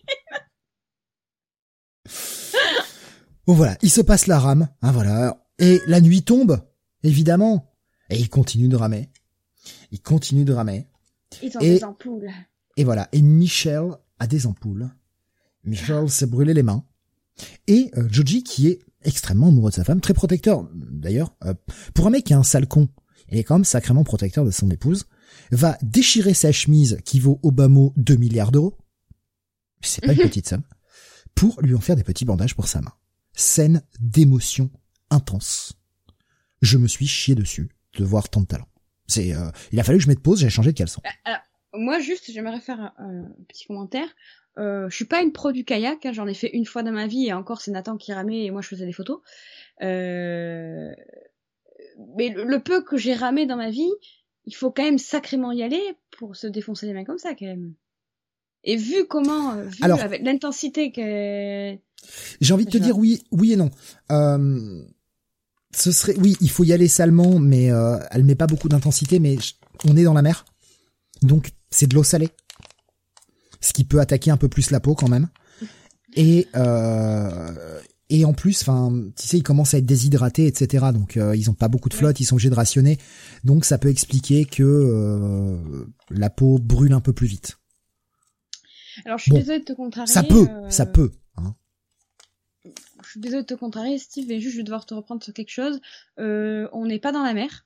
Bon voilà, il se passe la rame, hein, voilà. Et la nuit tombe, évidemment. Et il continue de ramer. Il continue de ramer. Ils ont Et- des ampoules. Et voilà. Et Michel a des ampoules. Michel s'est brûlé les mains. Et euh, Joji, qui est extrêmement amoureux de sa femme, très protecteur, d'ailleurs. Euh, pour un mec qui est un sale con, il est quand même sacrément protecteur de son épouse, va déchirer sa chemise qui vaut au bas mot deux milliards d'euros. C'est pas une petite somme. Pour lui en faire des petits bandages pour sa main. Scène d'émotion intense. Je me suis chié dessus de voir tant de talent. C'est, euh, il a fallu que je mette pause, j'ai changé de caleçon. Alors, moi, juste, j'aimerais faire un, un petit commentaire. Euh, je suis pas une pro du kayak, hein, j'en ai fait une fois dans ma vie, et encore, c'est Nathan qui ramait, et moi, je faisais des photos. Euh... Mais le, le peu que j'ai ramé dans ma vie, il faut quand même sacrément y aller pour se défoncer les mains comme ça, quand même. Et vu comment, vu Alors- avec l'intensité que... J'ai envie de te Je- dire oui, oui et non. Euh, ce serait, oui, il faut y aller salement, mais euh, elle met pas beaucoup d'intensité, mais je- on est dans la mer, donc c'est de l'eau salée, ce qui peut attaquer un peu plus la peau quand même. Et euh, et en plus, enfin, tu sais, ils commencent à être déshydratés, et cetera. Donc euh, ils ont pas beaucoup de flotte, ils sont obligés de rationner, donc ça peut expliquer que euh, la peau brûle un peu plus vite. Alors, je suis Bon, désolée de te contrarier. Ça peut, euh, ça peut. Hein. Je suis désolée de te contrarier, Steve, mais juste, je vais devoir te reprendre sur quelque chose. Euh, on n'est pas dans la mer.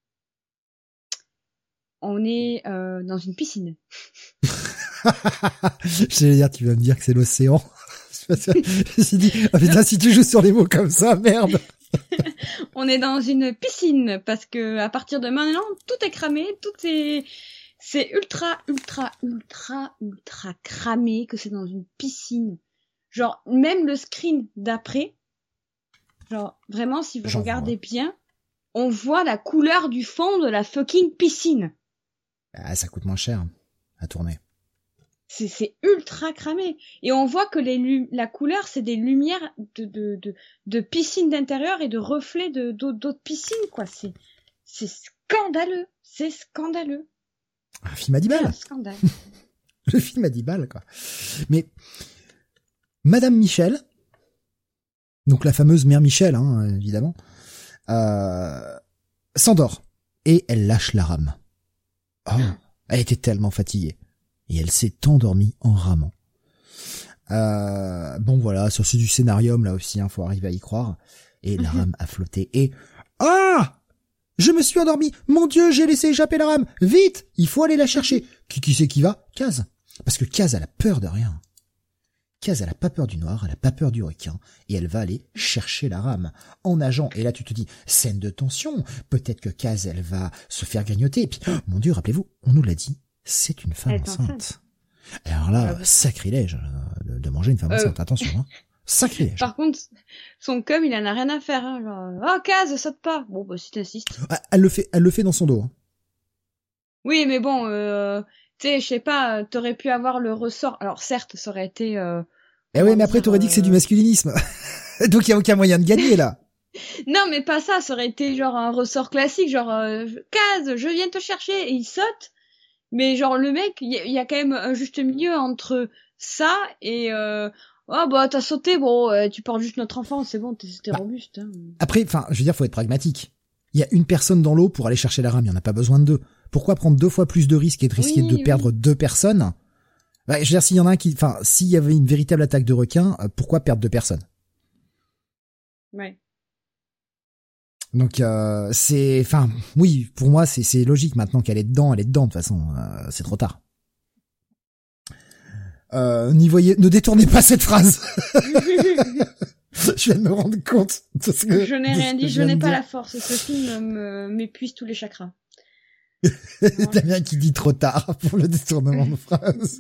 On est euh, dans une piscine. J'allais dire, tu vas me dire que c'est l'océan. Je me suis dit, ah putain, si tu joues sur les mots comme ça, merde. On est dans une piscine parce que à partir de maintenant, tout est cramé, tout est, c'est ultra, ultra, ultra, ultra cramé que c'est dans une piscine. Genre, même le screen d'après, genre, vraiment, si vous J'en regardez vois. bien, on voit la couleur du fond de la fucking piscine. Ah, ça coûte moins cher à tourner. C'est, c'est ultra cramé. Et on voit que les lu- la couleur, c'est des lumières de, de, de, de piscine d'intérieur et de reflets de, d'eau, d'eau de piscine, quoi. C'est, c'est scandaleux, c'est scandaleux. Un film à dix balles. Un scandale. Le film à dix balles, quoi. Mais, Madame Michel, donc la fameuse mère Michel, hein, évidemment, euh, s'endort. Et elle lâche la rame. Oh, elle était tellement fatiguée. Et elle s'est endormie en ramant. Euh, bon voilà, ça c'est du scénarium là aussi, hein, faut arriver à y croire. Et la rame a flotté. Et, ah! Je me suis endormi. Mon Dieu, j'ai laissé échapper la rame. Vite! Il faut aller la chercher. Qui, qui c'est qui va? Kaz. Parce que Kaz, elle a peur de rien. Kaz, elle a pas peur du noir, elle a pas peur du requin, et elle va aller chercher la rame, en nageant. Et là, tu te dis, scène de tension, peut-être que Kaz, elle va se faire grignoter, et puis, oh, mon Dieu, rappelez-vous, on nous l'a dit, c'est une femme enceinte. enceinte. Alors là, sacrilège de, de manger une femme euh... enceinte, attention, hein. Sacrilège. Par contre, son cum, il en a rien à faire, hein, genre, oh, Kaz, saute pas. Bon, bah, si t'insistes. Elle le fait, elle le fait dans son dos, hein. Oui, mais bon, euh... tu sais, je sais pas, t'aurais pu avoir le ressort. Alors certes, ça aurait été... Euh, eh oui, mais après, t'aurais euh... dit que c'est du masculinisme. Donc, il y a aucun moyen de gagner, là. Non, mais pas ça. Ça aurait été genre un ressort classique, genre euh, Kaz, je viens te chercher, et il saute. Mais genre, le mec, il y, y a quand même un juste milieu entre ça et... Euh, oh, bah, t'as sauté, bon, euh, tu portes juste notre enfant, c'est bon, t'es, t'es bah, robuste. Hein. Après, enfin, je veux dire, faut être pragmatique. Il y a une personne dans l'eau pour aller chercher la rame, il n'y en a pas besoin de deux. Pourquoi prendre deux fois plus de risques et de risquer oui, de oui. perdre deux personnes? Bah, je veux dire, s'il y en a un qui, enfin, s'il y avait une véritable attaque de requin, pourquoi perdre deux personnes? Ouais. Donc, euh, c'est, enfin, oui, pour moi, c'est, c'est logique maintenant qu'elle est dedans, elle est dedans, de toute façon, euh, c'est trop tard. Euh, n'y voyez, ne détournez pas cette phrase. Je viens de me rendre compte de ce que je n'ai rien dit, je, je n'ai pas la force. Ce film me, m'épuise tous les chakras. Damien qui dit trop tard pour le détournement de phrase.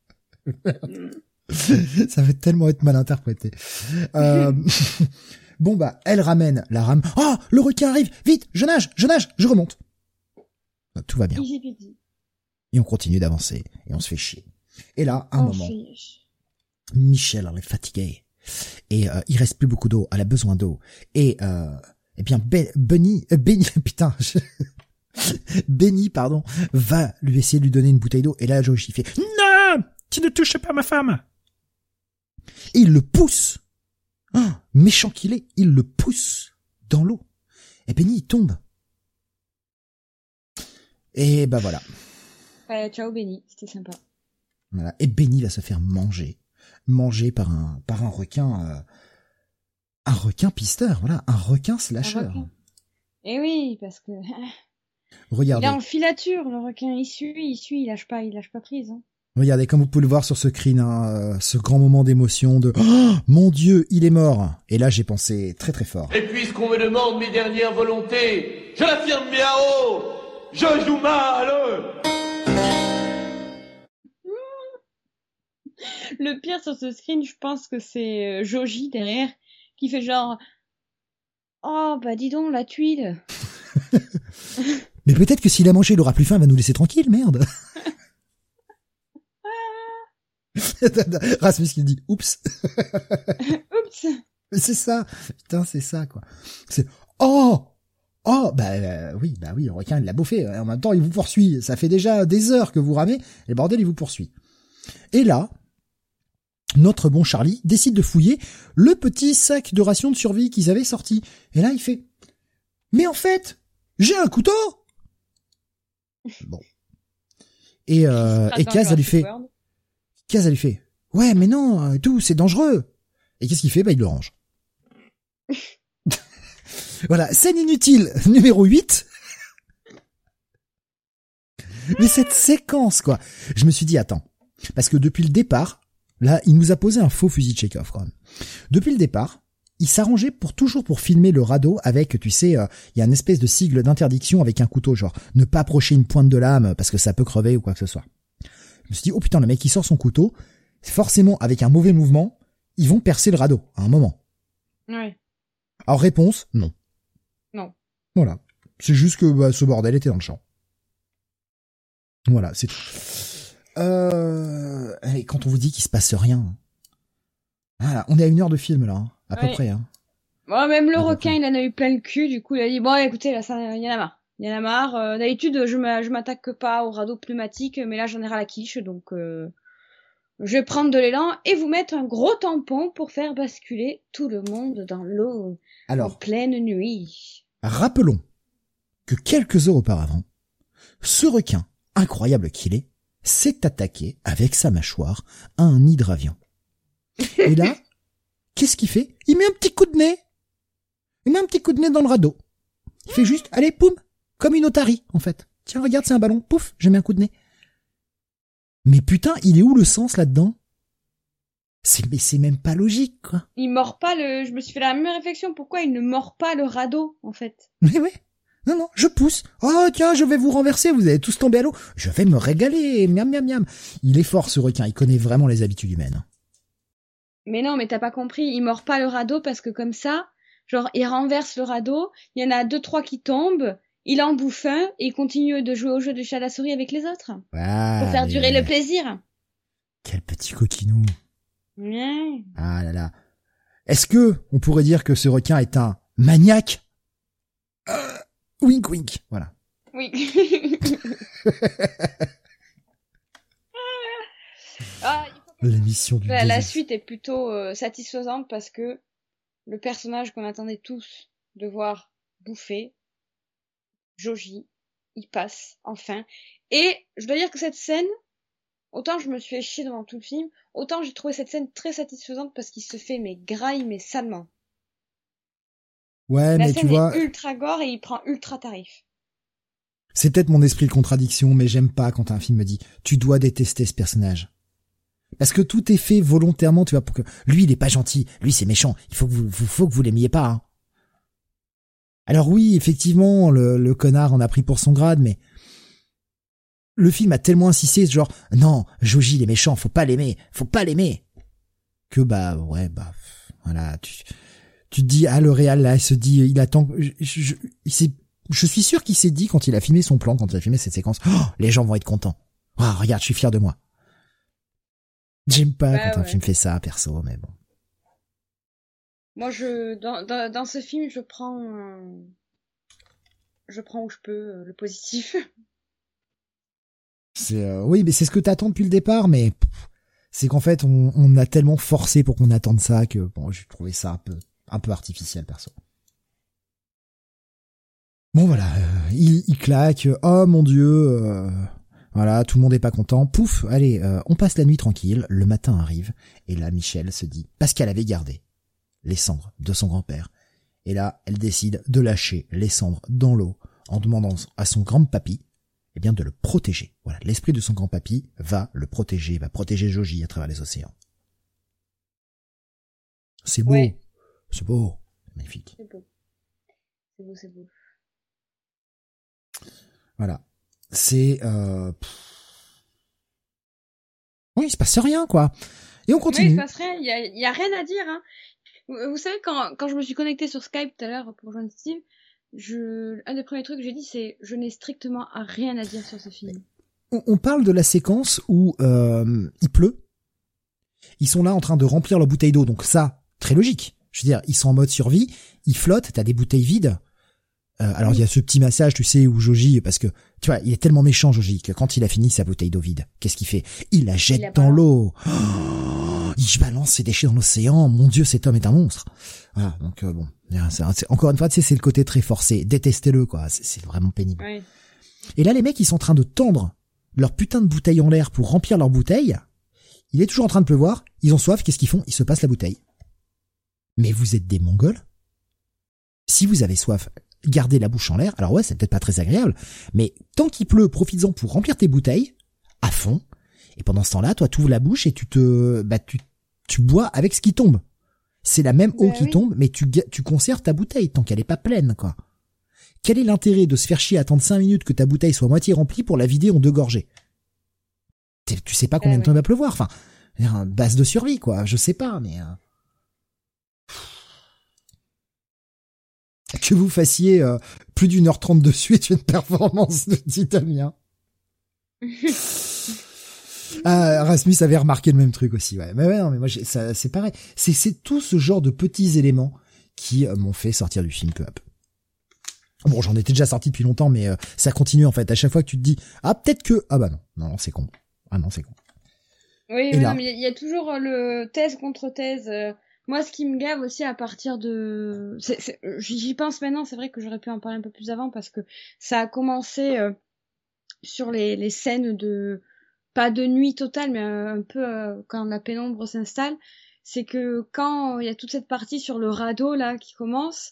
Ça va tellement être mal interprété. Euh, bon bah, elle ramène la rame. Oh, le requin arrive, vite, je nage, je nage, je remonte. Tout va bien. Et on continue d'avancer et on se fait chier. Et là, un oh, moment, Michel, elle est fatiguée et euh, il reste plus beaucoup d'eau. Elle a besoin d'eau. Et euh, eh bien, Be- Benny, euh, Benny, putain. Je... Benny, pardon, va lui essayer de lui donner une bouteille d'eau. Et là, Joshi fait « Non, tu ne touches pas ma femme !» Et il le pousse. Oh, méchant qu'il est, il le pousse dans l'eau. Et Benny, il tombe. Et bah voilà. Euh, ciao Benny, c'était sympa. Voilà. Et Benny va se faire manger. Mangé par un, par un requin, euh, un requin pisteur, voilà, un requin slasher. Et oui, parce que... Regardez. Il est en filature, le requin, il suit, il suit, il lâche pas, il lâche pas prise. Hein. Regardez, comme vous pouvez le voir sur ce screen, hein, ce grand moment d'émotion de oh, mon Dieu, il est mort. Et là, j'ai pensé très très fort. Et puisqu'on me demande mes dernières volontés, je l'affirme bien haut, je joue mal. Le pire sur ce screen, je pense que c'est Joji derrière qui fait genre oh bah dis donc la tuile. Mais peut-être que s'il a mangé, il aura plus faim, il va nous laisser tranquille, merde. Rasmus qui dit oups. Oups. Mais c'est ça. Putain, c'est ça quoi. C'est oh oh bah euh, oui bah oui le requin il l'a bouffé. En même temps il vous poursuit. Ça fait déjà des heures que vous ramez et le bordel il vous poursuit. Et là notre bon Charlie décide de fouiller le petit sac de rations de survie qu'ils avaient sorti. Et là il fait mais en fait j'ai un couteau. Bon. Et euh, et Kaz elle lui fait Kaz elle lui fait ouais mais non tout c'est dangereux. Et qu'est-ce qu'il fait? Bah il le range. Voilà, scène inutile numéro huit. Mais cette séquence quoi. Je me suis dit attends, parce que depuis le départ, là, il nous a posé un faux fusil de Chekhov quand même. Depuis le départ, il s'arrangeait pour toujours pour filmer le radeau avec, tu sais, il euh, y a une espèce de sigle d'interdiction avec un couteau, genre ne pas approcher une pointe de lame parce que ça peut crever ou quoi que ce soit. Je me suis dit oh putain le mec il sort son couteau, forcément avec un mauvais mouvement, ils vont percer le radeau à un moment. Ouais. Alors réponse non. Non. Voilà, c'est juste que bah, ce bordel était dans le champ. Voilà, c'est tout. Euh, et quand on vous dit qu'il se passe rien, voilà, on est à une heure de film là, hein, à ouais. peu près. Hein. Bon, même le à requin, il en a eu plein le cul, du coup il a dit bon écoutez là, ça, il y en a marre. Il y en a marre. Euh, d'habitude, je m'a- je m'attaque pas au radeau pneumatique, mais là, j'en ai ras la quiche, donc euh, je vais prendre de l'élan et vous mettre un gros tampon pour faire basculer tout le monde dans l'eau en Alors, pleine nuit. rappelons que quelques heures auparavant, ce requin, incroyable qu'il est, s'est attaqué avec sa mâchoire à un hydravion. Et là, qu'est-ce qu'il fait? Il met un petit coup de nez. Il met un petit coup de nez dans le radeau. Il fait juste, allez, poum, comme une otarie, en fait. Tiens, regarde, c'est un ballon, pouf, j'ai mis un coup de nez. Mais putain, il est où le sens là-dedans? C'est, mais c'est même pas logique, quoi. Il mord pas le... Je me suis fait la même réflexion. Pourquoi il ne mord pas le radeau, en fait? Mais ouais. Non, non, je pousse. Oh, tiens, je vais vous renverser, vous allez tous tomber à l'eau. Je vais me régaler, miam, miam, miam. Il est fort, ce requin, il connaît vraiment les habitudes humaines. Mais non, mais t'as pas compris. Il mord pas le radeau parce que comme ça, genre, il renverse le radeau. Il y en a deux, trois qui tombent. Il en bouffe un et il continue de jouer au jeu de chat à la souris avec les autres. Ah, Pour faire mais durer ouais. le plaisir. Quel petit coquinou. Ouais. Ah là là. Est-ce que on pourrait dire que ce requin est un maniaque? euh, Wink wink. Voilà. Oui. ah, il faut que- L'émission du la, la désastre. suite est plutôt euh, satisfaisante parce que le personnage qu'on attendait tous de voir bouffer, Joji, il passe, enfin. Et je dois dire que cette scène, autant je me suis fait chier devant tout le film, autant j'ai trouvé cette scène très satisfaisante parce qu'il se fait mais graille mais salement. Ouais, La mais scène tu vois, est ultra gore et il prend ultra tarif. c'est peut-être mon esprit de contradiction, mais j'aime pas quand un film me dit tu dois détester ce personnage. Parce que tout est fait volontairement, tu vois, pour que lui il est pas gentil, lui c'est méchant. Il faut que vous, vous- faut que vous l'aimiez pas. Hein. Alors oui, effectivement, le, le connard en a pris pour son grade, mais le film a tellement insisté, genre non, Joji il est méchant, faut pas l'aimer, faut pas l'aimer, que bah ouais bah voilà, tu tu te dis ah le réal là, il se dit il attend, je, je, je, il s'est, je suis sûr qu'il s'est dit quand il a filmé son plan, quand il a filmé cette séquence, oh, les gens vont être contents. Ah regarde, je suis fier de moi. J'aime pas Bah quand un ouais. film fait ça, perso, mais bon. Moi, je dans, dans, dans ce film, je prends euh, je prends où je peux euh, le positif. C'est euh, oui, mais c'est ce que t'attends depuis le départ, mais pff, c'est qu'en fait on, on a tellement forcé pour qu'on attende ça que bon, j'ai trouvé ça un peu un peu artificiel, perso. Bon voilà, euh, il, il claque. Oh mon dieu, euh, voilà, tout le monde est pas content. Pouf, allez, euh, on passe la nuit tranquille. Le matin arrive et là Michel se dit parce qu'elle avait gardé les cendres de son grand-père. Et là, elle décide de lâcher les cendres dans l'eau en demandant à son grand-papy eh bien de le protéger. Voilà, l'esprit de son grand-papy va le protéger, va protéger Joji à travers les océans. C'est beau, Ouais. c'est beau, magnifique. C'est beau. C'est beau, c'est beau. Voilà, c'est euh... oui, il se passe rien quoi. Et on Oui, il continue. se passe rien, il y a, il y a rien à dire. Hein. Vous, vous savez, quand, quand je me suis connectée sur Skype tout à l'heure pour rejoindre Steve, je, un des premiers trucs que j'ai dit, c'est je n'ai strictement rien à dire sur ce film. On, on parle de la séquence où euh, il pleut. Ils sont là en train de remplir leur bouteille d'eau, donc ça, très logique. Je veux dire, ils sont en mode survie, ils flottent, t'as des bouteilles vides. Euh, alors il y a ce petit massage, tu sais, où Joji, parce que tu vois, il est tellement méchant Joji que quand il a fini sa bouteille d'eau vide, qu'est-ce qu'il fait? Il la jette Il la dans balance. l'eau. Oh, il balance ses déchets dans l'océan. Mon Dieu, cet homme est un monstre. Voilà, donc euh, bon, c'est, c'est, encore une fois, tu sais, c'est le côté très forcé. Détestez-le, quoi. C'est, c'est vraiment pénible. Oui. Et là, les mecs, ils sont en train de tendre leur putain de bouteille en l'air pour remplir leur bouteille. Il est toujours en train de pleuvoir. Ils ont soif. Qu'est-ce qu'ils font? Ils se passent la bouteille. Mais vous êtes des Mongols? Si vous avez soif, gardez la bouche en l'air. Alors ouais, c'est peut-être pas très agréable, mais tant qu'il pleut, profites-en pour remplir tes bouteilles à fond. Et pendant ce temps-là, toi, tu ouvres la bouche et tu te, bah, tu, tu bois avec ce qui tombe. C'est la même eau Bah qui oui. tombe, mais tu, tu conserves ta bouteille tant qu'elle est pas pleine, quoi. Quel est l'intérêt de se faire chier à attendre cinq minutes que ta bouteille soit moitié remplie pour la vider en deux gorgées? T'es- Tu sais pas combien Eh de temps il oui. va pleuvoir. Enfin, une base de survie, quoi. Je sais pas, mais euh... que vous fassiez euh, plus d'une heure trente de suite une performance de dit Damien. Ah, Rasmus avait remarqué le même truc aussi, ouais. Mais ouais, non, mais moi, j'ai- ça, c'est pareil. C'est, c'est tout ce genre de petits éléments qui euh, m'ont fait sortir du film peu à peu. Bon, j'en étais déjà sorti depuis longtemps, mais euh, ça continue en fait. À chaque fois que tu te dis, ah peut-être que, ah bah non, non, non c'est con. Ah non, c'est con. Oui, Et oui là- non, mais il y a toujours le thèse contre thèse. euh, Moi, ce qui me gave aussi à partir de... c'est- c'est- J'y pense maintenant, c'est vrai que j'aurais pu en parler un peu plus avant parce que ça a commencé euh, sur les, les scènes de... Pas de nuit totale, mais un, un peu euh, quand la pénombre s'installe. C'est que quand il y a toute cette partie sur le radeau là qui commence,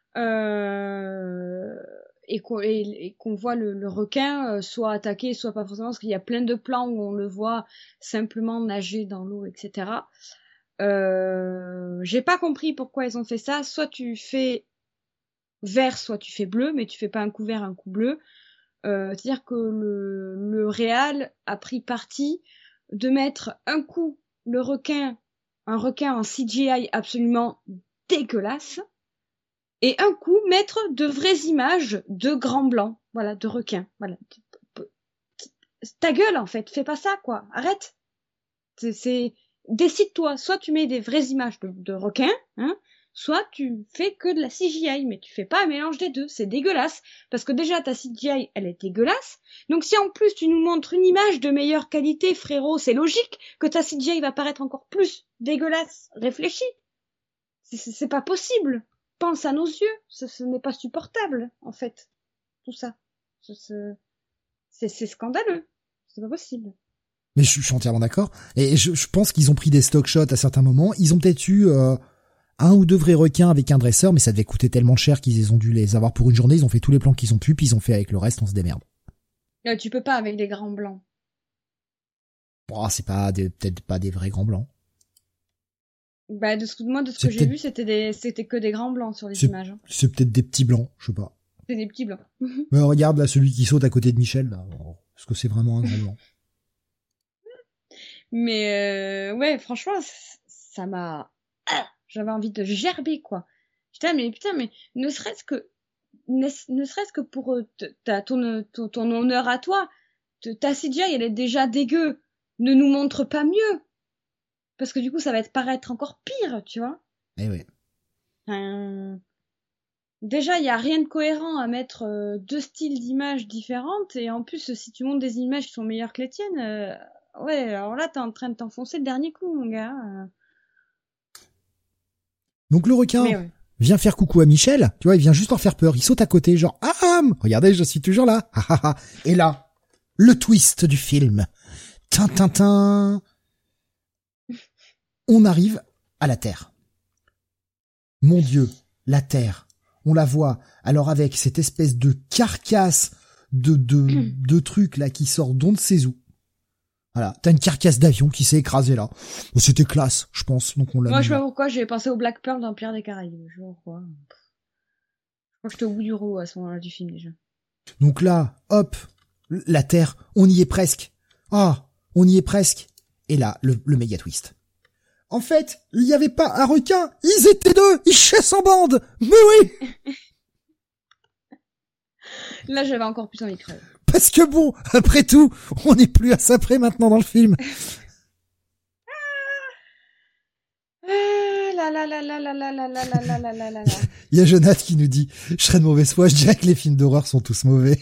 euh, et qu'on et, et qu'on voit le, le requin euh, soit attaqué, soit pas forcément, parce qu'il y a plein de plans où on le voit simplement nager dans l'eau, et cetera. Euh, j'ai pas compris pourquoi ils ont fait ça. Soit tu fais vert, soit tu fais bleu, mais tu fais pas un coup vert, un coup bleu. Euh, c'est-à-dire que le, le réal a pris parti de mettre un coup le requin, un requin en C G I absolument dégueulasse, et un coup mettre de vraies images de grands blancs, voilà, de requins, voilà. Ta gueule en fait, fais pas ça quoi, arrête. C'est, c'est... décide-toi, soit tu mets des vraies images de, de requins, hein, soit tu fais que de la C G I, mais tu fais pas un mélange des deux, c'est dégueulasse, parce que déjà ta C G I, elle est dégueulasse, donc si en plus tu nous montres une image de meilleure qualité, frérot, c'est logique que ta C G I va paraître encore plus dégueulasse, réfléchis, c'est, c'est, c'est pas possible, pense à nos yeux, ce, ce n'est pas supportable, en fait, tout ça, ce, ce... C'est, c'est scandaleux, c'est pas possible. Mais je, je suis entièrement d'accord. Et je, je pense qu'ils ont pris des stock shots à certains moments. Ils ont peut-être eu euh, un ou deux vrais requins avec un dresseur, mais ça devait coûter tellement cher qu'ils ont dû les avoir pour une journée. Ils ont fait tous les plans qu'ils ont pu, puis ils ont fait avec le reste, on se démerde. Là, tu peux pas avec des grands blancs. Bon, c'est pas des, peut-être pas des vrais grands blancs. Bah, de ce que, moi, de ce C'est que j'ai peut-être- vu, c'était des, c'était que des grands blancs sur les C'est- images. Hein. C'est peut-être des petits blancs, je sais pas. C'est des petits blancs. Mais regarde là, celui qui saute à côté de Michel, là. Oh, est-ce que c'est vraiment un grand blanc? Mais, euh, ouais, franchement, c- ça m'a, ah, j'avais envie de gerber, quoi. Putain, mais, putain, mais, ne serait-ce que, ne, ne serait-ce que pour euh, t- ta, ton, ton, ton honneur à toi, t- ta C G I, elle est déjà dégueu. Ne nous montre pas mieux. Parce que du coup, ça va être paraître encore pire, tu vois. Eh ouais. Enfin, déjà, il y a rien de cohérent à mettre euh, deux styles d'images différentes, et en plus, si tu montes des images qui sont meilleures que les tiennes, euh, ouais, alors là, t'es en train de t'enfoncer le dernier coup, mon gars. euh. Donc le requin Mais ouais. vient faire coucou à Michel. Tu vois, il vient juste leur faire peur. Il saute à côté, genre ah, ah regardez, je suis toujours là. Ah, ah, ah. Et là, le twist du film. Tintintin. On arrive à la Terre. Mon Dieu, la Terre. On la voit. Alors avec cette espèce de carcasse de de de trucs là qui sort d'on ne sait où. Voilà, t'as une carcasse d'avion qui s'est écrasée là. Bon, c'était classe, je pense. Donc on l'a Moi, mis je sais là. pas pourquoi, j'ai pensé au Black Pearl dans Pierre des Caraïbes. Je sais pas pourquoi. Je crois que j'étais au bout du rouleau à ce moment-là du film, déjà. Donc là, hop, la Terre, on y est presque. Ah, on y est presque. Et là, le, le méga twist. En fait, il n'y avait pas un requin, ils étaient deux, ils chassent en bande. Mais oui, Là, j'avais encore plus envie de crever. parce que bon, après tout, on n'est plus à ça près maintenant dans le film. Ah, la la la la la la la la la la la la la la. Il y a Jonathan qui nous dit, je serais de mauvaise foi, je dirais que les films d'horreur sont tous mauvais.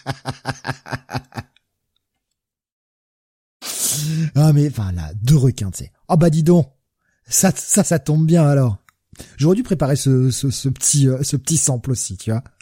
Ah mais enfin là, deux requins, tu sais. Ah bah dis donc, ça, ça, ça tombe bien alors. J'aurais dû préparer ce, ce, ce petit, euh, ce petit sample aussi, tu vois.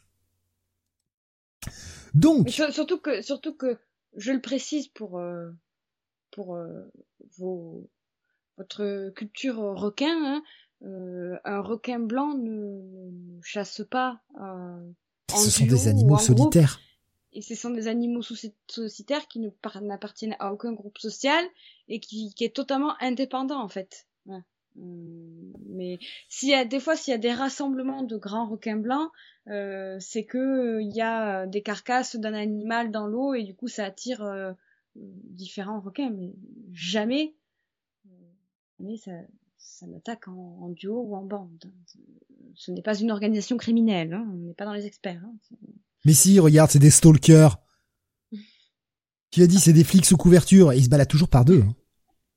Mais Donc, sur- surtout que, surtout que, je le précise pour, euh, pour euh, vos, votre culture requin, hein, euh, un requin blanc ne, ne chasse pas euh, en ce sont duo des ou animaux en groupe. solitaires. Et ce sont des animaux soci- sociétaires qui ne par- n'appartiennent à aucun groupe social et qui, qui est totalement indépendant en fait. Ouais. Hum, Mais s'il y a des fois s'il y a des rassemblements de grands requins blancs, euh, c'est que euh, il y a des carcasses d'un animal dans l'eau et du coup ça attire euh, différents requins, mais jamais, euh, jamais ça, ça n'attaque en, en duo ou en bande. Ce n'est pas une organisation criminelle, hein. On n'est pas dans les experts. Hein. Mais si, regarde, c'est des stalkers. Qui a dit c'est des flics sous couverture et ils se baladent toujours par deux. Hein.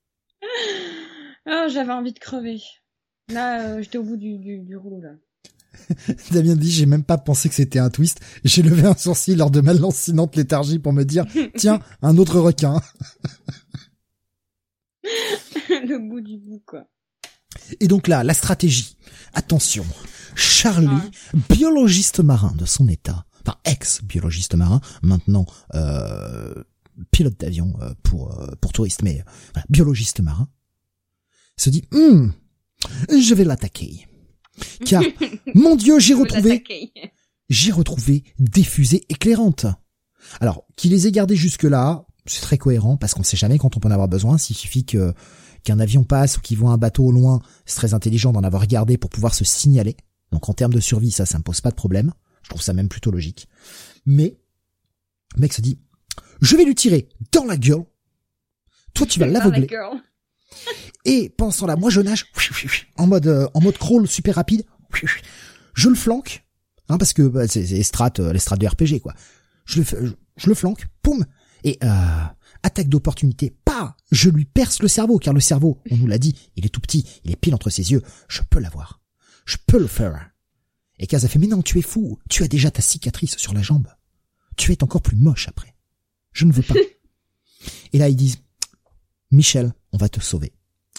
Oh, j'avais envie de crever. Là, euh, j'étais au bout du, du, du rouleau, là. Damien dit, j'ai même pas pensé que c'était un twist. J'ai levé un sourcil lors de ma lancinante léthargie pour me dire, tiens, un autre requin. Le bout du bout, quoi. Et donc là, la stratégie. Attention. Charlie, Ah. biologiste marin de son état, enfin ex-biologiste marin, maintenant euh, pilote d'avion euh, pour euh, pour touristes, mais euh, voilà, biologiste marin, se dit, hum, je vais l'attaquer. Car, mon Dieu, j'ai Je veux retrouvé, l'attaquer. j'ai retrouvé des fusées éclairantes. Alors, qu'il les ait gardées jusque-là, c'est très cohérent, parce qu'on sait jamais quand on peut en avoir besoin. S'il suffit que qu'un avion passe ou qu'il voit un bateau au loin, c'est très intelligent d'en avoir gardé pour pouvoir se signaler. Donc en termes de survie, ça, ça me pose pas de problème. Je trouve ça même plutôt logique. Mais, le mec se dit, je vais lui tirer dans la gueule. Toi, tu vas Par la l'aveugler. girl. Et pendant ce temps-là, moi je nage en mode euh, en mode crawl super rapide. Je le flanque, hein, parce que bah, c'est, c'est les strates, euh, les strates de R P G quoi. Je le, je, je le flanque, poum, et euh, attaque d'opportunité. Pas, je lui perce le cerveau, car le cerveau, on nous l'a dit, il est tout petit, il est pile entre ses yeux. Je peux l'avoir, je peux le faire. Et Kaz a fait, mais non, tu es fou, tu as déjà ta cicatrice sur la jambe. Tu es encore plus moche après. Je ne veux pas. Et là ils disent, Michel, on va te sauver.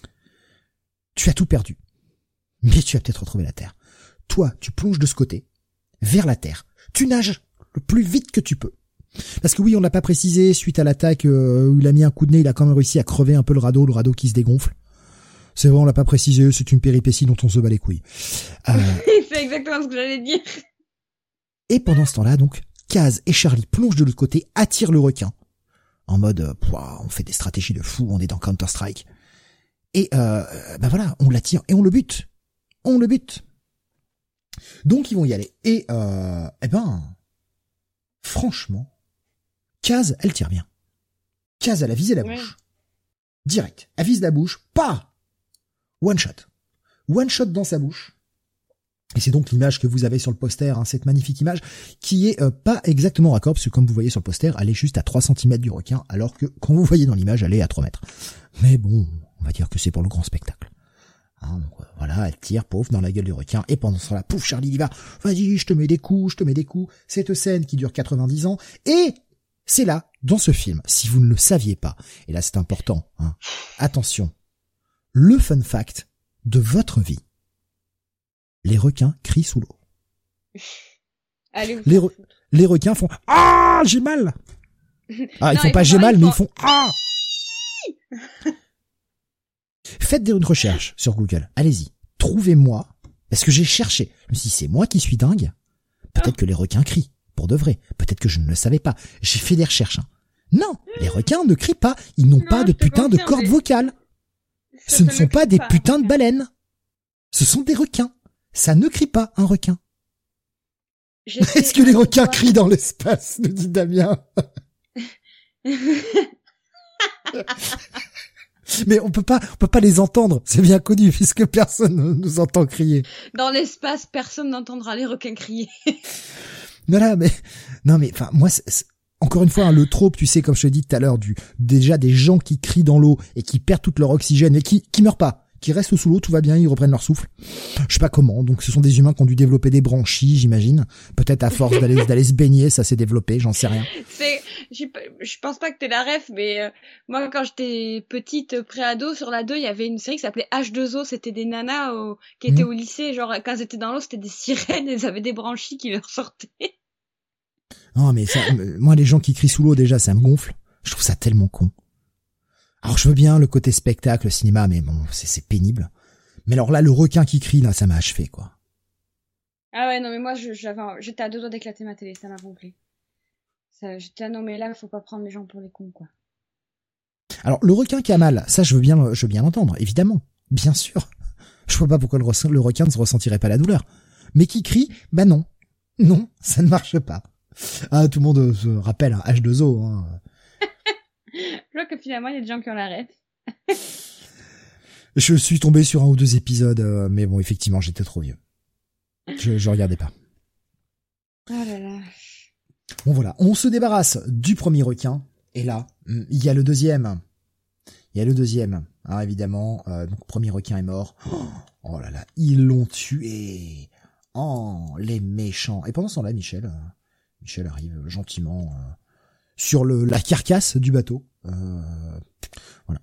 Tu as tout perdu, mais tu as peut-être retrouvé la terre. Toi, tu plonges de ce côté, vers la terre. Tu nages le plus vite que tu peux. Parce que oui, on l'a pas précisé, suite à l'attaque euh, où il a mis un coup de nez, il a quand même réussi à crever un peu le radeau, le radeau qui se dégonfle. C'est vrai, on l'a pas précisé, c'est une péripétie dont on se bat les couilles. Euh, C'est exactement ce que j'allais dire. et pendant ce temps-là, donc, Kaz et Charlie plongent de l'autre côté, attirent le requin. En mode, euh, pouah, on fait des stratégies de fou, on est dans Counter-Strike. Et euh, ben voilà, on l'attire et on le bute. On le bute. Donc ils vont y aller. Et euh, eh ben, franchement, Kaz, elle tire bien. Kaz, elle a visé la Ouais. bouche. Direct. Elle vise la bouche. Pas. One shot. One shot dans sa bouche. Et c'est donc l'image que vous avez sur le poster, hein, cette magnifique image, qui est euh, pas exactement raccord, parce que comme vous voyez sur le poster, elle est juste à trois centimètres du requin, alors que quand vous voyez dans l'image, elle est à trois mètres. Mais bon, on va dire que c'est pour le grand spectacle. Hein, donc, euh, voilà, elle tire, pauvre, dans la gueule du requin, et pendant ce temps-là, pouf, Charlie il y va, vas-y, je te mets des coups, je te mets des coups. Cette scène qui dure quatre-vingt-dix ans, et c'est là, dans ce film, si vous ne le saviez pas, et là c'est important, hein, attention, le fun fact de votre vie. Les requins crient sous l'eau. Allez, vous Les, faire re- foutre. les requins font « Ah, j'ai mal !» Ah, ils Non, font ils pas font j'ai pas, mal, ils mais font- ils font Ah. Faites des- une recherche sur Google. Allez-y. Trouvez-moi. Parce que j'ai cherché. Je me suis dit, c'est moi qui suis dingue. Peut-être Ah. que les requins crient. Pour de vrai. Peut-être que je ne le savais pas. J'ai fait des recherches. hein. Non, les requins ne crient pas. Ils n'ont Non, pas de je te putain de confirme, cordes mais- vocales. Ça, Ce ne ça sont pas crie des pas, putains de hein. baleines. Ce sont des requins. Ça ne crie pas, un requin. J'essaie Est-ce que les de requins voir. crient dans l'espace, nous dit Damien. Mais on peut pas, on peut pas les entendre. C'est bien connu puisque personne ne nous entend crier. Dans l'espace, personne n'entendra les requins crier. Voilà, mais non, mais enfin, moi, c'est- c'est- encore une fois, hein, le trope, tu sais, comme je te dis tout à l'heure, du déjà des gens qui crient dans l'eau et qui perdent tout leur oxygène et qui qui meurent pas, qui restent sous l'eau, tout va bien, ils reprennent leur souffle. Je sais pas comment. Donc, ce sont des humains qui ont dû développer des branchies, j'imagine. Peut-être à force d'aller d'aller se baigner, ça s'est développé, j'en sais rien. C'est, j'ai pas- je pense pas que t'es la ref, mais euh, moi quand j'étais petite euh, pré-ado, sur la deux, il y avait une série qui s'appelait H deux O, c'était des nanas au- qui étaient Mhm. au lycée, genre quand elles étaient dans l'eau, c'était des sirènes, elles avaient des branchies qui leur sortaient. Non, mais ça, euh, moi, les gens qui crient sous l'eau, déjà, ça me gonfle. Je trouve ça tellement con. Alors, je veux bien le côté spectacle, cinéma, mais bon, c'est, c'est pénible. Mais alors là, le requin qui crie, là, ça m'a achevé, quoi. Ah ouais, non mais moi je- j'avais, j'étais à deux doigts d'éclater ma télé, ça m'a gonflé. Ça, j'étais là, non mais là faut pas prendre les gens pour les cons quoi. Alors, le requin qui a mal, ça, je veux bien, je veux bien l'entendre, évidemment. Bien sûr. Je vois pas pourquoi le, re- le requin ne se ressentirait pas la douleur. Mais qui crie, bah non. Non, ça ne marche pas. Ah, tout le monde euh, se rappelle un H deux O, hein. Je vois que finalement il y a des gens qui ont la ref. Je suis tombé sur un ou deux épisodes, euh, mais bon, effectivement, j'étais trop vieux. Je, je regardais pas. Oh là là. Bon voilà, on se débarrasse du premier requin, et là, hum, il y a le deuxième. Il y a le deuxième, hein, évidemment. Euh, donc, premier requin est mort. Oh, oh là là, ils l'ont tué. Oh, les méchants. Et pendant ce temps-là, Michel, euh, Michel arrive gentiment euh, sur le la carcasse du bateau. Euh, voilà.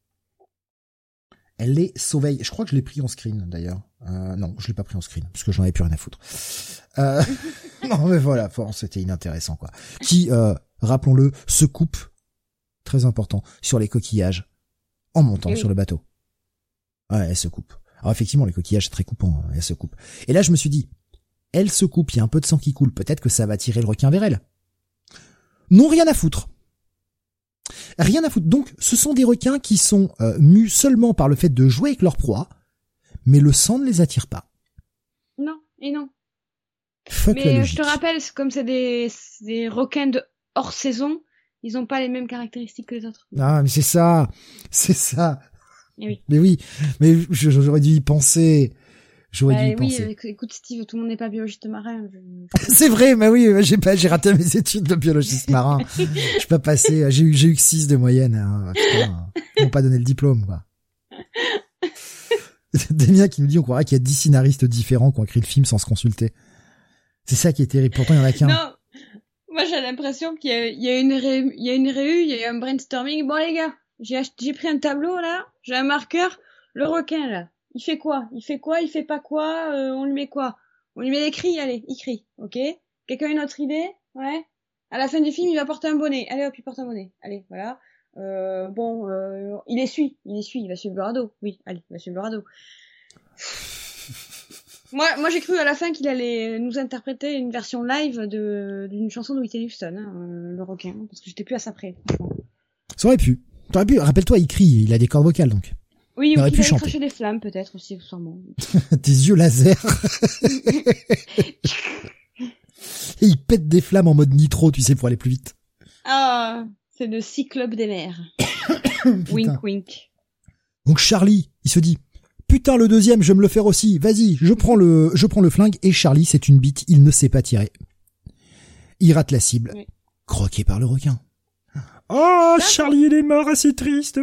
Elle les surveille. Je crois que je l'ai pris en screen d'ailleurs. Euh, non, je l'ai pas pris en screen parce que j'en avais plus rien à foutre. Euh, non, mais voilà, c'était inintéressant quoi. Qui, euh, rappelons-le, se coupe, très important, sur les coquillages en montant oui. sur le bateau. Ouais, elle se coupe. Alors effectivement, les coquillages c'est très coupant, elle se coupe. Et là, je me suis dit, elle se coupe, il y a un peu de sang qui coule, peut-être que ça va tirer le requin vers elle. Non, rien à foutre. Rien à foutre. Donc, ce sont des requins qui sont euh, mus seulement par le fait de jouer avec leur proie, mais le sang ne les attire pas. Non, et non. Fuck mais la euh, logique. Je te rappelle, comme c'est des, des requins de hors saison, ils ont pas les mêmes caractéristiques que les autres. Ah, mais c'est ça, c'est ça. Et oui. Mais oui, mais j'aurais dû y penser. J'aurais bah, dû y oui, penser. Euh, écoute Steve, tout le monde n'est pas biologiste marin. Je... c'est vrai, mais oui, j'ai pas, j'ai raté mes études de biologiste marin. Je suis pas passé, j'ai eu, j'ai eu que six de moyenne. Hein. Putain, ils m'ont pas donné le diplôme, quoi. Damien qui nous dit, on croirait qu'il y a dix scénaristes différents qui ont écrit le film sans se consulter. C'est ça qui est terrible. Pourtant, il y en a qu'un. Non. Moi, j'ai l'impression qu'il y a, il y a une réu, il y a une réu, il y a eu un brainstorming. Bon, les gars, j'ai acheté, j'ai pris un tableau, là, j'ai un marqueur, le requin, là. Il fait quoi? Il fait quoi? Il fait pas quoi? Euh, on lui met quoi? On lui met des cris, allez, il crie, ok? Quelqu'un a une autre idée? Ouais? À la fin du film, il va porter un bonnet. Allez hop, il porte un bonnet. Allez, voilà. Euh, bon, euh, il essuie, il essuie, il va suivre le radeau. Oui, allez, il va suivre le radeau. Moi, moi, j'ai cru à la fin qu'il allait nous interpréter une version live de d'une chanson de Whitney Houston, hein, euh, le requin, parce que j'étais plus à ça près. Franchement. Ça aurait pu. T'aurais pu. Rappelle-toi, il crie, il a des cordes vocales donc. Oui, il ou aurait qu'il pu allait chanter. cracher des flammes peut-être aussi, sûrement. Tes yeux laser. Et il pète des flammes en mode nitro, tu sais, pour aller plus vite. Ah, c'est le cyclope des mers. Wink, wink. Donc Charlie, il se dit. Putain, le deuxième, je vais me le faire aussi. Vas-y, je prends le, je prends le flingue et Charlie, c'est une bite, il ne sait pas tirer. Il rate la cible. Oui. Croqué par le requin. Oh, Charlie, il est mort, assez triste.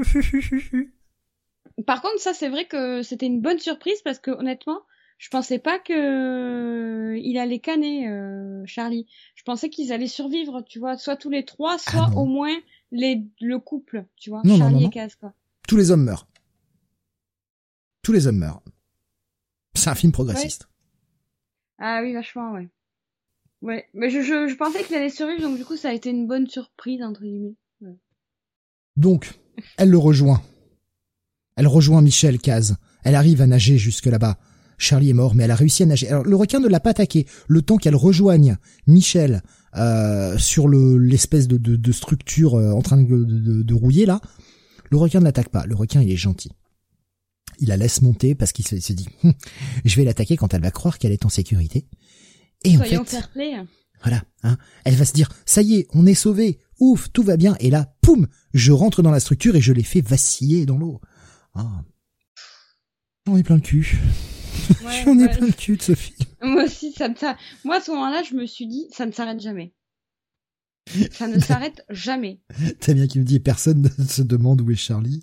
Par contre, ça, c'est vrai que c'était une bonne surprise parce que, honnêtement, je pensais pas que il allait canner, euh, Charlie. Je pensais qu'ils allaient survivre, tu vois, soit tous les trois, soit ah au moins les, le couple, tu vois, non, Charlie non, non, et Kaz, quoi. Tous les hommes meurent. Tous les hommes meurent. C'est un film progressiste. Ouais. Ah oui, vachement, ouais. Ouais, mais je, je, je pensais qu'il allait survivre, donc du coup, ça a été une bonne surprise, entre guillemets. Ouais. Donc, elle le rejoint. Elle rejoint Michel Kaz. Elle arrive à nager jusque là-bas. Charlie est mort, mais elle a réussi à nager. Alors, le requin ne l'a pas attaqué. Le temps qu'elle rejoigne Michel euh, sur le l'espèce de, de, de structure euh, en train de, de, de rouiller, là, le requin ne l'attaque pas. Le requin, il est gentil. Il la laisse monter parce qu'il se, se dit hm, je vais l'attaquer quand elle va croire qu'elle est en sécurité. Et Soyons en fait, fair play. Voilà, hein, elle va se dire ça y est, on est sauvé, ouf, tout va bien. Et là, poum, je rentre dans la structure et je les fais vaciller dans l'eau. Ah, j'en ai plein le cul. Ouais, j'en ai ouais. plein le cul de ce film. Moi aussi, ça me ça. Moi à ce moment-là, je me suis dit ça ne s'arrête jamais. Ça ne s'arrête jamais. T'as bien qui me dit personne ne se demande où est Charlie.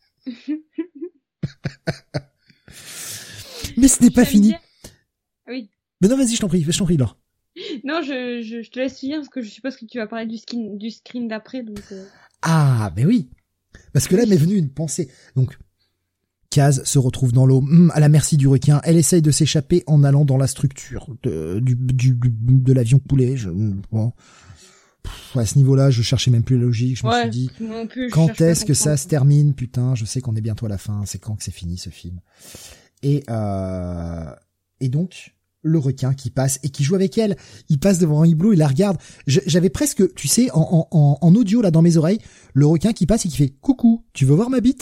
Mais ce n'est pas fini. Dire... Oui. Mais non, vas-y, je t'en prie, je t'en prie, Laure. Non, je, je, je te laisse finir parce que je suppose que tu vas parler du skin, du screen d'après, donc. Euh... Ah, mais oui. Parce que là m'est venue une pensée. Donc, Kaz se retrouve dans l'eau, hum, à la merci du requin. Elle essaye de s'échapper en allant dans la structure de, du, du, du de l'avion coulé. Je, bon. Pff, à ce niveau-là, je cherchais même plus la logique. Je ouais, me suis dit, plus, quand est-ce que ça se termine? Putain, je sais qu'on est bientôt à la fin. C'est quand que c'est fini, ce film? Et, euh, et donc, le requin qui passe et qui joue avec elle. Il passe devant un hublot, il la regarde. Je, j'avais presque, tu sais, en, en, en audio, là, dans mes oreilles, le requin qui passe et qui fait « Coucou, tu veux voir ma bite ?»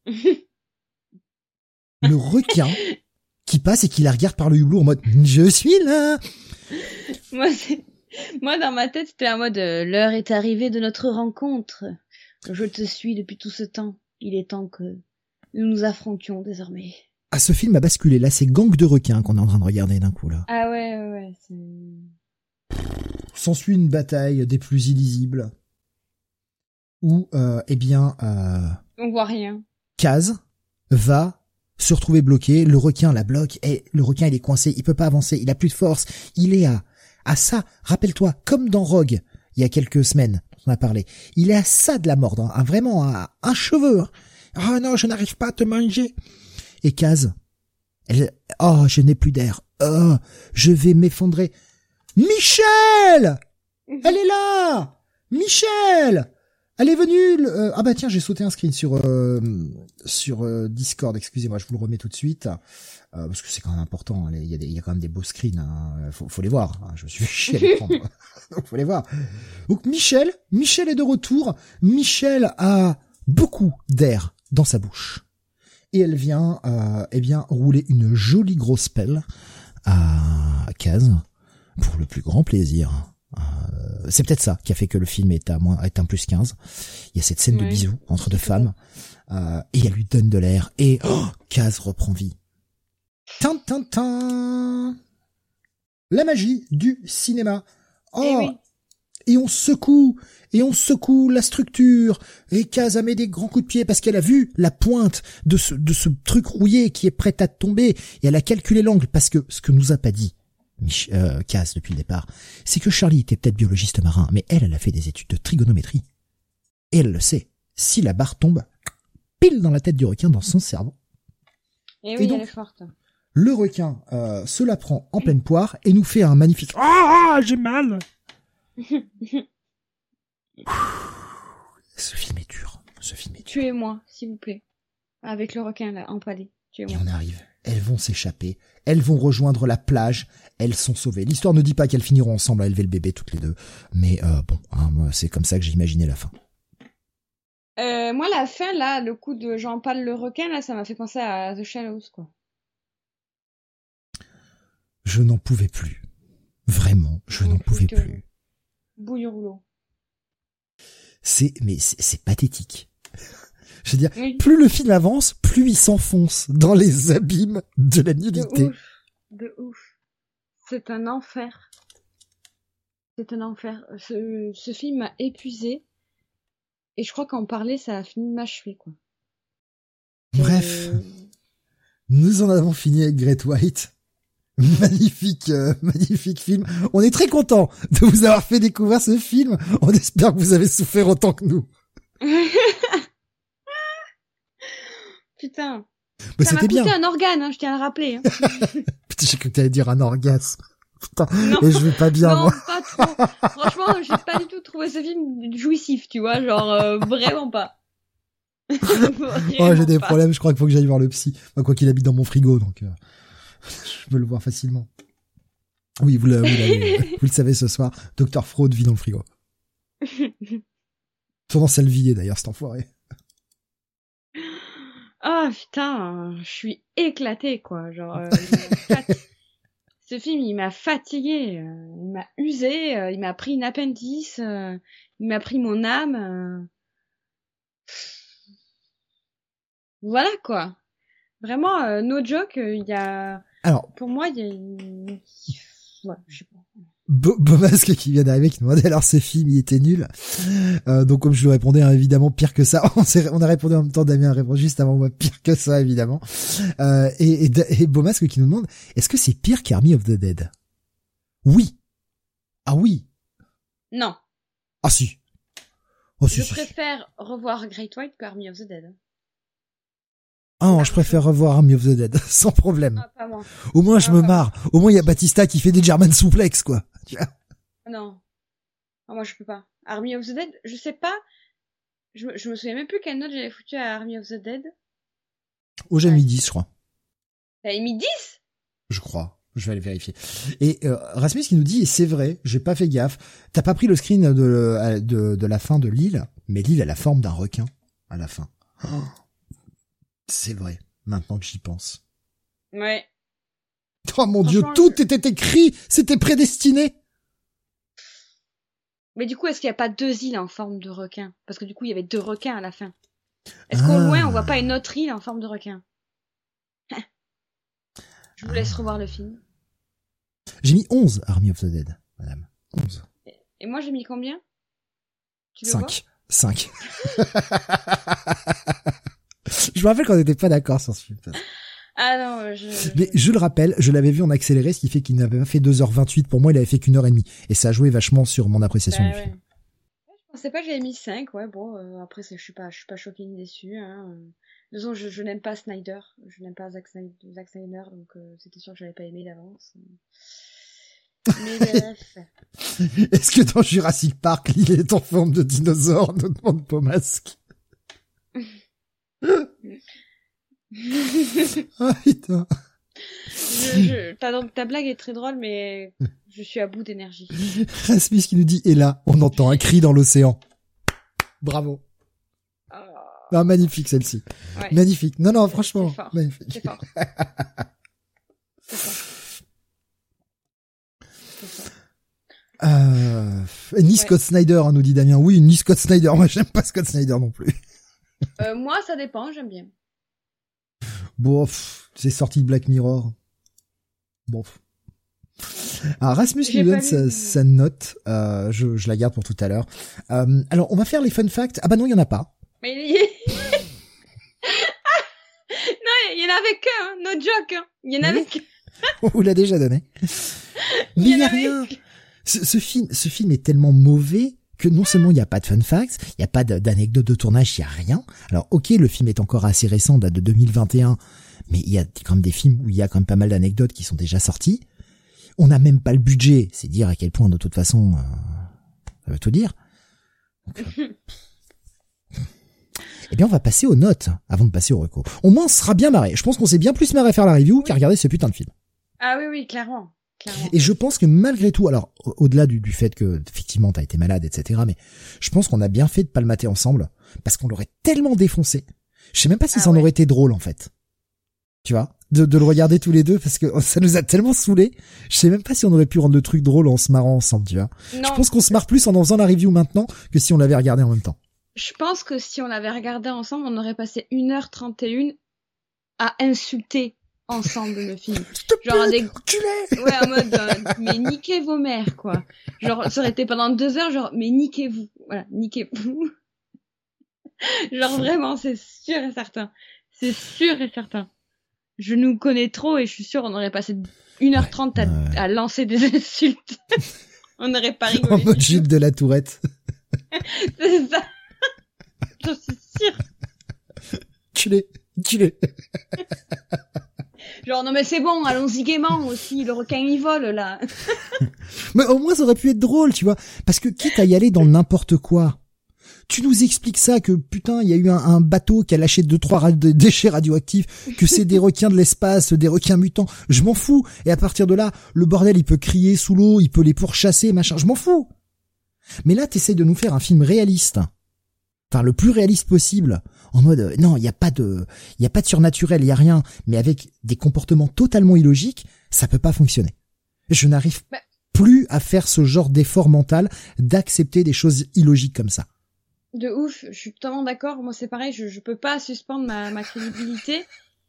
Le requin qui passe et qui la regarde par le hublot en mode « Je suis là !» Moi, c'est... Moi, dans ma tête, c'était en mode euh, « L'heure est arrivée de notre rencontre. Je te suis depuis tout ce temps. Il est temps que nous nous affrontions désormais. » Ah, ce film a basculé. Là, c'est Gang de requins qu'on est en train de regarder d'un coup, là. Ah ouais, ouais, ouais. C'est... S'ensuit une bataille des plus illisibles. Où, euh, eh bien... Euh, on voit rien. Kaz va se retrouver bloqué, le requin la bloque, et le requin il est coincé, il peut pas avancer, il a plus de force, il est à, à ça, rappelle-toi, comme dans Rogue, il y a quelques semaines, on a parlé, il est à ça de la mordre, hein, à vraiment à un cheveu, hein. Oh non, je n'arrive pas à te manger. Et Kaz, elle, oh, je n'ai plus d'air, oh, je vais m'effondrer. Michel! Elle est là! Michel! Elle est venue, euh, ah bah tiens, j'ai sauté un screen sur euh, sur euh, Discord, excusez-moi, je vous le remets tout de suite, euh, parce que c'est quand même important, il y a des, il y a quand même des beaux screens, hein, faut, faut les voir, hein, je me suis fait chier à les prendre, donc faut les voir. Donc Michel, Michel est de retour, Michel a beaucoup d'air dans sa bouche, et elle vient, euh, eh bien, rouler une jolie grosse pelle à Kaz, pour le plus grand plaisir. Euh, c'est peut-être ça qui a fait que le film est à moins, est un plus quinze. Il y a cette scène ouais, de bisous entre deux femmes, euh, et elle lui donne de l'air, et oh, Kaz reprend vie. Tin, tin, tin. La magie du cinéma. Oh, Eh oui. et on secoue, et on secoue la structure, et Kaz a mis des grands coups de pied parce qu'elle a vu la pointe de ce, de ce truc rouillé qui est prêt à tomber, et elle a calculé l'angle, parce que ce que nous a pas dit Mich- euh, Kaz depuis le départ, c'est que Charlie était peut-être biologiste marin, mais elle, elle a fait des études de trigonométrie. Et elle le sait. Si la barre tombe pile dans la tête du requin, dans son cerveau, Eh Et oui, donc, elle est forte. le requin euh, se la prend en pleine poire et nous fait un magnifique... Ah, j'ai mal. Ce film est dur. Ce film est dur. Tuez-moi, s'il vous plaît. Avec le requin, là, empalé. Et Tuez-moi. on arrive. Elles vont s'échapper. Elles vont rejoindre la plage. Elles sont sauvées. L'histoire ne dit pas qu'elles finiront ensemble à élever le bébé toutes les deux. Mais euh, bon, hein, moi, c'est comme ça que j'ai imaginé la fin. Euh, moi, la fin, là, le coup de j'empale le requin, là, ça m'a fait penser à The Shallows, quoi. Je n'en pouvais plus. Vraiment, je n'en pouvais plus. Bouillon rouleau. C'est, mais c'est, c'est pathétique. Je veux dire, Oui. plus le film avance, plus il s'enfonce dans les abîmes de la De nudité. ouf. De ouf. C'est un enfer. C'est un enfer. Ce, ce film m'a épuisé. Et je crois qu'en parler, ça a fini de m'achever, quoi. Bref, Euh, nous en avons fini avec Great White. Magnifique, euh, magnifique film. On est très content de vous avoir fait découvrir ce film. On espère que vous avez souffert autant que nous. Putain. Mais Ça m'a c'était coûté bien. un organe, hein, je tiens à le rappeler. Hein. Putain, j'ai cru que t'allais dire un orgasme. Putain, Non. et je vais pas bien, non, moi. pas trop. Franchement, j'ai pas du tout trouvé ce film jouissif, tu vois, genre euh, vraiment pas. Oh, j'ai des pas. problèmes, je crois qu'il faut que j'aille voir le psy. Enfin, quoi qu'il habite dans mon frigo, donc euh, je peux le voir facilement. Oui, vous, le, vous, l'avez, vous le savez ce soir, Docteur Freud vit dans le frigo. Tendance à le vider d'ailleurs, cet enfoiré. Ah putain, je suis éclatée, quoi. Genre, euh, il m'a fat- ce film, il m'a fatiguée, euh, il m'a usée, euh, il m'a pris une appendice, euh, il m'a pris mon âme. euh. Voilà, quoi. Vraiment, euh, no joke, euh, il y a... Alors, Pour moi, il y a une... Ouais, je sais pas. Beau, Beau Masque qui vient d'arriver, qui nous demandait alors ce film, il était nul. Euh, donc comme je lui répondais, hein, évidemment pire que ça. On, s'est, on a répondu en même temps, Damien a répondu juste avant moi, pire que ça évidemment. Euh, et, et, et Beau Masque qui nous demande, est-ce que c'est pire qu'Army of the Dead? Oui. Ah oui. Non, Ah si. Oh si, je si, si. préfère revoir Great White que Army of the Dead. Ah non, je préfère revoir Army of the Dead, sans problème. Ah, pas moi. Au moins je ah, me pas marre. Au moins il y a Batista qui fait des German suplex quoi. Non. Ah, moi, je peux pas. Army of the Dead, je sais pas. Je, me- je me souviens même plus quelle note j'avais foutu à Army of the Dead. Oh j'ai mis dix je crois. T'avais mis dix? Je crois. Je vais aller vérifier. Et euh, Rasmus qui nous dit, et c'est vrai, j'ai pas fait gaffe, t'as pas pris le screen de, de, de la fin de l'île, mais l'île a la forme d'un requin à la fin. Oh, c'est vrai, maintenant que j'y pense. Ouais. Oh mon dieu, Franchement, tout je- était écrit, c'était prédestiné. Mais du coup, est-ce qu'il y a pas deux îles en forme de requin? Parce que du coup, il y avait deux requins à la fin. Est-ce qu'au Ah. loin, on voit pas une autre île en forme de requin? Je vous laisse revoir le film. J'ai mis onze Army of the Dead, madame. onze. Et moi, j'ai mis combien? Tu veux cinq. cinq. Je me rappelle qu'on n'était pas d'accord sur ce film. Ah non, je... je... Mais je le rappelle, je l'avais vu en accéléré, ce qui fait qu'il n'avait pas fait deux heures vingt-huit. Pour moi, il avait fait qu'une heure et demie. Et ça a joué vachement sur mon appréciation bah, du ouais. film. Je pensais pas que j'avais mis cinq, ouais, bon, euh, après, je suis pas, je suis pas choquée ni déçue, hein. De toute façon, je, je n'aime pas Snyder, je n'aime pas Zack Snyder, Zack Snyder donc euh, c'était sûr que j'allais pas aimer d'avance. Mais bref. Est-ce que dans Jurassic Park, il est en forme de dinosaure, nous demande Pomasque. Ah putain. Je, je, ta, ta blague est très drôle, mais je suis à bout d'énergie. Rasmus qui nous dit, et là, on entend un cri dans l'océan. Bravo. Oh. Ah, magnifique celle-ci. Ouais. Magnifique. Non, non, franchement, c'est fort. magnifique. C'est fort. C'est fort. C'est fort. Euh, ni Ouais. Scott Snyder, hein, nous dit Damien. Oui, ni Scott Snyder. Moi, j'aime pas Scott Snyder non plus. Euh, moi, ça dépend, j'aime bien. Bon, pff, c'est sorti de Black Mirror. Bon. pff. Alors, Rasmus J'ai nous pas donne sa, lu. sa note. Euh, je, je la garde pour tout à l'heure. Euh, alors, on va faire les fun facts. Ah bah non, il y en a pas. Mais il y... Non, il y en avait qu'un, hein, no joke, hein. Il y en avait qu'un. On vous l'a déjà donné. Mais il y a rien. Ce, ce film, ce film est tellement mauvais que non seulement il n'y a pas de fun facts, il n'y a pas de- d'anecdotes de tournage, il n'y a rien. Alors ok, le film est encore assez récent, date de deux mille vingt et un, mais il y a quand même des films où il y a quand même pas mal d'anecdotes qui sont déjà sorties. On n'a même pas le budget, c'est dire à quel point de toute façon, euh, ça veut tout dire. Donc, euh, eh bien on va passer aux notes avant de passer au reco. Au moins on sera bien marré. Je pense qu'on s'est bien plus marré à faire la review qu'à regarder ce putain de film. Ah oui, oui, clairement. clairement. Et je pense que malgré tout, alors au- au-delà du, du fait que effectivement t'as été malade, et cetera, mais je pense qu'on a bien fait de pas le mater ensemble parce qu'on l'aurait tellement défoncé. Je sais même pas si Ah ça en ouais. aurait été drôle en fait. Tu vois, de, de le regarder tous les deux parce que ça nous a tellement saoulés. Je sais même pas si on aurait pu rendre le truc drôle en se marrant ensemble. Tu vois. Non, Je pense qu'on se marre plus en en faisant la review maintenant que si on l'avait regardé en même temps. je pense que si on l'avait regardé ensemble, on aurait passé une heure trente et une à insulter ensemble le film. Genre à des... Enculé. Ouais, en mode, euh, mais niquez vos mères, quoi. Genre, ça aurait été pendant deux heures, genre, mais niquez-vous. Voilà, niquez-vous. Genre, vraiment, c'est sûr et certain. C'est sûr et certain. Je nous connais trop et je suis sûre on aurait passé une heure trente à, Ouais. à lancer des insultes. On n'aurait pas rigolé. En mode du tout. Gilles de la Tourette. C'est ça. Je suis sûre. Enculé. Enculé. Genre, non mais c'est bon, allons-y gaiement aussi, le requin il vole, là. Mais au moins ça aurait pu être drôle, tu vois. Parce que quitte à y aller dans le n'importe quoi, tu nous expliques ça, que putain, il y a eu un, un bateau qui a lâché deux, trois ra- de- déchets radioactifs, que c'est des requins de l'espace, des requins mutants. Je m'en fous. Et à partir de là, le bordel, il peut crier sous l'eau, il peut les pourchasser, machin. Je m'en fous. Mais là, t'essayes de nous faire un film réaliste. Enfin, le plus réaliste possible. En mode, euh, non, il y a pas de, il y a pas de surnaturel, il y a rien. Mais avec des comportements totalement illogiques, ça peut pas fonctionner. Je n'arrive Bah. plus à faire ce genre d'effort mental d'accepter des choses illogiques comme ça. De ouf, je suis totalement d'accord. Moi, c'est pareil, je, je peux pas suspendre ma, ma crédibilité.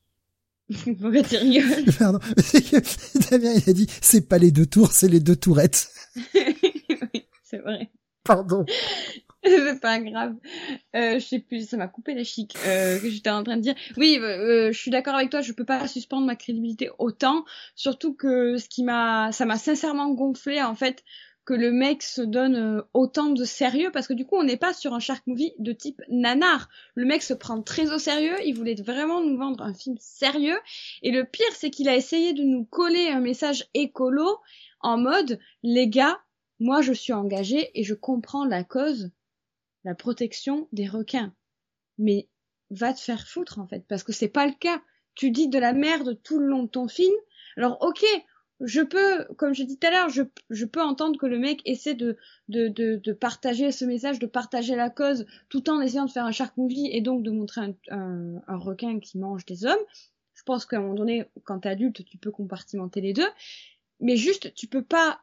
Pourquoi tu rigoles? Pardon. Damien, il a dit, c'est pas les deux tours, c'est les deux tourettes. Oui, c'est vrai. Pardon. C'est pas grave. Euh, je sais plus, ça m'a coupé les chics euh, que j'étais en train de dire. Oui, euh, je suis d'accord avec toi, je peux pas suspendre ma crédibilité autant, surtout que ce qui m'a, ça m'a sincèrement gonflé en fait que le mec se donne euh, autant de sérieux parce que du coup on n'est pas sur un shark movie de type nanar. Le mec se prend très au sérieux, il voulait vraiment nous vendre un film sérieux et le pire c'est qu'il a essayé de nous coller un message écolo en mode les gars, moi je suis engagé et je comprends la cause. La protection des requins. Mais va te faire foutre en fait, parce que c'est pas le cas. Tu dis de la merde tout le long de ton film. Alors ok, je peux, comme je dis tout à l'heure, je, je peux entendre que le mec essaie de, de, de, de partager ce message, de partager la cause, tout en essayant de faire un shark movie et donc de montrer un, un, un requin qui mange des hommes. Je pense qu'à un moment donné, quand t'es adulte, tu peux compartimenter les deux. Mais juste, tu peux pas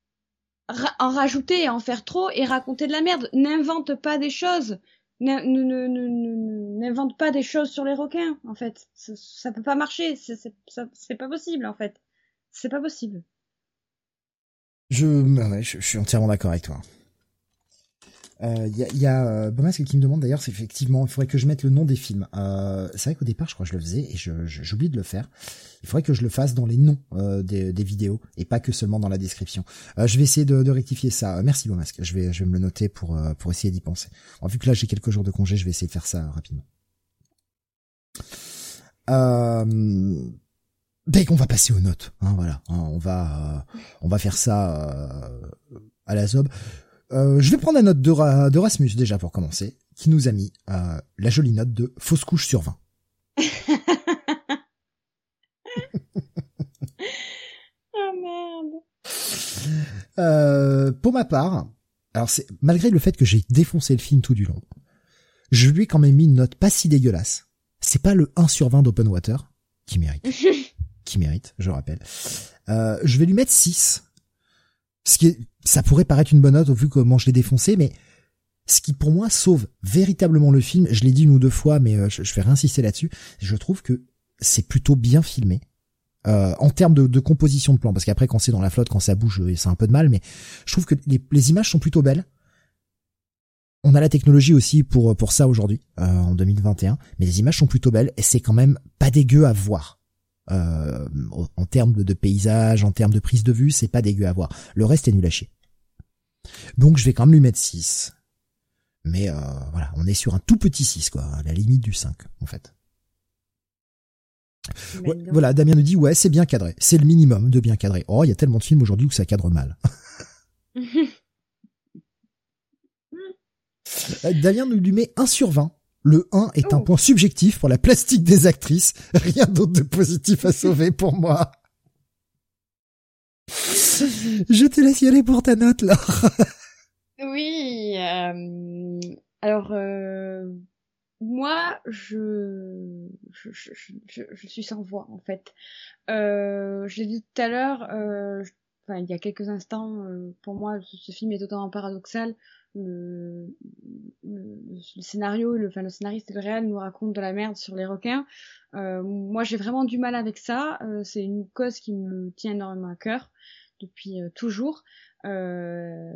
Ra- en rajouter et en faire trop et raconter de la merde. N'invente pas des choses. N'in- ne- ne- ne- ne- N'invente pas des choses sur les requins, en fait. Ça, ça peut pas marcher. C'est, c'est, ça- c'est pas possible, en fait. C'est pas possible. Je, ouais, je, je suis entièrement d'accord avec toi. Il euh, y a, y a euh, Bomasque qui me demande d'ailleurs, c'est effectivement, il faudrait que je mette le nom des films. Euh, c'est vrai qu'au départ, je crois que je le faisais et je, je, j'oublie de le faire. Il faudrait que je le fasse dans les noms euh, des, des vidéos et pas que seulement dans la description. Euh, je vais essayer de, de rectifier ça. Merci Bomasque. Je vais, je vais me le noter pour euh, pour essayer d'y penser. Bon, vu que là j'ai quelques jours de congé, je vais essayer de faire ça rapidement. Euh, dès qu'on va passer aux notes, hein, voilà, hein, on va euh, on va faire ça euh, à la zob. Euh, je vais prendre la note de, Ra- de Rasmus déjà pour commencer, qui nous a mis euh, la jolie note de fausse couche sur vingt. Oh merde. Euh, pour ma part, alors c'est malgré le fait que j'ai défoncé le film tout du long, je lui ai quand même mis une note pas si dégueulasse. C'est pas le un sur vingt d'Open Water qui mérite, qui mérite, je rappelle. Euh, je vais lui mettre six. Ce qui est, ça pourrait paraître une bonne note au vu comment je l'ai défoncé, mais ce qui pour moi sauve véritablement le film, je l'ai dit une ou deux fois, mais je, je vais réinsister là-dessus, je trouve que c'est plutôt bien filmé. Euh, en termes de, de composition de plan, parce qu'après quand c'est dans la flotte, quand ça bouge, c'est un peu de mal, mais je trouve que les, les images sont plutôt belles. On a la technologie aussi pour pour ça aujourd'hui, euh, en deux mille vingt et un, mais les images sont plutôt belles et c'est quand même pas dégueu à voir. Euh, en termes de, de paysage, en termes de prise de vue, c'est pas dégueu à voir. Le reste est nul à chier. Donc je vais quand même lui mettre six. Mais euh, voilà, on est sur un tout petit six, quoi, à la limite du cinq, en fait. Ouais, voilà, Damien nous dit, ouais, c'est bien cadré. C'est le minimum de bien cadré. Oh, il y a tellement de films aujourd'hui où ça cadre mal. Damien nous lui met un sur vingt. Le un est un oh. point subjectif pour la plastique des actrices. Rien d'autre de positif à sauver pour moi. Je te laisse y aller pour ta note, là. Oui, euh, alors euh, moi je je, je je je suis sans voix en fait. Euh, je l'ai dit tout à l'heure, euh, je- enfin il y a quelques instants, euh, pour moi ce, ce film est totalement paradoxal. Le, le, le scénario, le, enfin le scénariste et le réal nous racontent de la merde sur les requins. Euh, moi j'ai vraiment du mal avec ça. Euh, c'est une cause qui me tient énormément à cœur depuis euh, toujours. Euh,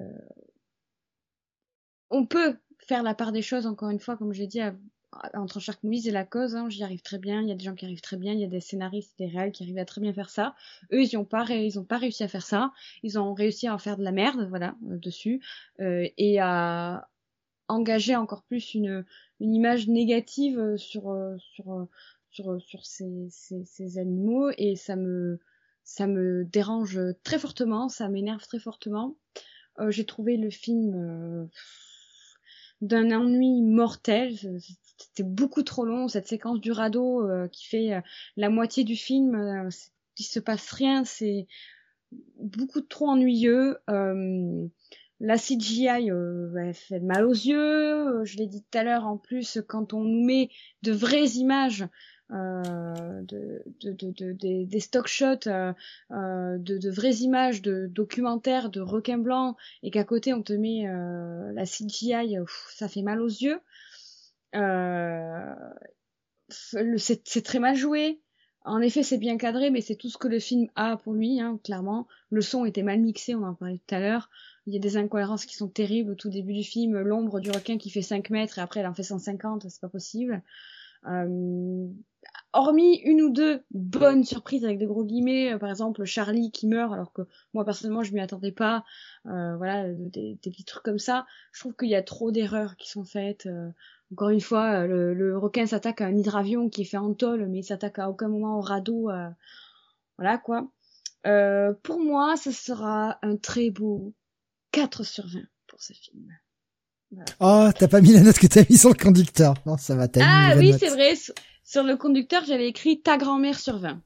on peut faire la part des choses, encore une fois, comme je l'ai dit, à- à- entre Shark Movies et la cause, hein, j'y arrive très bien, il y a des gens qui arrivent très bien, il y a des scénaristes, des réals qui arrivent à très bien faire ça. Eux, ils ont pas, ré- ils ont pas réussi à faire ça, ils ont réussi à en faire de la merde, voilà, euh, dessus, euh, et à engager encore plus une, une image négative euh, sur, euh, sur, euh, sur, euh, sur ces, ces, ces animaux, et ça me, ça me dérange très fortement, ça m'énerve très fortement. Euh, j'ai trouvé le film euh, d'un ennui mortel. C'était beaucoup trop long, cette séquence du radeau euh, qui fait euh, la moitié du film. Euh, c'est- il se passe rien, c'est beaucoup trop ennuyeux. Euh, la C G I euh, elle fait mal aux yeux. Euh, Je l'ai dit tout à l'heure, en plus, quand on nous met de vraies images, euh, de, de, de, de- des, des stock shots, euh, euh, de, de vraies images de documentaires de requins blancs, et qu'à côté on te met euh, la C G I, pff, ça fait mal aux yeux. Euh, le- c'est c'est très mal joué. En effet, c'est bien cadré, mais c'est tout ce que le film a pour lui, hein, clairement. Le son était mal mixé, on en parlait tout à l'heure. Il y a des incohérences qui sont terribles au tout début du film. L'ombre du requin qui fait cinq mètres et après elle en fait cent cinquante, c'est pas possible. Euh, hormis une ou deux bonnes surprises avec des gros guillemets, euh, par exemple Charlie qui meurt alors que moi personnellement je m'y attendais pas, euh, voilà, des, des petits trucs comme ça. Je trouve qu'il y a trop d'erreurs qui sont faites. Euh, encore une fois, euh, le, le requin s'attaque à un hydravion qui est fait en tôle, mais il s'attaque à aucun moment au radeau. Euh, voilà quoi. Euh, pour moi, ce sera un très beau quatre sur vingt pour ce film. Voilà. Oh, t'as pas mis la note que t'as mis sur le conducteur. Non, ça va, t'as mis Ah une vraie oui, note. c'est vrai. Sur- Sur le conducteur, j'avais écrit ta grand-mère sur vingt.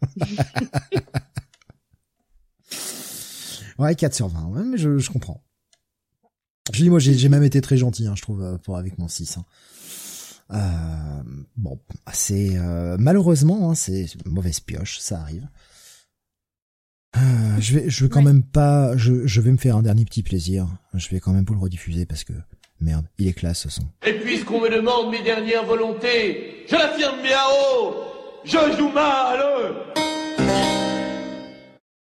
Ouais, quatre sur vingt. Ouais, mais je, je comprends. Je dis, moi, j'ai, j'ai même été très gentil, hein, je trouve, euh, pour avec mon six. Hein. Euh, bon, c'est euh, malheureusement, hein, c'est une mauvaise pioche, ça arrive. Euh, je vais, je vais quand Ouais. même pas, je, je vais me faire un dernier petit plaisir. Je vais quand même vous le rediffuser parce que merde, il est classe ce son. Et puisqu'on me demande mes dernières volontés, je l'affirme bien haut, je joue mal.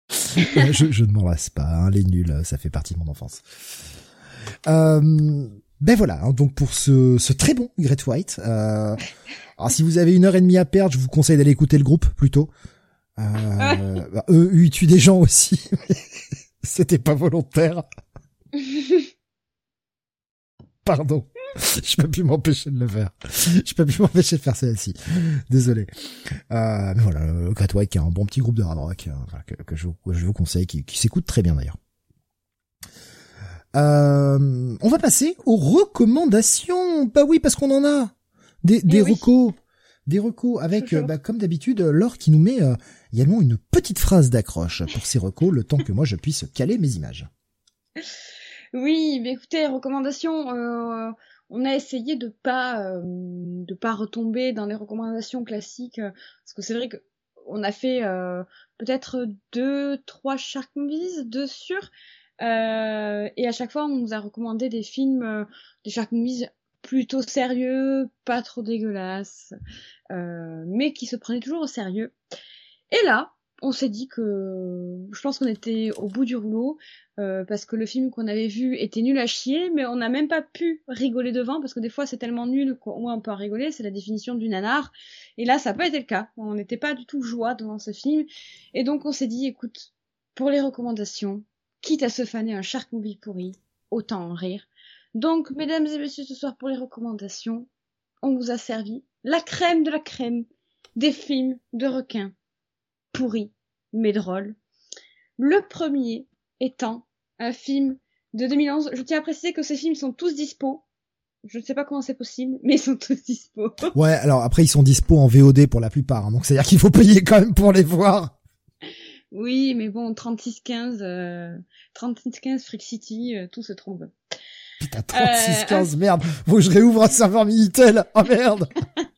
je, je ne m'en lasse pas, hein, les nuls, ça fait partie de mon enfance. Euh, Ben voilà, hein, donc pour ce, ce très bon Great White. Euh, alors si vous avez une heure et demie à perdre, je vous conseille d'aller écouter le groupe plutôt. Euh, bah, eux, eux, ils tuent des gens aussi. C'était pas volontaire. Pardon. Je peux plus m'empêcher de le faire. Je peux plus m'empêcher de faire celle-ci. Désolé. Euh, mais voilà, le Great White qui est un bon petit groupe de hard rock, euh, voilà, que, que, je, que je vous conseille, qui, qui s'écoute très bien d'ailleurs. Euh, on va passer aux recommandations. Bah oui, parce qu'on en a des, des oui. recos, des recos avec, euh, bah, comme d'habitude, Laure qui nous met euh, également une petite phrase d'accroche pour ces recos, le temps que moi je puisse caler mes images. Oui, mais écoutez, recommandations, euh, on a essayé de pas euh, de pas retomber dans les recommandations classiques, euh, parce que c'est vrai que on a fait euh, peut-être deux, trois shark movies, deux sûrs, euh, et à chaque fois on nous a recommandé des films, euh, des shark movies plutôt sérieux, pas trop dégueulasses, euh, mais qui se prenaient toujours au sérieux. Et là, on s'est dit que je pense qu'on était au bout du rouleau, euh, parce que le film qu'on avait vu était nul à chier, mais on n'a même pas pu rigoler devant, parce que des fois c'est tellement nul qu'au moins on peut en rigoler, c'est la définition du nanar. Et là, ça n'a pas été le cas. On n'était pas du tout joie devant ce film. Et donc on s'est dit, écoute, pour les recommandations, quitte à se faner un shark movie pourri, autant en rire. Donc, mesdames et messieurs, ce soir pour les recommandations, on vous a servi la crème de la crème des films de requins pourris, mais drôles. Le premier étant un film de deux mille onze. Je tiens à préciser que ces films sont tous dispo. Je ne sais pas comment c'est possible, mais ils sont tous dispo. Ouais, alors après ils sont dispo en V O D pour la plupart, hein, donc c'est-à-dire qu'il faut payer quand même pour les voir. Oui, mais bon, trente-six quinze, euh, trente-six quinze Freak City, euh, tout se trouve. Putain, trente-six quinze, euh, merde, faut que je réouvre un serveur Minitel, oh merde.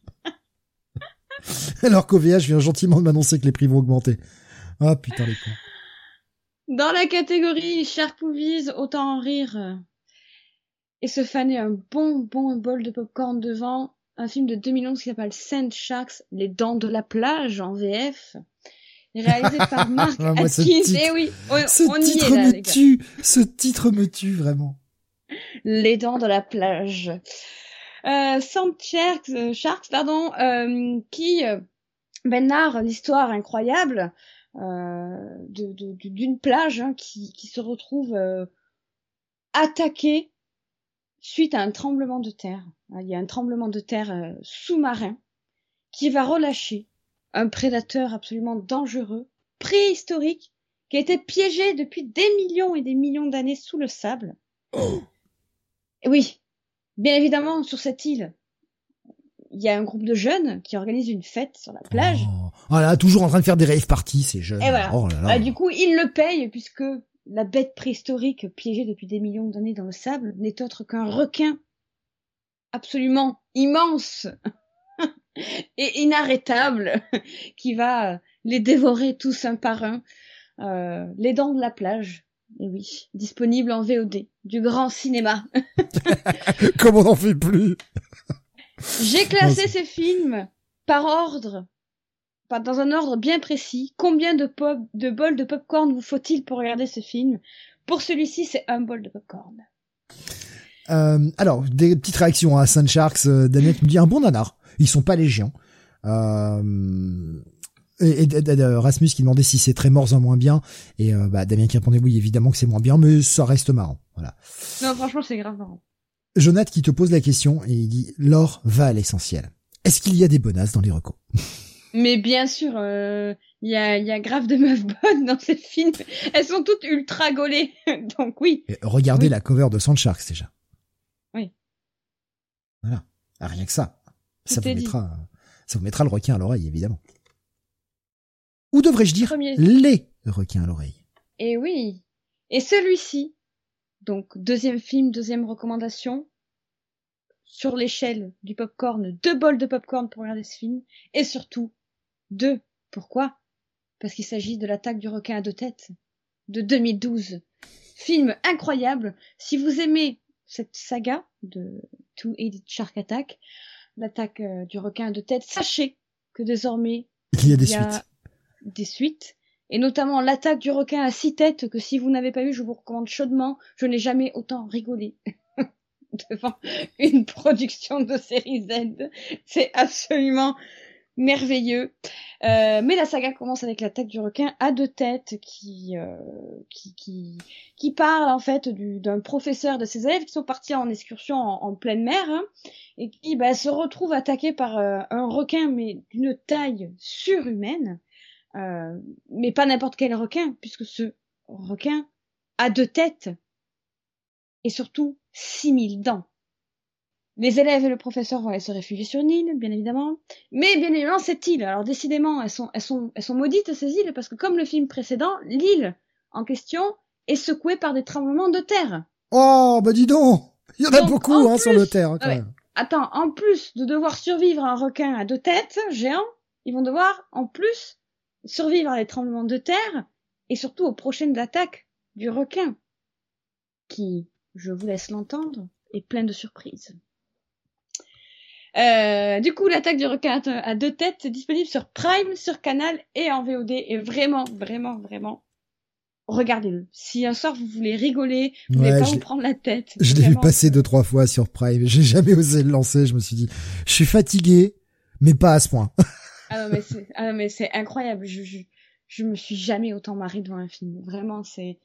Alors qu'O V H vient gentiment de m'annoncer que les prix vont augmenter. Ah putain les cons. Dans la catégorie Shark Movies, autant en rire et se faner un bon bon bol de popcorn devant un film de deux mille onze qui s'appelle Sand Sharks, Les Dents de la Plage en V F, réalisé par Mark ah, moi, Atkins. Titre, eh oui, on, ce on y titre est là, me les gars. tue, ce titre me tue vraiment. Les Dents de la Plage. Euh, Sand Sharks, euh, Sharks pardon, euh, qui euh, ben, narre l'histoire incroyable euh, de, de, de, d'une plage hein, qui, qui se retrouve euh, attaquée suite à un tremblement de terre. Il y a un tremblement de terre euh, sous-marin qui va relâcher un prédateur absolument dangereux, préhistorique, qui a été piégé depuis des millions et des millions d'années sous le sable. Oh. Et oui, bien évidemment, sur cette île, il y a un groupe de jeunes qui organise une fête sur la plage. Oh, oh là, toujours en train de faire des rave parties, ces jeunes. Et voilà. Oh là là. Ah, du coup, ils le payent puisque la bête préhistorique piégée depuis des millions d'années dans le sable n'est autre qu'un requin absolument immense et inarrêtable qui va les dévorer tous un par un. Euh, les Dents de la Plage. Et oui, disponible en V O D du grand cinéma. Comme on n'en fait plus. J'ai classé ces films par ordre, pas dans un ordre bien précis. Combien de, pop, de bols de popcorn vous faut-il pour regarder ce film? Pour celui-ci, c'est un bol de popcorn. Euh, alors, des petites réactions à Sand Sharks. Euh, Daniel nous dit un bon nanar. Ils sont pas légions. Euh, et, et, et Rasmus qui demandait si c'est très morts en moins bien. Et euh, bah, Damien qui répondait oui, évidemment que c'est moins bien, mais ça reste marrant. Voilà. Non, franchement, c'est grave marrant. Jonathan qui te pose la question et il dit Laure va à l'essentiel. Est-ce qu'il y a des bonasses dans les recos? Mais bien sûr, il euh, y a, y a grave de meufs bonnes dans ces films. Elles sont toutes ultra gaulées, donc oui. Et regardez oui. la cover de Sand Sharks déjà. Oui. Voilà. Ah, rien que ça. Ça Tout vous est mettra, dit. ça vous mettra le requin à l'oreille, évidemment. Ou devrais-je dire Premier. les requins à l'oreille. Et oui. Et celui-ci, donc deuxième film, deuxième recommandation, sur l'échelle du popcorn, deux bols de popcorn pour regarder ce film, et surtout, deux. Pourquoi? Parce qu'il s'agit de l'attaque du requin à deux têtes, de deux mille douze. Film incroyable. Si vous aimez cette saga de Two-Headed Shark Attack, l'attaque euh, du requin à deux têtes, sachez que désormais, il y a des il y a suites. Des suites. Et notamment l'attaque du requin à six têtes, que si vous n'avez pas eu, je vous recommande chaudement. Je n'ai jamais autant rigolé. devant une production de série Z. C'est absolument merveilleux. Euh, mais la saga commence avec l'attaque du requin à deux têtes qui euh, qui qui qui parle en fait du, d'un professeur de ses élèves qui sont partis en excursion en, en pleine mer hein, et qui bah, se retrouvent attaqués par euh, un requin mais d'une taille surhumaine, euh, mais pas n'importe quel requin puisque ce requin a deux têtes et surtout six mille dents. Les élèves et le professeur vont aller se réfugier sur une île, bien évidemment. Mais bien évidemment, cette île, alors décidément, elles sont, elles sont, elles sont maudites, ces îles, parce que comme le film précédent, l'île en question est secouée par des tremblements de terre. Oh, bah dis donc! Il y en a Donc, beaucoup, en hein, plus, sur le terre, quand ouais. même. Attends, en plus de devoir survivre à un requin à deux têtes, géant, ils vont devoir, en plus, survivre à les tremblements de terre, et surtout aux prochaines attaques du requin, qui, je vous laisse l'entendre, est plein de surprises. Euh, du coup, l'attaque du requin à deux têtes est disponible sur Prime, sur Canal et en V O D. Et vraiment, vraiment, vraiment, regardez-le. Si un soir vous voulez rigoler, vous Ouais, voulez pas je vous l'ai- prendre la tête. Je l'ai vu vraiment, passer deux, trois fois sur Prime. J'ai jamais osé le lancer. Je me suis dit, je suis fatigué, mais pas à ce point. Ah non, mais c'est, ah non, mais c'est incroyable. Je, je, je me suis jamais autant marrée devant un film. Vraiment, c'est,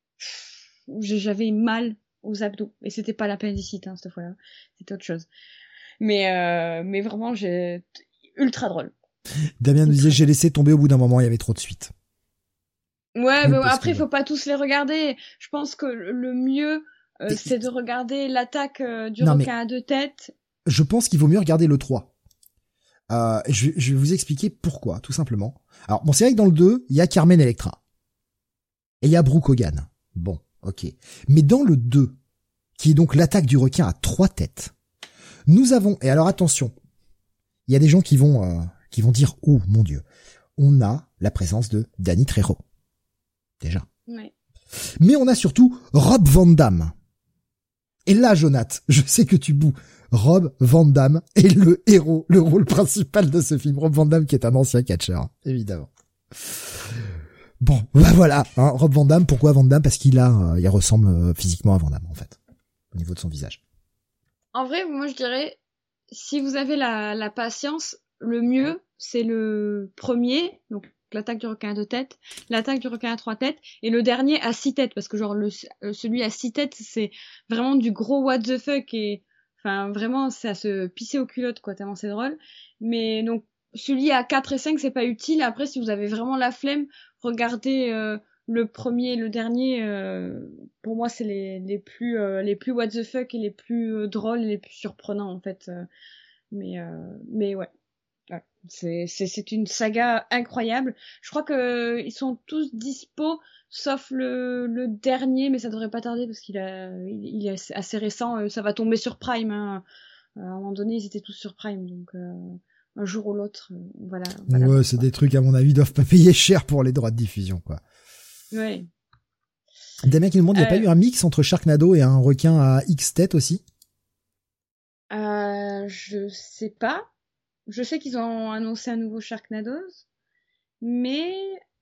je- j'avais mal aux abdos. Et c'était pas l'appendicite, hein, cette fois-là. C'était autre chose. Mais, euh, mais vraiment, j'ai, ultra drôle. Damien nous disait, j'ai laissé tomber au bout d'un moment, il y avait trop de suites. Ouais, Oui, mais parce après, que- faut pas tous les regarder. Je pense que le mieux, euh, Et- c'est de regarder l'attaque euh, du Non, requin à deux têtes. Je pense qu'il vaut mieux regarder le trois. Euh, je, je vais vous expliquer pourquoi, tout simplement. Alors, bon, c'est vrai que dans le deux, il y a Carmen Electra. Et il y a Brooke Hogan. Bon, ok. Mais dans le deux, qui est donc l'attaque du requin à trois têtes, nous avons, et alors attention, il y a des gens qui vont, euh, qui vont dire, oh mon Dieu, on a la présence de Danny Trejo. Déjà. Ouais. Mais on a surtout Rob Van Dam. Et là, Jonath, je sais que tu boues. Rob Van Dam est le héros, le rôle principal de ce film. Rob Van Dam qui est un ancien catcheur, évidemment. Bon, bah voilà, hein, Rob Van Dam. Pourquoi Van Dam? Parce qu'il a, euh, il ressemble euh, physiquement à Van Dam, en fait, au niveau de son visage. En vrai, moi, je dirais, si vous avez la, la patience, le mieux, c'est le premier, donc l'attaque du requin à deux têtes, l'attaque du requin à trois têtes, et le dernier à six têtes, parce que genre le celui à six têtes, c'est vraiment du gros what the fuck, et enfin vraiment, c'est à se pisser aux culottes, quoi, tellement c'est drôle. Mais donc, celui à quatre et cinq, c'est pas utile. Après, si vous avez vraiment la flemme, regardez euh, le premier et le dernier. Euh, pour moi, c'est les, les plus euh, les plus what the fuck et les plus euh, drôles et les plus surprenants, en fait. Euh, mais euh, mais ouais. Ouais. C'est, c'est, c'est une saga incroyable. Je crois que ils sont tous dispo, sauf le, le dernier, mais ça devrait pas tarder parce qu'il a, il, il est assez récent. Ça va tomber sur Prime. Hein. À un moment donné, ils étaient tous sur Prime, donc euh, un jour ou l'autre, voilà. voilà Ouais, c'est des trucs à mon avis doivent pas payer cher pour les droits de diffusion, quoi. Ouais. Damien qui nous demande, il n'y a Euh, pas eu un mix entre Sharknado et un requin à X têtes aussi? Euh, je sais pas. Je sais qu'ils ont annoncé un nouveau Sharknadoes, mais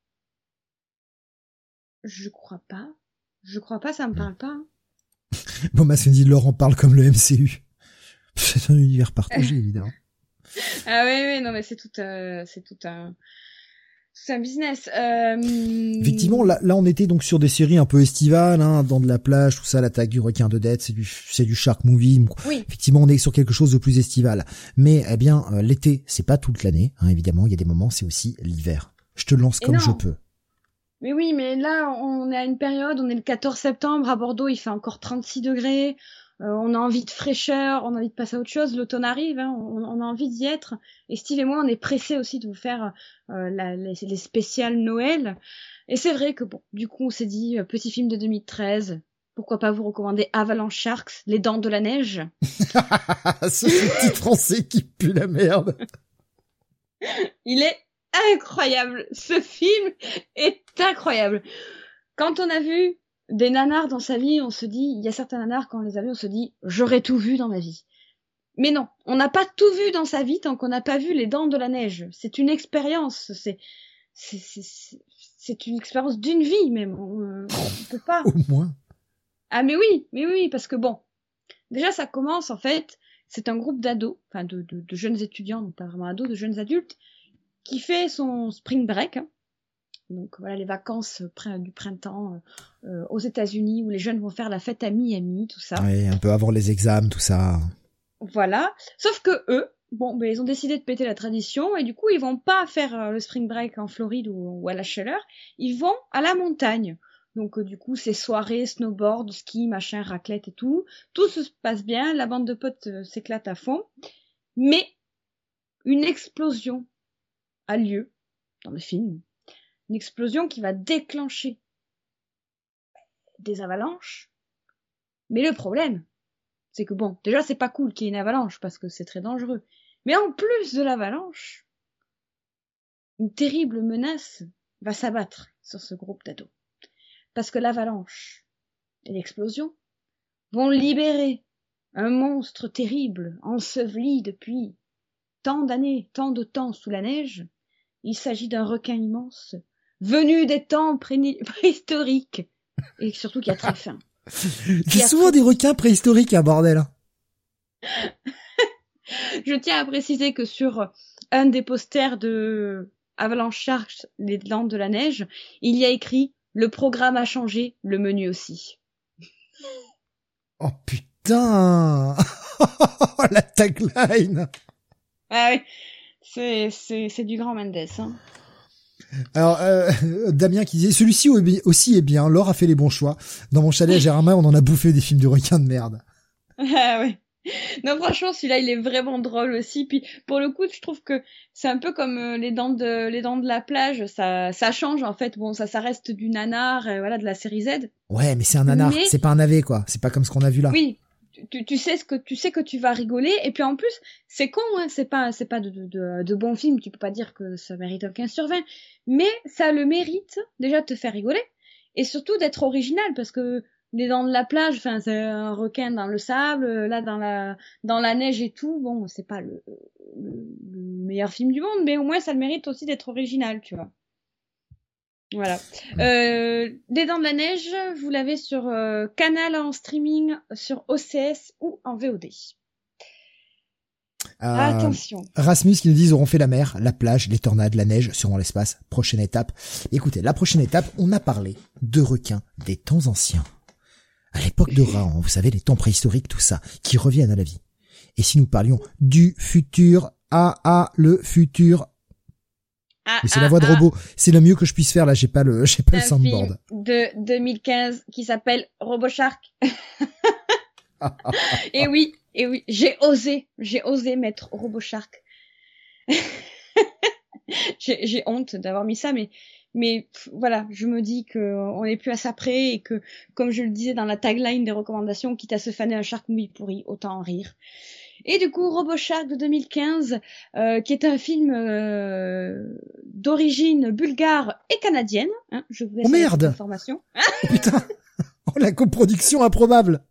je crois pas. Je crois pas, ça me parle pas. Bon, bah, c'est dit, Laurent parle comme le M C U. C'est un univers partagé, évidemment. Ah oui, oui, non, mais c'est tout, euh, c'est tout un, c'est un business. Euh... Effectivement, là, là, on était donc sur des séries un peu estivales, hein, dans de la plage, tout ça, l'attaque du requin de dette, c'est du, c'est du shark movie. Donc, Oui. effectivement, on est sur quelque chose de plus estival. Mais, eh bien, euh, l'été, c'est pas toute l'année, hein, évidemment. Il y a des moments, c'est aussi l'hiver. Je te lance Et comme non. je peux. Mais oui, mais là, on est à une période, on est le quatorze septembre, à Bordeaux, il fait encore trente-six degrés, euh, on a envie de fraîcheur, on a envie de passer à autre chose, l'automne arrive, hein, on, on a envie d'y être, et Steve et moi, on est pressés aussi de vous faire euh, la, les, les spéciales Noël, et c'est vrai que bon, du coup, on s'est dit, euh, petit film de deux mille treize, pourquoi pas vous recommander Avalanche Sharks, Les Dents de la Neige. Ce petit français qui pue la merde. Il est incroyable. Ce film est incroyable. Quand on a vu des nanars dans sa vie, on se dit, il y a certains nanars, quand on les a vus, on se dit, j'aurais tout vu dans ma vie. Mais non, on n'a pas tout vu dans sa vie tant qu'on n'a pas vu Les Dents de la Neige. C'est une expérience, c'est, c'est, c'est, c'est une expérience d'une vie même. On, on peut pas. Au moins. Ah mais oui, mais oui, parce que bon, Déjà, ça commence, en fait, c'est un groupe d'ados, enfin de, de, de jeunes étudiants, donc pas vraiment ados, de jeunes adultes, qui fait son spring break. Hein. Donc voilà, les vacances du printemps euh, aux États-Unis où les jeunes vont faire la fête à Miami, tout ça. Oui, un peu avant les examens, tout ça. Voilà. Sauf que eux, bon, ben ils ont décidé de péter la tradition et du coup ils vont pas faire euh, le spring break en Floride ou, ou à la chaleur, ils vont à la montagne. Donc euh, du coup c'est soirée, snowboard, ski, machin, raclette et tout. Tout se passe bien, la bande de potes euh, s'éclate à fond. Mais une explosion a lieu dans le film. Une explosion qui va déclencher des avalanches. Mais le problème, c'est que bon, déjà c'est pas cool qu'il y ait une avalanche parce que c'est très dangereux. Mais en plus de l'avalanche, une terrible menace va s'abattre sur ce groupe d'ados. Parce que l'avalanche et l'explosion vont libérer un monstre terrible, enseveli depuis tant d'années, tant de temps sous la neige. Il s'agit d'un requin immense, venu des temps pré- préhistoriques, et surtout qui a très faim. C'est souvent très... des requins préhistoriques, un bordel. Je tiens à préciser que sur un des posters de Avalanche Sharks, les Dents de la Neige, il y a écrit « Le programme a changé, le menu aussi ». Oh putain. La tagline. Ah oui, c'est, c'est, c'est du grand Mendes, hein. Alors, euh, Damien qui disait, celui-ci aussi est bien, Laure a fait les bons choix. Dans mon chalet à Gérardmer, on en a bouffé des films de requins de merde. Ah ouais. Non, franchement, celui-là, il est vraiment drôle aussi. Puis, pour le coup, je trouve que c'est un peu comme euh, les dents de, les dents de la plage. Ça, ça change, en fait. Bon, ça, ça reste du nanar, euh, voilà, de la série Z. Ouais, mais c'est un nanar. Mais... c'est pas un A V, quoi. C'est pas comme ce qu'on a vu là. Oui. Tu, tu sais ce que tu sais que tu vas rigoler et puis en plus c'est con hein, c'est pas c'est pas de, de, de, de bons films, tu peux pas dire que ça mérite un quinze sur vingt, mais ça a le mérite déjà de te faire rigoler et surtout d'être original parce que les dents de la plage, enfin c'est un requin dans le sable, là dans la dans la neige et tout, bon c'est pas le, le, le meilleur film du monde mais au moins ça le mérite aussi d'être original, tu vois. Voilà. Euh, des Dents de la Neige, vous l'avez sur euh, Canal en streaming, sur O C S ou en V O D. Euh, Attention. Rasmus qui nous dit, ils auront fait la mer, la plage, les tornades, la neige, sûrement l'espace. Prochaine étape. Écoutez, la prochaine étape, on a parlé de requins des temps anciens. À l'époque de Raon, vous savez, les temps préhistoriques, tout ça, qui reviennent à la vie. Et si nous parlions du futur, ah ah, le futur. Ah, mais c'est ah, la voix de ah. robot. C'est le mieux que je puisse faire là. J'ai pas le, j'ai pas le soundboard. Un film de deux mille quinze qui s'appelle RoboShark. Et oui, et oui, j'ai osé, j'ai osé mettre RoboShark. j'ai, j'ai honte d'avoir mis ça, mais, mais pff, voilà, je me dis que on n'est plus à ça près et que, comme je le disais dans la tagline des recommandations, quitte à se faner un shark movie pourri, autant en rire. Et du coup, RoboShark de deux mille quinze, euh, qui est un film euh, d'origine bulgare et canadienne. Hein, je vous laisse oh merde cette information. Oh putain. Oh, la coproduction improbable.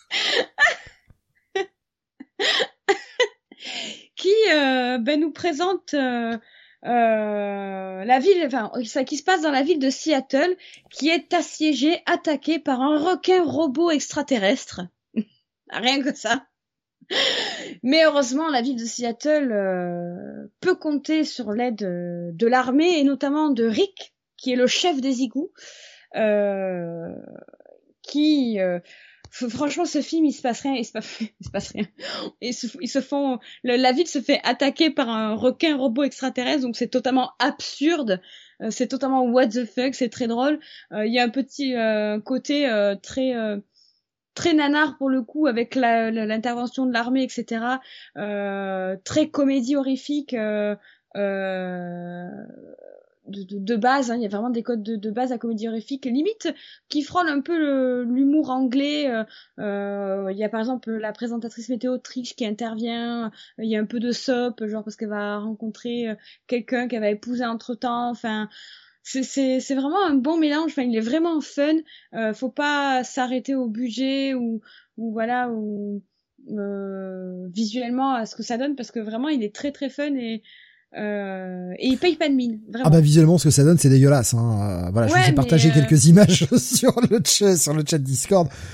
Qui euh, ben, nous présente euh, euh, la ville, enfin, ça qui se passe dans la ville de Seattle, qui est assiégée, attaquée par un requin robot extraterrestre. Rien que ça. Mais heureusement, la ville de Seattle euh, peut compter sur l'aide de, de l'armée et notamment de Rick, qui est le chef des égouts, euh, qui, euh, f- franchement, ce film, il se passe rien, il se passe, il se passe rien. Ils se, ils se font, le, la ville se fait attaquer par un requin robot extraterrestre, donc c'est totalement absurde. Euh, c'est totalement what the fuck, c'est très drôle. Il euh, y a un petit euh, côté euh, très euh, très nanar pour le coup avec la, la, l'intervention de l'armée, et cetera. Euh, très comédie horrifique euh, euh, de, de, de base. Hein. Il y a vraiment des codes de, de base à comédie horrifique, limite qui frôlent un peu le, l'humour anglais. Euh, euh, il y a par exemple la présentatrice météo Trish qui intervient. Il y a un peu de soap, genre parce qu'elle va rencontrer quelqu'un qu'elle va épouser entre temps. Enfin. C'est, c'est, c'est vraiment un bon mélange. Enfin, il est vraiment fun. Euh, faut pas s'arrêter au budget ou, ou voilà, ou euh, visuellement à ce que ça donne parce que vraiment, il est très très fun et euh, et il paye pas de mine. Vraiment. Ah bah visuellement, ce que ça donne, c'est dégueulasse. Hein. Euh, voilà, ouais, je vous ai partagé euh... quelques images sur le chat, sur le chat Discord.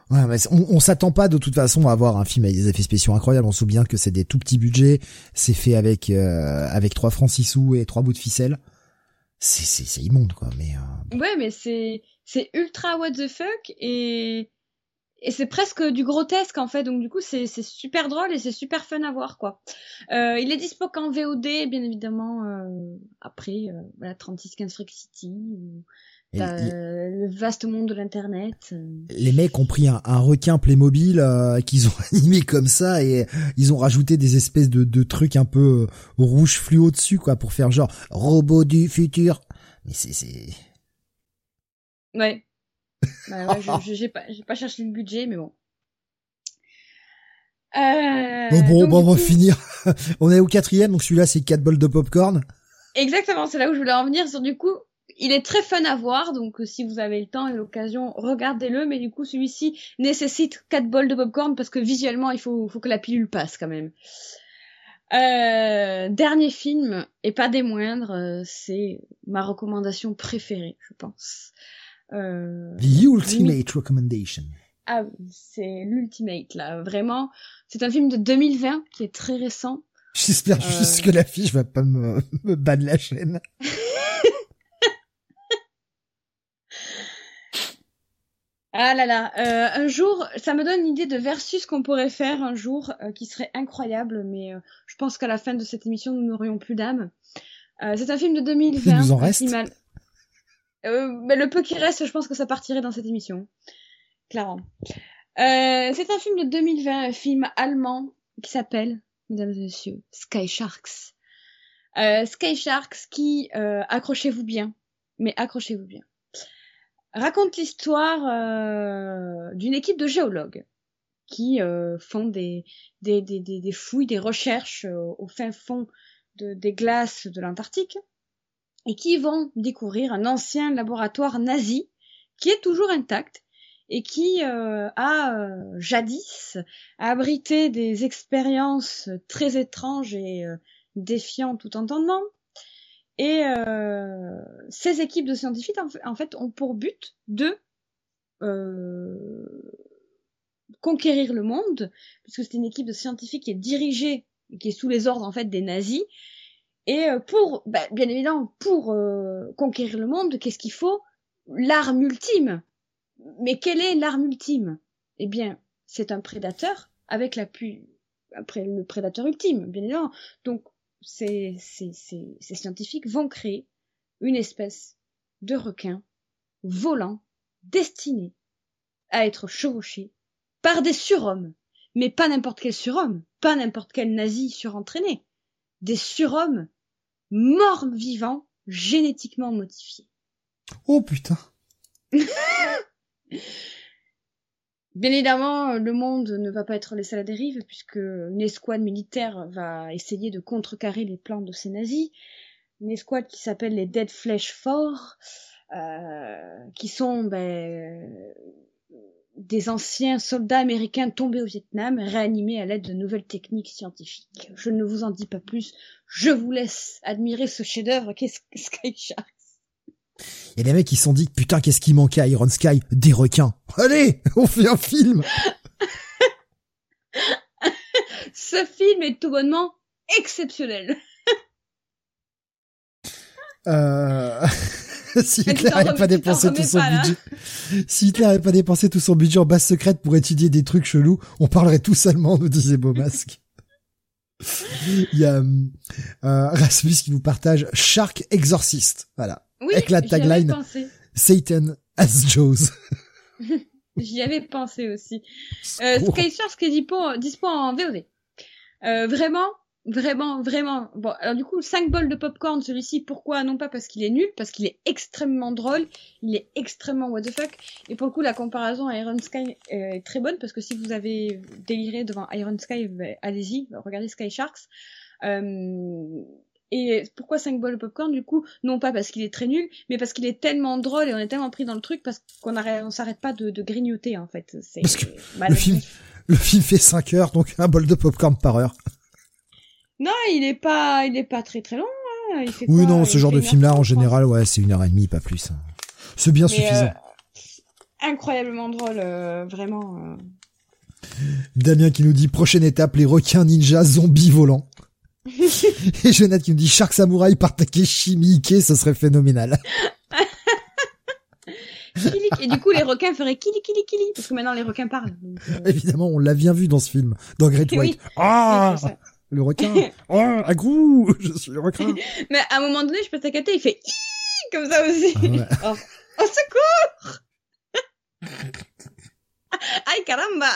Ouais, mais on, on s'attend pas de toute façon à avoir un film avec des effets spéciaux incroyables. On se souvient que c'est des tout petits budgets, c'est fait avec euh, avec trois francs six sous et trois bouts de ficelle. C'est c'est c'est immonde quoi, mais euh... ouais, mais c'est c'est ultra what the fuck et et c'est presque du grotesque en fait. Donc du coup, c'est c'est super drôle et c'est super fun à voir quoi. Euh, il est dispo qu'en V O D bien évidemment euh, après euh, voilà trente-six quinze Freak City ou T'as il... le vaste monde de l'internet. Les mecs ont pris un, un requin Playmobil euh, qu'ils ont animé comme ça et ils ont rajouté des espèces de, de trucs un peu euh, rouge fluo dessus quoi pour faire genre robot du futur. Mais c'est c'est. Ouais. Bah, ouais, je, je, j'ai pas j'ai pas cherché le budget mais bon. Euh, bon bon, bon on va coup... finir. On est au quatrième donc celui-là c'est quatre bols de popcorn. Exactement, c'est là où je voulais en venir sur du coup. Il est très fun à voir, donc euh, si vous avez le temps et l'occasion, regardez-le. Mais du coup, celui-ci nécessite quatre bols de popcorn parce que visuellement, il faut, faut que la pilule passe quand même. Euh, dernier film, et pas des moindres, euh, c'est ma recommandation préférée, je pense. Euh, The Ultimate mi- Recommendation. Ah, c'est l'ultimate là, vraiment. C'est un film de deux mille vingt qui est très récent. J'espère euh... juste que l'affiche va pas me, me ban la chaîne. Ah là là, euh, un jour, ça me donne l'idée de versus qu'on pourrait faire un jour, euh, qui serait incroyable, mais euh, je pense qu'à la fin de cette émission, nous n'aurions plus d'âme. Euh, c'est un film de deux mille vingt. Il nous en reste. Mal... Euh, mais le peu qui reste, je pense que ça partirait dans cette émission, clairement. Euh, c'est un film de deux mille vingt, un film allemand qui s'appelle, mesdames et messieurs, Sky Sharks. Euh, Sky Sharks qui, euh, accrochez-vous bien, mais accrochez-vous bien. Raconte l'histoire euh, d'une équipe de géologues qui euh, font des, des, des, des, des fouilles, des recherches euh, au fin fond de, des glaces de l'Antarctique et qui vont découvrir un ancien laboratoire nazi qui est toujours intact et qui euh, a euh, jadis abrité des expériences très étranges et euh, défiant tout entendement. Et euh, ces équipes de scientifiques, en fait, ont pour but de euh, conquérir le monde, puisque c'est une équipe de scientifiques qui est dirigée, qui est sous les ordres en fait des nazis. Et pour, bah, bien évidemment, pour euh, conquérir le monde, qu'est-ce qu'il faut? L'arme ultime. Mais quelle est l'arme ultime? Eh bien, c'est un prédateur avec la pu... après le prédateur ultime, bien évidemment. Donc Ces, ces, ces, ces scientifiques vont créer une espèce de requin volant destiné à être chevauché par des surhommes. Mais pas n'importe quel surhomme, pas n'importe quel nazi surentraîné. Des surhommes morts vivants, génétiquement modifiés. Oh putain. Bien évidemment, le monde ne va pas être laissé à la dérive puisque une escouade militaire va essayer de contrecarrer les plans de ces nazis. Une escouade qui s'appelle les Dead Flesh Four, euh, qui sont ben, des anciens soldats américains tombés au Vietnam, réanimés à l'aide de nouvelles techniques scientifiques. Je ne vous en dis pas plus. Je vous laisse admirer ce chef-d'œuvre qu'est Sky Sharks. Il y a des mecs qui se sont dit, putain, qu'est-ce qui manquait à Iron Sky? Des requins. Allez, on fait un film. Ce film est tout bonnement exceptionnel. Euh... si Hitler n'avait pas dépensé tout son pas, budget, si Hitler n'avait pas dépensé tout son budget en base secrète pour étudier des trucs chelous, on parlerait tous allemand, nous disait Beaumasque. Il y a euh, Rasmus qui nous partage Shark Exorcist. Voilà. Oui, avec la tagline Satan as Jaws. J'y avais pensé aussi. Euh, Sky Sharks qui est dispo, dispo en V O D. Euh, vraiment, vraiment, vraiment. Bon, alors du coup, cinq bols de popcorn, celui-ci, pourquoi? Non pas parce qu'il est nul, parce qu'il est extrêmement drôle, il est extrêmement what the fuck. Et pour le coup, la comparaison à Iron Sky est très bonne, parce que si vous avez déliré devant Iron Sky, bah, allez-y, regardez Sky Sharks. Euh... Et pourquoi cinq bols de popcorn? Du coup, non pas parce qu'il est très nul, mais parce qu'il est tellement drôle et on est tellement pris dans le truc parce qu'on arrête, on s'arrête pas de, de grignoter, en fait. C'est parce que le film, le film fait cinq heures, donc un bol de popcorn par heure. Non, il est pas, il est pas très très long, hein. Il fait oui, quoi, non, ce genre de film-là, en général, ouais, c'est une heure et demie, pas plus. C'est bien mais suffisant. Euh, incroyablement drôle, euh, vraiment. Euh... Damien qui nous dit prochaine étape, les requins ninja zombies volants. Et Jonathan qui nous dit Shark Samurai par Takeshi Miike, ça serait phénoménal. Et du coup, les requins feraient kili kili kili, parce que maintenant les requins parlent. Donc, euh... Évidemment, on l'a bien vu dans ce film, dans Great White. Oui. Ah, oui, le requin. Oh, agrou, je suis le requin. Mais à un moment donné, je peux t'inquiéter, il fait Ii comme ça aussi. Ah ouais. Oh, au secours. Aïe caramba.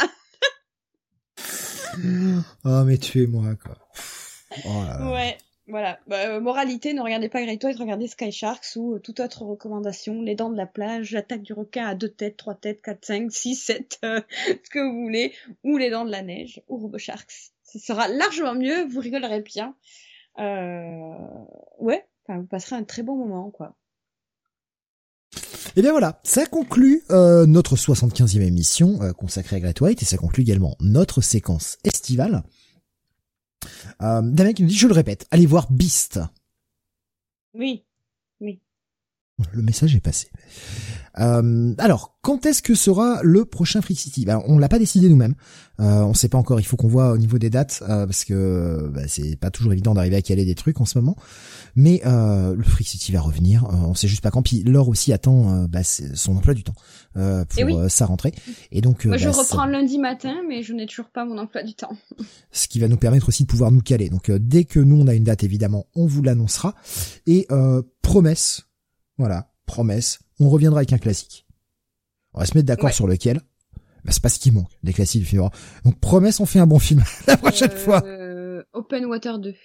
Oh, mais tuez-moi, quoi. Oh là là. Ouais, voilà. Bah, euh, moralité, ne regardez pas Great White, regardez Sky Sharks ou euh, toute autre recommandation. Les dents de la plage, l'attaque du requin à deux têtes, trois têtes, quatre, cinq, six, sept, euh, ce que vous voulez. Ou les dents de la neige, ou Robo Sharks. Ce sera largement mieux, vous rigolerez bien. Euh... Ouais, enfin, vous passerez un très bon moment, quoi. Et bien voilà, ça conclut euh, notre soixante-quinzième émission euh, consacrée à Great White et ça conclut également notre séquence estivale. Euh, Damien qui nous dit, je le répète, allez voir Beast. Oui, oui. Le message est passé. Euh, alors, quand est-ce que sera le prochain Freak City? Ben, on l'a pas décidé nous-mêmes. Euh, on sait pas encore. Il faut qu'on voit au niveau des dates euh, parce que bah, c'est pas toujours évident d'arriver à caler des trucs en ce moment. Mais euh, le Freak City va revenir. Euh, on sait juste pas quand. Puis Laure aussi attend euh, bah, son emploi du temps euh, pour oui. euh, sa rentrée. Et donc, moi, euh, je bah, reprends ça... lundi matin, mais je n'ai toujours pas mon emploi du temps. Ce qui va nous permettre aussi de pouvoir nous caler. Donc, euh, dès que nous on a une date, évidemment, on vous l'annoncera. Et euh, promesse, voilà, promesse, on reviendra avec un classique. On va se mettre d'accord ouais. sur lequel. Bah, c'est pas ce qui manque, des classiques du film. Donc promesse, on fait un bon film la prochaine euh, fois. Euh, Open Water deux.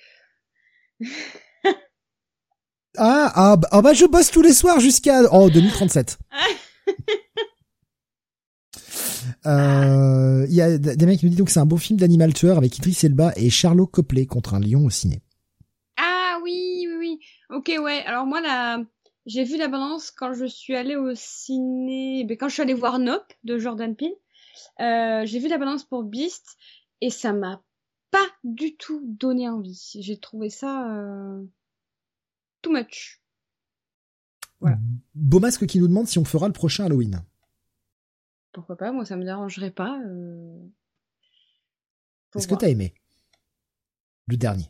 ah, ah, bah, ah bah je bosse tous les soirs jusqu'à oh deux mille trente-sept. euh, il y a des mecs qui me disent donc c'est un beau film d'animal tueur avec Idris Elba et Charlotte Copley contre un lion au ciné. Ah oui, oui, oui. Ok, ouais. Alors moi la j'ai vu la balance quand je suis allée au ciné, ben, quand je suis allée voir Nope de Jordan Peele. Euh, j'ai vu la balance pour Beast et ça m'a pas du tout donné envie. J'ai trouvé ça euh, too much. Voilà. Beaumasque qui nous demande si on fera le prochain Halloween. Pourquoi pas, moi ça me dérangerait pas. Euh... Est-ce voir. que t'as aimé le dernier?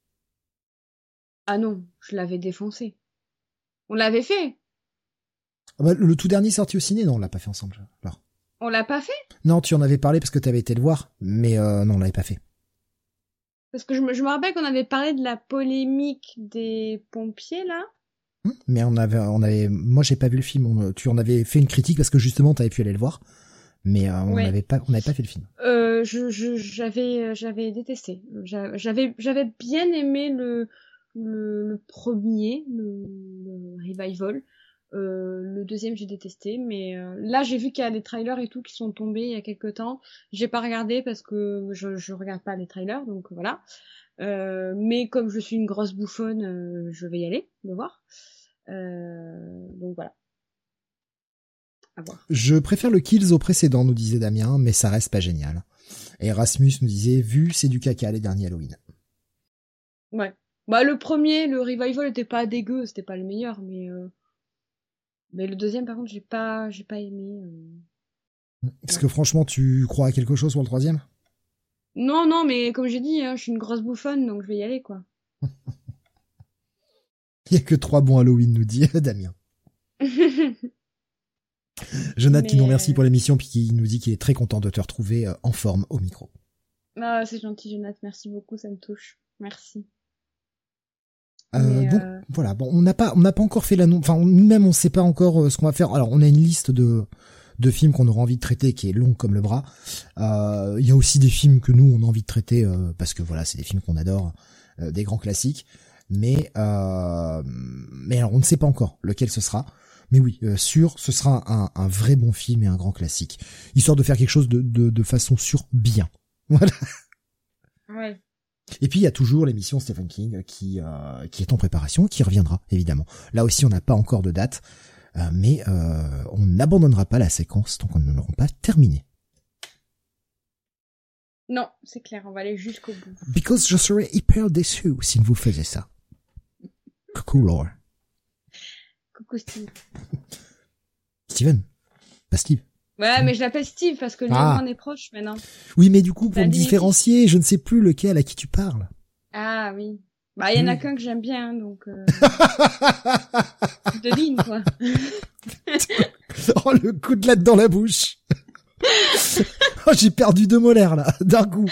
Ah non, je l'avais défoncé. On l'avait fait. Ah bah, le tout dernier sorti au ciné, non, on l'a pas fait ensemble. Alors. On l'a pas fait? Non, tu en avais parlé parce que t'avais été le voir, mais euh, non, on l'avait pas fait. Parce que je me, je me rappelle qu'on avait parlé de la polémique des pompiers, là. Hum, mais on avait, on avait, moi j'ai pas vu le film. On, tu en avais fait une critique parce que justement t'avais pu aller le voir, mais euh, on n'avait ouais. pas, on n'avait pas fait le film. Euh, je, je, j'avais, j'avais détesté. J'avais, j'avais bien aimé le, le, le premier, le, le revival. Euh, le deuxième j'ai détesté, mais euh, là j'ai vu qu'il y a des trailers et tout qui sont tombés il y a quelques temps. J'ai pas regardé parce que je, je regarde pas les trailers, donc voilà. Euh, mais comme je suis une grosse bouffonne, euh, je vais y aller le voir. Euh, donc voilà. À voir. Je préfère le Kills au précédent, nous disait Damien, mais ça reste pas génial. Et Erasmus nous disait, vu c'est du caca les derniers Halloween. Ouais. Bah le premier, le revival était pas dégueu, c'était pas le meilleur, mais euh... mais le deuxième par contre j'ai pas j'ai pas aimé. Euh... Est-ce ouais. que franchement tu crois à quelque chose pour le troisième? Non non mais comme j'ai dit, hein, je suis une grosse bouffonne donc je vais y aller quoi. Il y a que trois bons Halloween nous dit Damien. Jonathan qui nous remercie euh... pour l'émission puis qui nous dit qu'il est très content de te retrouver euh, en forme au micro. Ah c'est gentil Jonathan, merci beaucoup, ça me touche. Merci. Euh, donc euh... voilà, bon, on n'a pas, on n'a pas encore fait l'annonce. Enfin, nous-mêmes, on sait pas encore euh, ce qu'on va faire. Alors, on a une liste de de films qu'on aura envie de traiter qui est longue comme le bras. Euh, il y a aussi des films que nous on a envie de traiter euh, parce que voilà, c'est des films qu'on adore, euh, des grands classiques. Mais euh, mais alors, on ne sait pas encore lequel ce sera. Mais oui, euh, sûr, ce sera un, un vrai bon film et un grand classique, histoire de faire quelque chose de de, de façon sûre bien. Voilà. Ouais. Et puis il y a toujours l'émission Stephen King qui euh, qui est en préparation, qui reviendra évidemment. Là aussi on n'a pas encore de date, euh, mais euh, on n'abandonnera pas la séquence tant qu'on ne l'aura pas terminée. Non, c'est clair, on va aller jusqu'au bout. Because je serais hyper déçu si vous faisiez ça. Coucou Laure. Coucou Steve. Steven. Pas Steve. Ouais, mais je l'appelle Steve parce que lui Ah. on est proche maintenant. Oui, mais du coup, pour T'as me dit- différencier, je ne sais plus lequel à qui tu parles. Ah oui. Bah, il y en a Oui. qu'un que j'aime bien, hein, donc euh... devine quoi. Oh, le coup de latte dans la bouche. Oh, j'ai perdu deux molaires, là, d'un coup.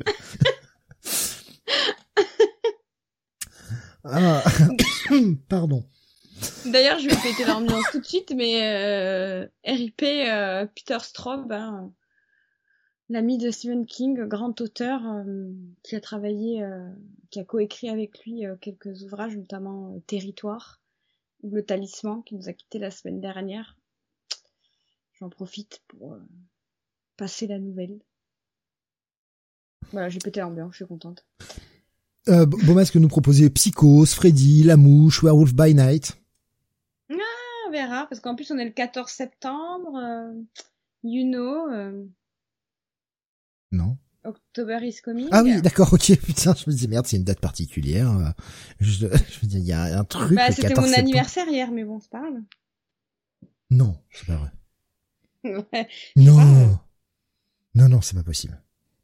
Ah. Pardon. D'ailleurs, je vais péter l'ambiance tout de suite, mais euh, R I P euh, Peter Straub, hein, l'ami de Stephen King, grand auteur, euh, qui a travaillé, euh, qui a coécrit avec lui euh, quelques ouvrages, notamment euh, Territoire ou Le Talisman, qui nous a quitté la semaine dernière. J'en profite pour euh, passer la nouvelle. Voilà, j'ai pété l'ambiance, je suis contente. Euh, Beaumas, que nous proposait Psychose, Freddy, La Mouche, Werewolf by Night. On verra, parce qu'en plus on est le quatorze septembre, euh, you know, euh, Non. October is coming. Ah oui, d'accord, ok, putain, je me disais, merde, c'est une date particulière. euh, Je, je me dis, il y a un truc. Bah, le c'était quatorze mon septembre. anniversaire hier, mais bon, c'est pas grave. Non, c'est pas vrai. Ouais. Non. pas. Non, non, c'est pas possible.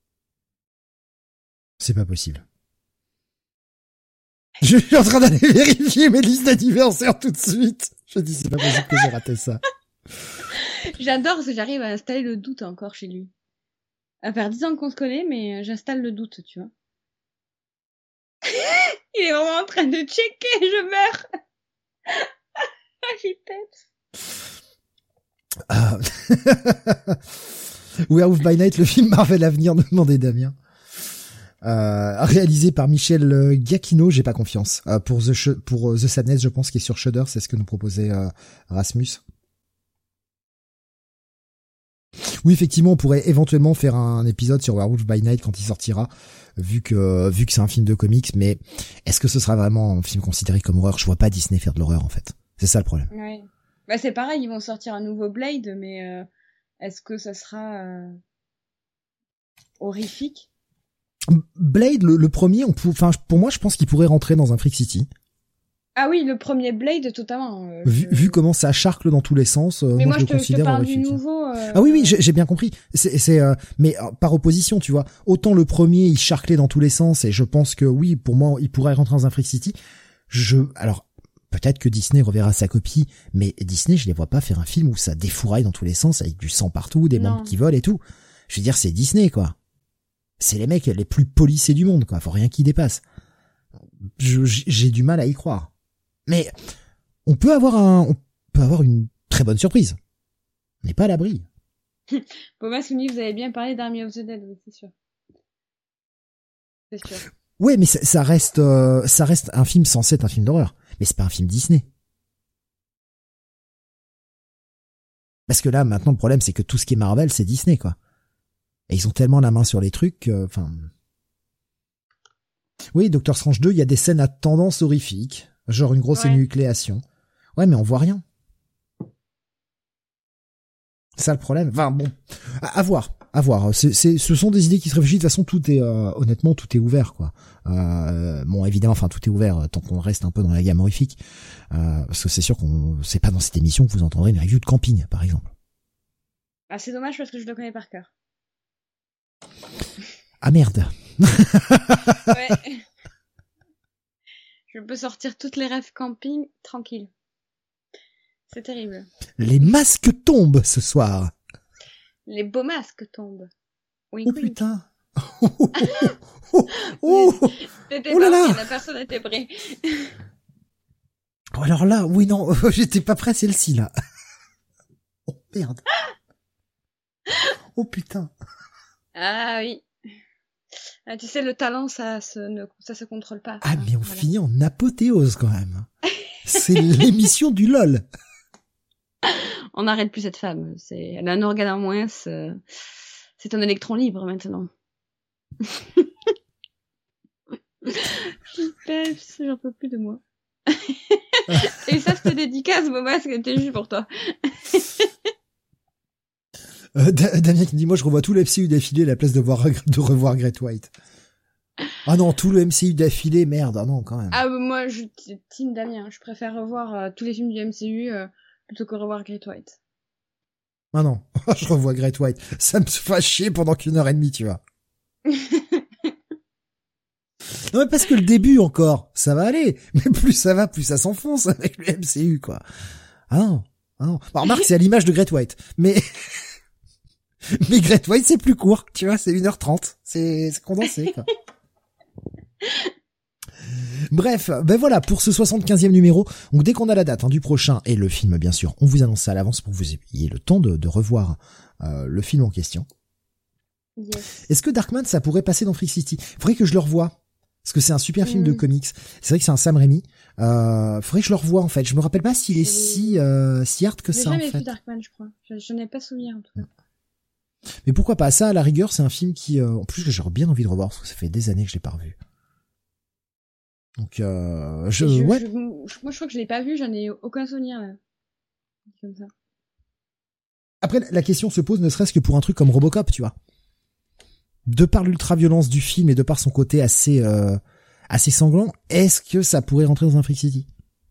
C'est pas possible. Je suis en train d'aller vérifier mes listes d'anniversaire tout de suite. Je dis, c'est pas possible que j'ai raté ça. J'adore parce que j'arrive à installer le doute encore chez lui. À faire dix ans qu'on se connaît, mais j'installe le doute, tu vois. Il est vraiment en train de checker, je meurs. Ah, j'y pète. Ah. Werewolf by Night, le film Marvel Avenir, nous demandait Damien. Euh, réalisé par Michel Giacchino, j'ai pas confiance. Euh, pour The Sh- pour The Sadness, je pense qu'il est sur Shudder, c'est ce que nous proposait euh, Rasmus. Oui, effectivement, on pourrait éventuellement faire un épisode sur Werewolf by Night quand il sortira, vu que vu que c'est un film de comics, mais est-ce que ce sera vraiment un film considéré comme horreur? Je vois pas Disney faire de l'horreur, en fait. C'est ça le problème. Ouais. Bah, c'est pareil, ils vont sortir un nouveau Blade, mais euh, est-ce que ça sera euh, horrifique? Blade, le, le premier, on pou- enfin, pour moi, je pense qu'il pourrait rentrer dans un Freak City. Ah oui, le premier Blade, totalement. Euh, Vu, je- vu comment ça charcle dans tous les sens, euh, Mais moi, moi, je je le te, je te considère parle du horrifique. nouveau. euh, Ah oui, oui, j'ai j'ai bien compris. C'est, c'est, euh, mais euh, par opposition, tu vois. Autant le premier, il charclait dans tous les sens, et je pense que oui, pour moi, il pourrait rentrer dans un Freak City. Je, alors, peut-être que Disney reverra sa copie, mais Disney, je les vois pas faire un film où ça défouraille dans tous les sens, avec du sang partout, des Non. membres qui volent et tout. Je veux dire, c'est Disney, quoi. C'est les mecs les plus polissés du monde, quoi. Faut rien qui dépasse. Je- J'ai du mal à y croire. Mais on peut avoir un, on peut avoir une très bonne surprise. On n'est pas à l'abri. Thomas nous dit, vous avez bien parlé d'Army of the Dead, oui, c'est sûr. C'est sûr. Ouais, mais ça, ça reste, euh, ça reste un film censé être un film d'horreur. Mais c'est pas un film Disney. Parce que là, maintenant, le problème, c'est que tout ce qui est Marvel, c'est Disney, quoi. Et ils ont tellement la main sur les trucs, enfin. Oui, Doctor Strange deux, il y a des scènes à tendance horrifique, genre une grosse Ouais. énucléation. Ouais, mais on voit rien. C'est ça le problème. Enfin bon, à, à voir, à voir. C'est, c'est, ce sont des idées qui se réfléchissent. De toute façon, tout est, euh, honnêtement, tout est ouvert, quoi. Euh, bon, évidemment, enfin, tout est ouvert euh, tant qu'on reste un peu dans la gamme horrifique, euh, parce que c'est sûr qu'on, c'est pas dans cette émission que vous entendrez une review de camping, par exemple. Ah, c'est dommage parce que je le connais par cœur. Ah merde. Ouais. Je peux sortir toutes les rêves camping tranquille. C'est terrible. Les masques tombent ce soir. Les beaux masques tombent. Oui, Oh oui. putain. Oh, oh, oh, oh, oh. T'étais Oh là pas là. prêt, la personne était prête. Oh, alors là, oui non, j'étais pas prêt celle-ci là. Oh merde. Oh putain. Ah oui. Ah, tu sais, le talent, ça se, ne, ça se contrôle pas. Ah hein, mais on voilà. finit en apothéose quand même. C'est l'émission du LOL. On n'arrête plus cette femme. C'est, elle a un organe en moins. C'est, c'est un électron libre maintenant. Putain, j'en peux plus de moi. Et ça, c'était dédicace, Boba, c'était juste pour toi. Euh, Da- Damien qui me dit, moi je revois tout le M C U d'affilée à la place de, voir, de revoir Great White. Ah non, tout le M C U d'affilée, merde, ah non quand même. Ah, bah, moi, je team Damien. Je préfère revoir euh, tous les films du M C U euh, plutôt que revoir Great White. Ah non, je revois Great White. Ça me fait chier pendant qu'une heure et demie, tu vois. Non mais parce que le début encore, ça va aller. Mais plus ça va, plus ça s'enfonce avec le M C U, quoi. Ah non, ah non. Bah, remarque, c'est à l'image de Great White. Mais... mais Great White, c'est plus court, tu vois, c'est une heure trente. C'est, c'est condensé, quoi. Bref, ben voilà, pour ce soixante-quinzième numéro. Donc dès qu'on a la date hein, du prochain et le film, bien sûr, on vous annonce ça à l'avance pour que vous ayez le temps de, de revoir euh, le film en question. Yes. Est-ce que Darkman, ça pourrait passer dans Freak City? Faudrait que je le revoie. Parce que c'est un super film mmh. de comics. C'est vrai que c'est un Sam Raimi. Euh, faudrait que je le revoie, en fait. Je me rappelle pas s'il est si, euh, si hard que ça, en fait. J'ai jamais vu Darkman, je crois. Je, je n'ai pas souvenir, en tout cas. Mais pourquoi pas? Ça, à la rigueur, c'est un film qui, euh, en plus, que j'aurais bien envie de revoir, parce que ça fait des années que je l'ai pas revu. Donc, euh, je, je, ouais. Je, je, moi, je crois que je l'ai pas vu, j'en ai aucun souvenir, là. Comme ça. Après, la question se pose ne serait-ce que pour un truc comme Robocop, tu vois. De par l'ultra-violence du film et de par son côté assez, euh, assez sanglant, est-ce que ça pourrait rentrer dans un Freak City?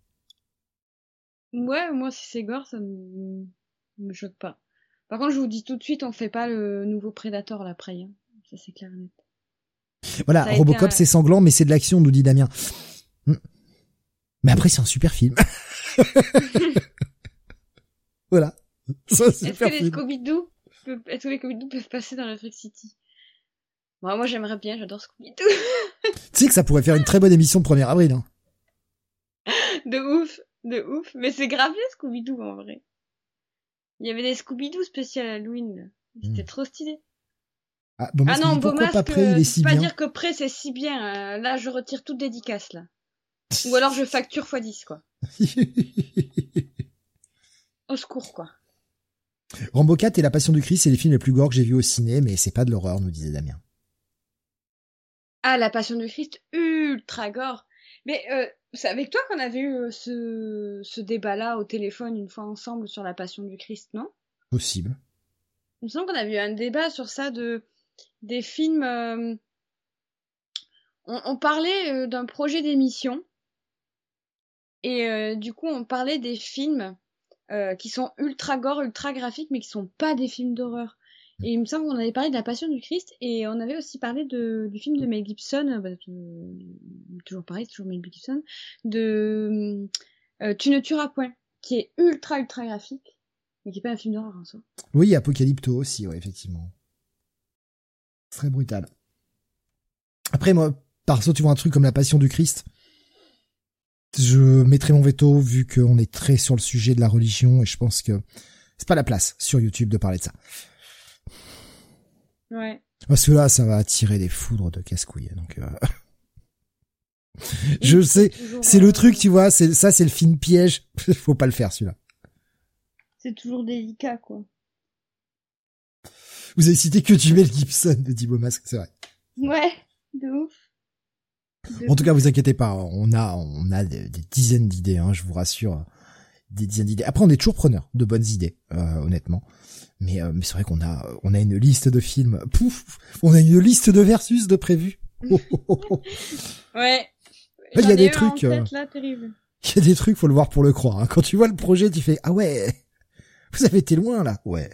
Ouais, moi, si c'est gore, ça me, me choque pas. Par contre, je vous dis tout de suite, on fait pas le nouveau Predator, là, après, hein. Ça, c'est clair et net. Voilà, Robocop, un... c'est sanglant, mais c'est de l'action, nous dit Damien. Mais après, c'est un super film. Voilà. Ça, c'est Est-ce que les Scooby-Doo peuvent... Est-ce que les Scooby-Doo peuvent passer dans la Freak City? Bon, moi, j'aimerais bien, j'adore Scooby-Doo. Tu sais que ça pourrait faire une très bonne émission de premier avril, hein. De ouf, de ouf. Mais c'est grave bien, Scooby-Doo, en vrai. Il y avait des Scooby-Doo spécial Halloween, là. C'était mmh. trop stylé. Ah, bon, ah non, pourquoi Beaumasque, pas Pré, il est si pas bien. dire que Pré, c'est si bien. Euh, là, je retire toute dédicace, là. Ou alors, je facture fois dix, quoi. Au secours, quoi. Rambo quatre et La Passion du Christ, c'est les films les plus gore que j'ai vus au ciné, mais c'est pas de l'horreur, nous disait Damien. Ah, La Passion du Christ, ultra gore. Mais euh, c'est avec toi qu'on avait eu euh, ce, ce débat-là au téléphone une fois ensemble sur La Passion du Christ, non? Possible. Il me semble qu'on avait eu un débat sur ça de des films. Euh, on, on parlait euh, d'un projet d'émission et euh, du coup on parlait des films euh, qui sont ultra gore, ultra graphiques, mais qui sont pas des films d'horreur. Et il me semble qu'on avait parlé de La Passion du Christ et on avait aussi parlé de du film de Mel Gibson, bah, de, toujours pareil, c'est toujours Mel Gibson, de euh, Tu ne tueras point, qui est ultra ultra graphique. Mais qui est pas un film d'horreur en soi. Oui, Apocalypto aussi, ouais, effectivement. Très brutal. Après, moi, perso, tu vois un truc comme La Passion du Christ, je mettrai mon veto vu qu'on est très sur le sujet de la religion et je pense que c'est pas la place sur YouTube de parler de ça. Ouais. Parce que là, ça va attirer des foudres de casse-couilles, donc... Euh... je sais, c'est euh... le truc, tu vois, c'est ça, c'est le film piège. Faut pas le faire, celui-là. C'est toujours délicat, quoi. Vous avez cité que du Mel Gibson de Thibaut Masque, c'est vrai. Ouais, de ouf. De en ouf. Tout cas, vous inquiétez pas, on a, on a des, des dizaines d'idées, hein, je vous rassure, des dizaines d'idées. Après, on est toujours preneur de bonnes idées, euh, honnêtement. Mais, euh, mais c'est vrai qu'on a, on a une liste de films. Pouf, on a une liste de versus de prévus. Ouais. Il y a des trucs. En tête, là, terrible. Il y a des trucs, faut le voir pour le croire. Hein. Quand tu vois le projet, tu fais ah ouais. Vous avez été loin, là. Ouais.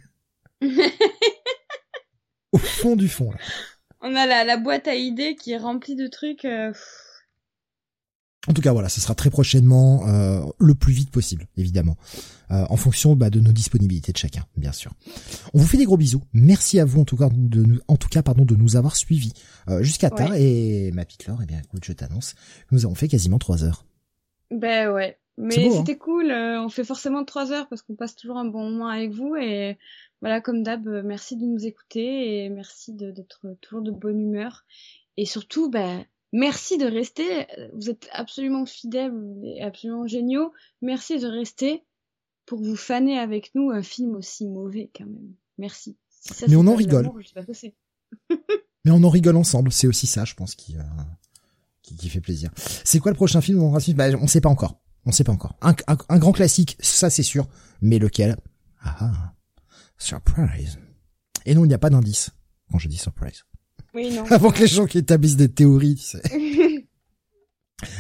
Au fond du fond, là. On a la, la boîte à idées qui est remplie de trucs. Euh... En tout cas, voilà, ce sera très prochainement, euh, le plus vite possible, évidemment. Euh, en fonction bah, de nos disponibilités de chacun, bien sûr. On vous fait des gros bisous. Merci à vous, en tout cas, de nous, en tout cas, pardon, de nous avoir suivis euh, jusqu'à ouais. tard. Et ma petite Laure, eh bien, écoute, je t'annonce, nous avons fait quasiment trois heures. Ben ouais. Mais beau, c'était hein. cool, euh, on fait forcément trois heures parce qu'on passe toujours un bon moment avec vous et voilà, comme d'hab, euh, merci de nous écouter et merci de, d'être toujours de bonne humeur et surtout, ben, merci de rester, vous êtes absolument fidèles et absolument géniaux, merci de rester pour vous faner avec nous un film aussi mauvais quand même, merci. Si ça, mais on en rigole. Amour, je sais pas que c'est. Mais on en rigole ensemble, c'est aussi ça, je pense, qui, euh, qui, qui fait plaisir. C'est quoi le prochain film on, bah, on sait pas encore. On sait pas encore. Un, un, un grand classique, ça c'est sûr. Mais lequel? Ah ah. Surprise. Et non, il n'y a pas d'indice quand je dis surprise. Oui, non. Avant que les gens qui établissent des théories, tu sais.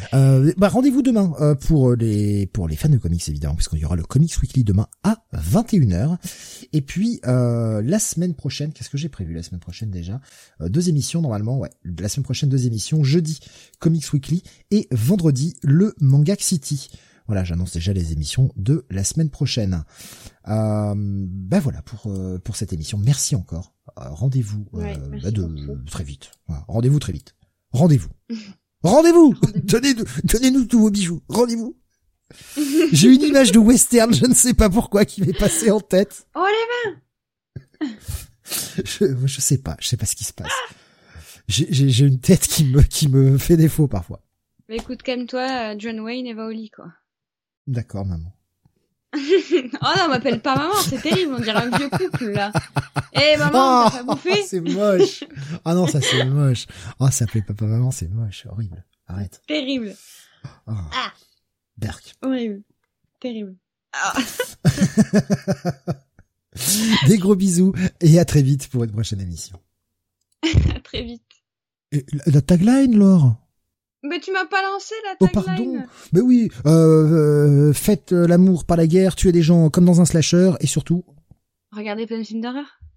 Euh, bah rendez-vous demain euh, pour les pour les fans de comics évidemment, puisqu'il y aura le Comics Weekly demain à vingt et une heures. Et puis euh, la semaine prochaine, qu'est-ce que j'ai prévu la semaine prochaine déjà euh, Deux émissions normalement, ouais. La semaine prochaine deux émissions, jeudi Comics Weekly et vendredi le Manga City. Voilà, j'annonce déjà les émissions de la semaine prochaine. Euh, ben voilà pour euh, pour cette émission. Merci encore. Euh, rendez-vous euh, Ouais, bah de très vite. Voilà, rendez-vous très vite. Rendez-vous. Rendez-vous. Rendez-vous. Donnez-nous, donnez-nous tous vos bijoux. Rendez-vous. J'ai une image de western, je ne sais pas pourquoi, qui m'est passée en tête. Oh les mains. Je, je sais pas, je sais pas ce qui se passe. J'ai, j'ai, j'ai une tête qui me qui me fait défaut parfois. Mais écoute, calme-toi, John Wayne et va au lit, quoi. D'accord, maman. Oh non, m'appelle pas maman, c'est terrible, on dirait un vieux couple, là. Eh, maman, Oh, t'as pas bouffé? c'est moche. Ah non, ça c'est moche. Oh, ça s'appelait papa maman, c'est moche, horrible. Arrête. Terrible. Oh. Ah. Berk. Horrible. Terrible. Ah. Des gros bisous et à très vite pour une prochaine émission. À très vite. Et la, la tagline, Laure? Mais tu m'as pas lancé la Oh tagline. pardon. Mais oui, euh, euh, faites l'amour, pas la guerre, tuez des gens comme dans un slasher et surtout... Regardez plein de films d'horreur.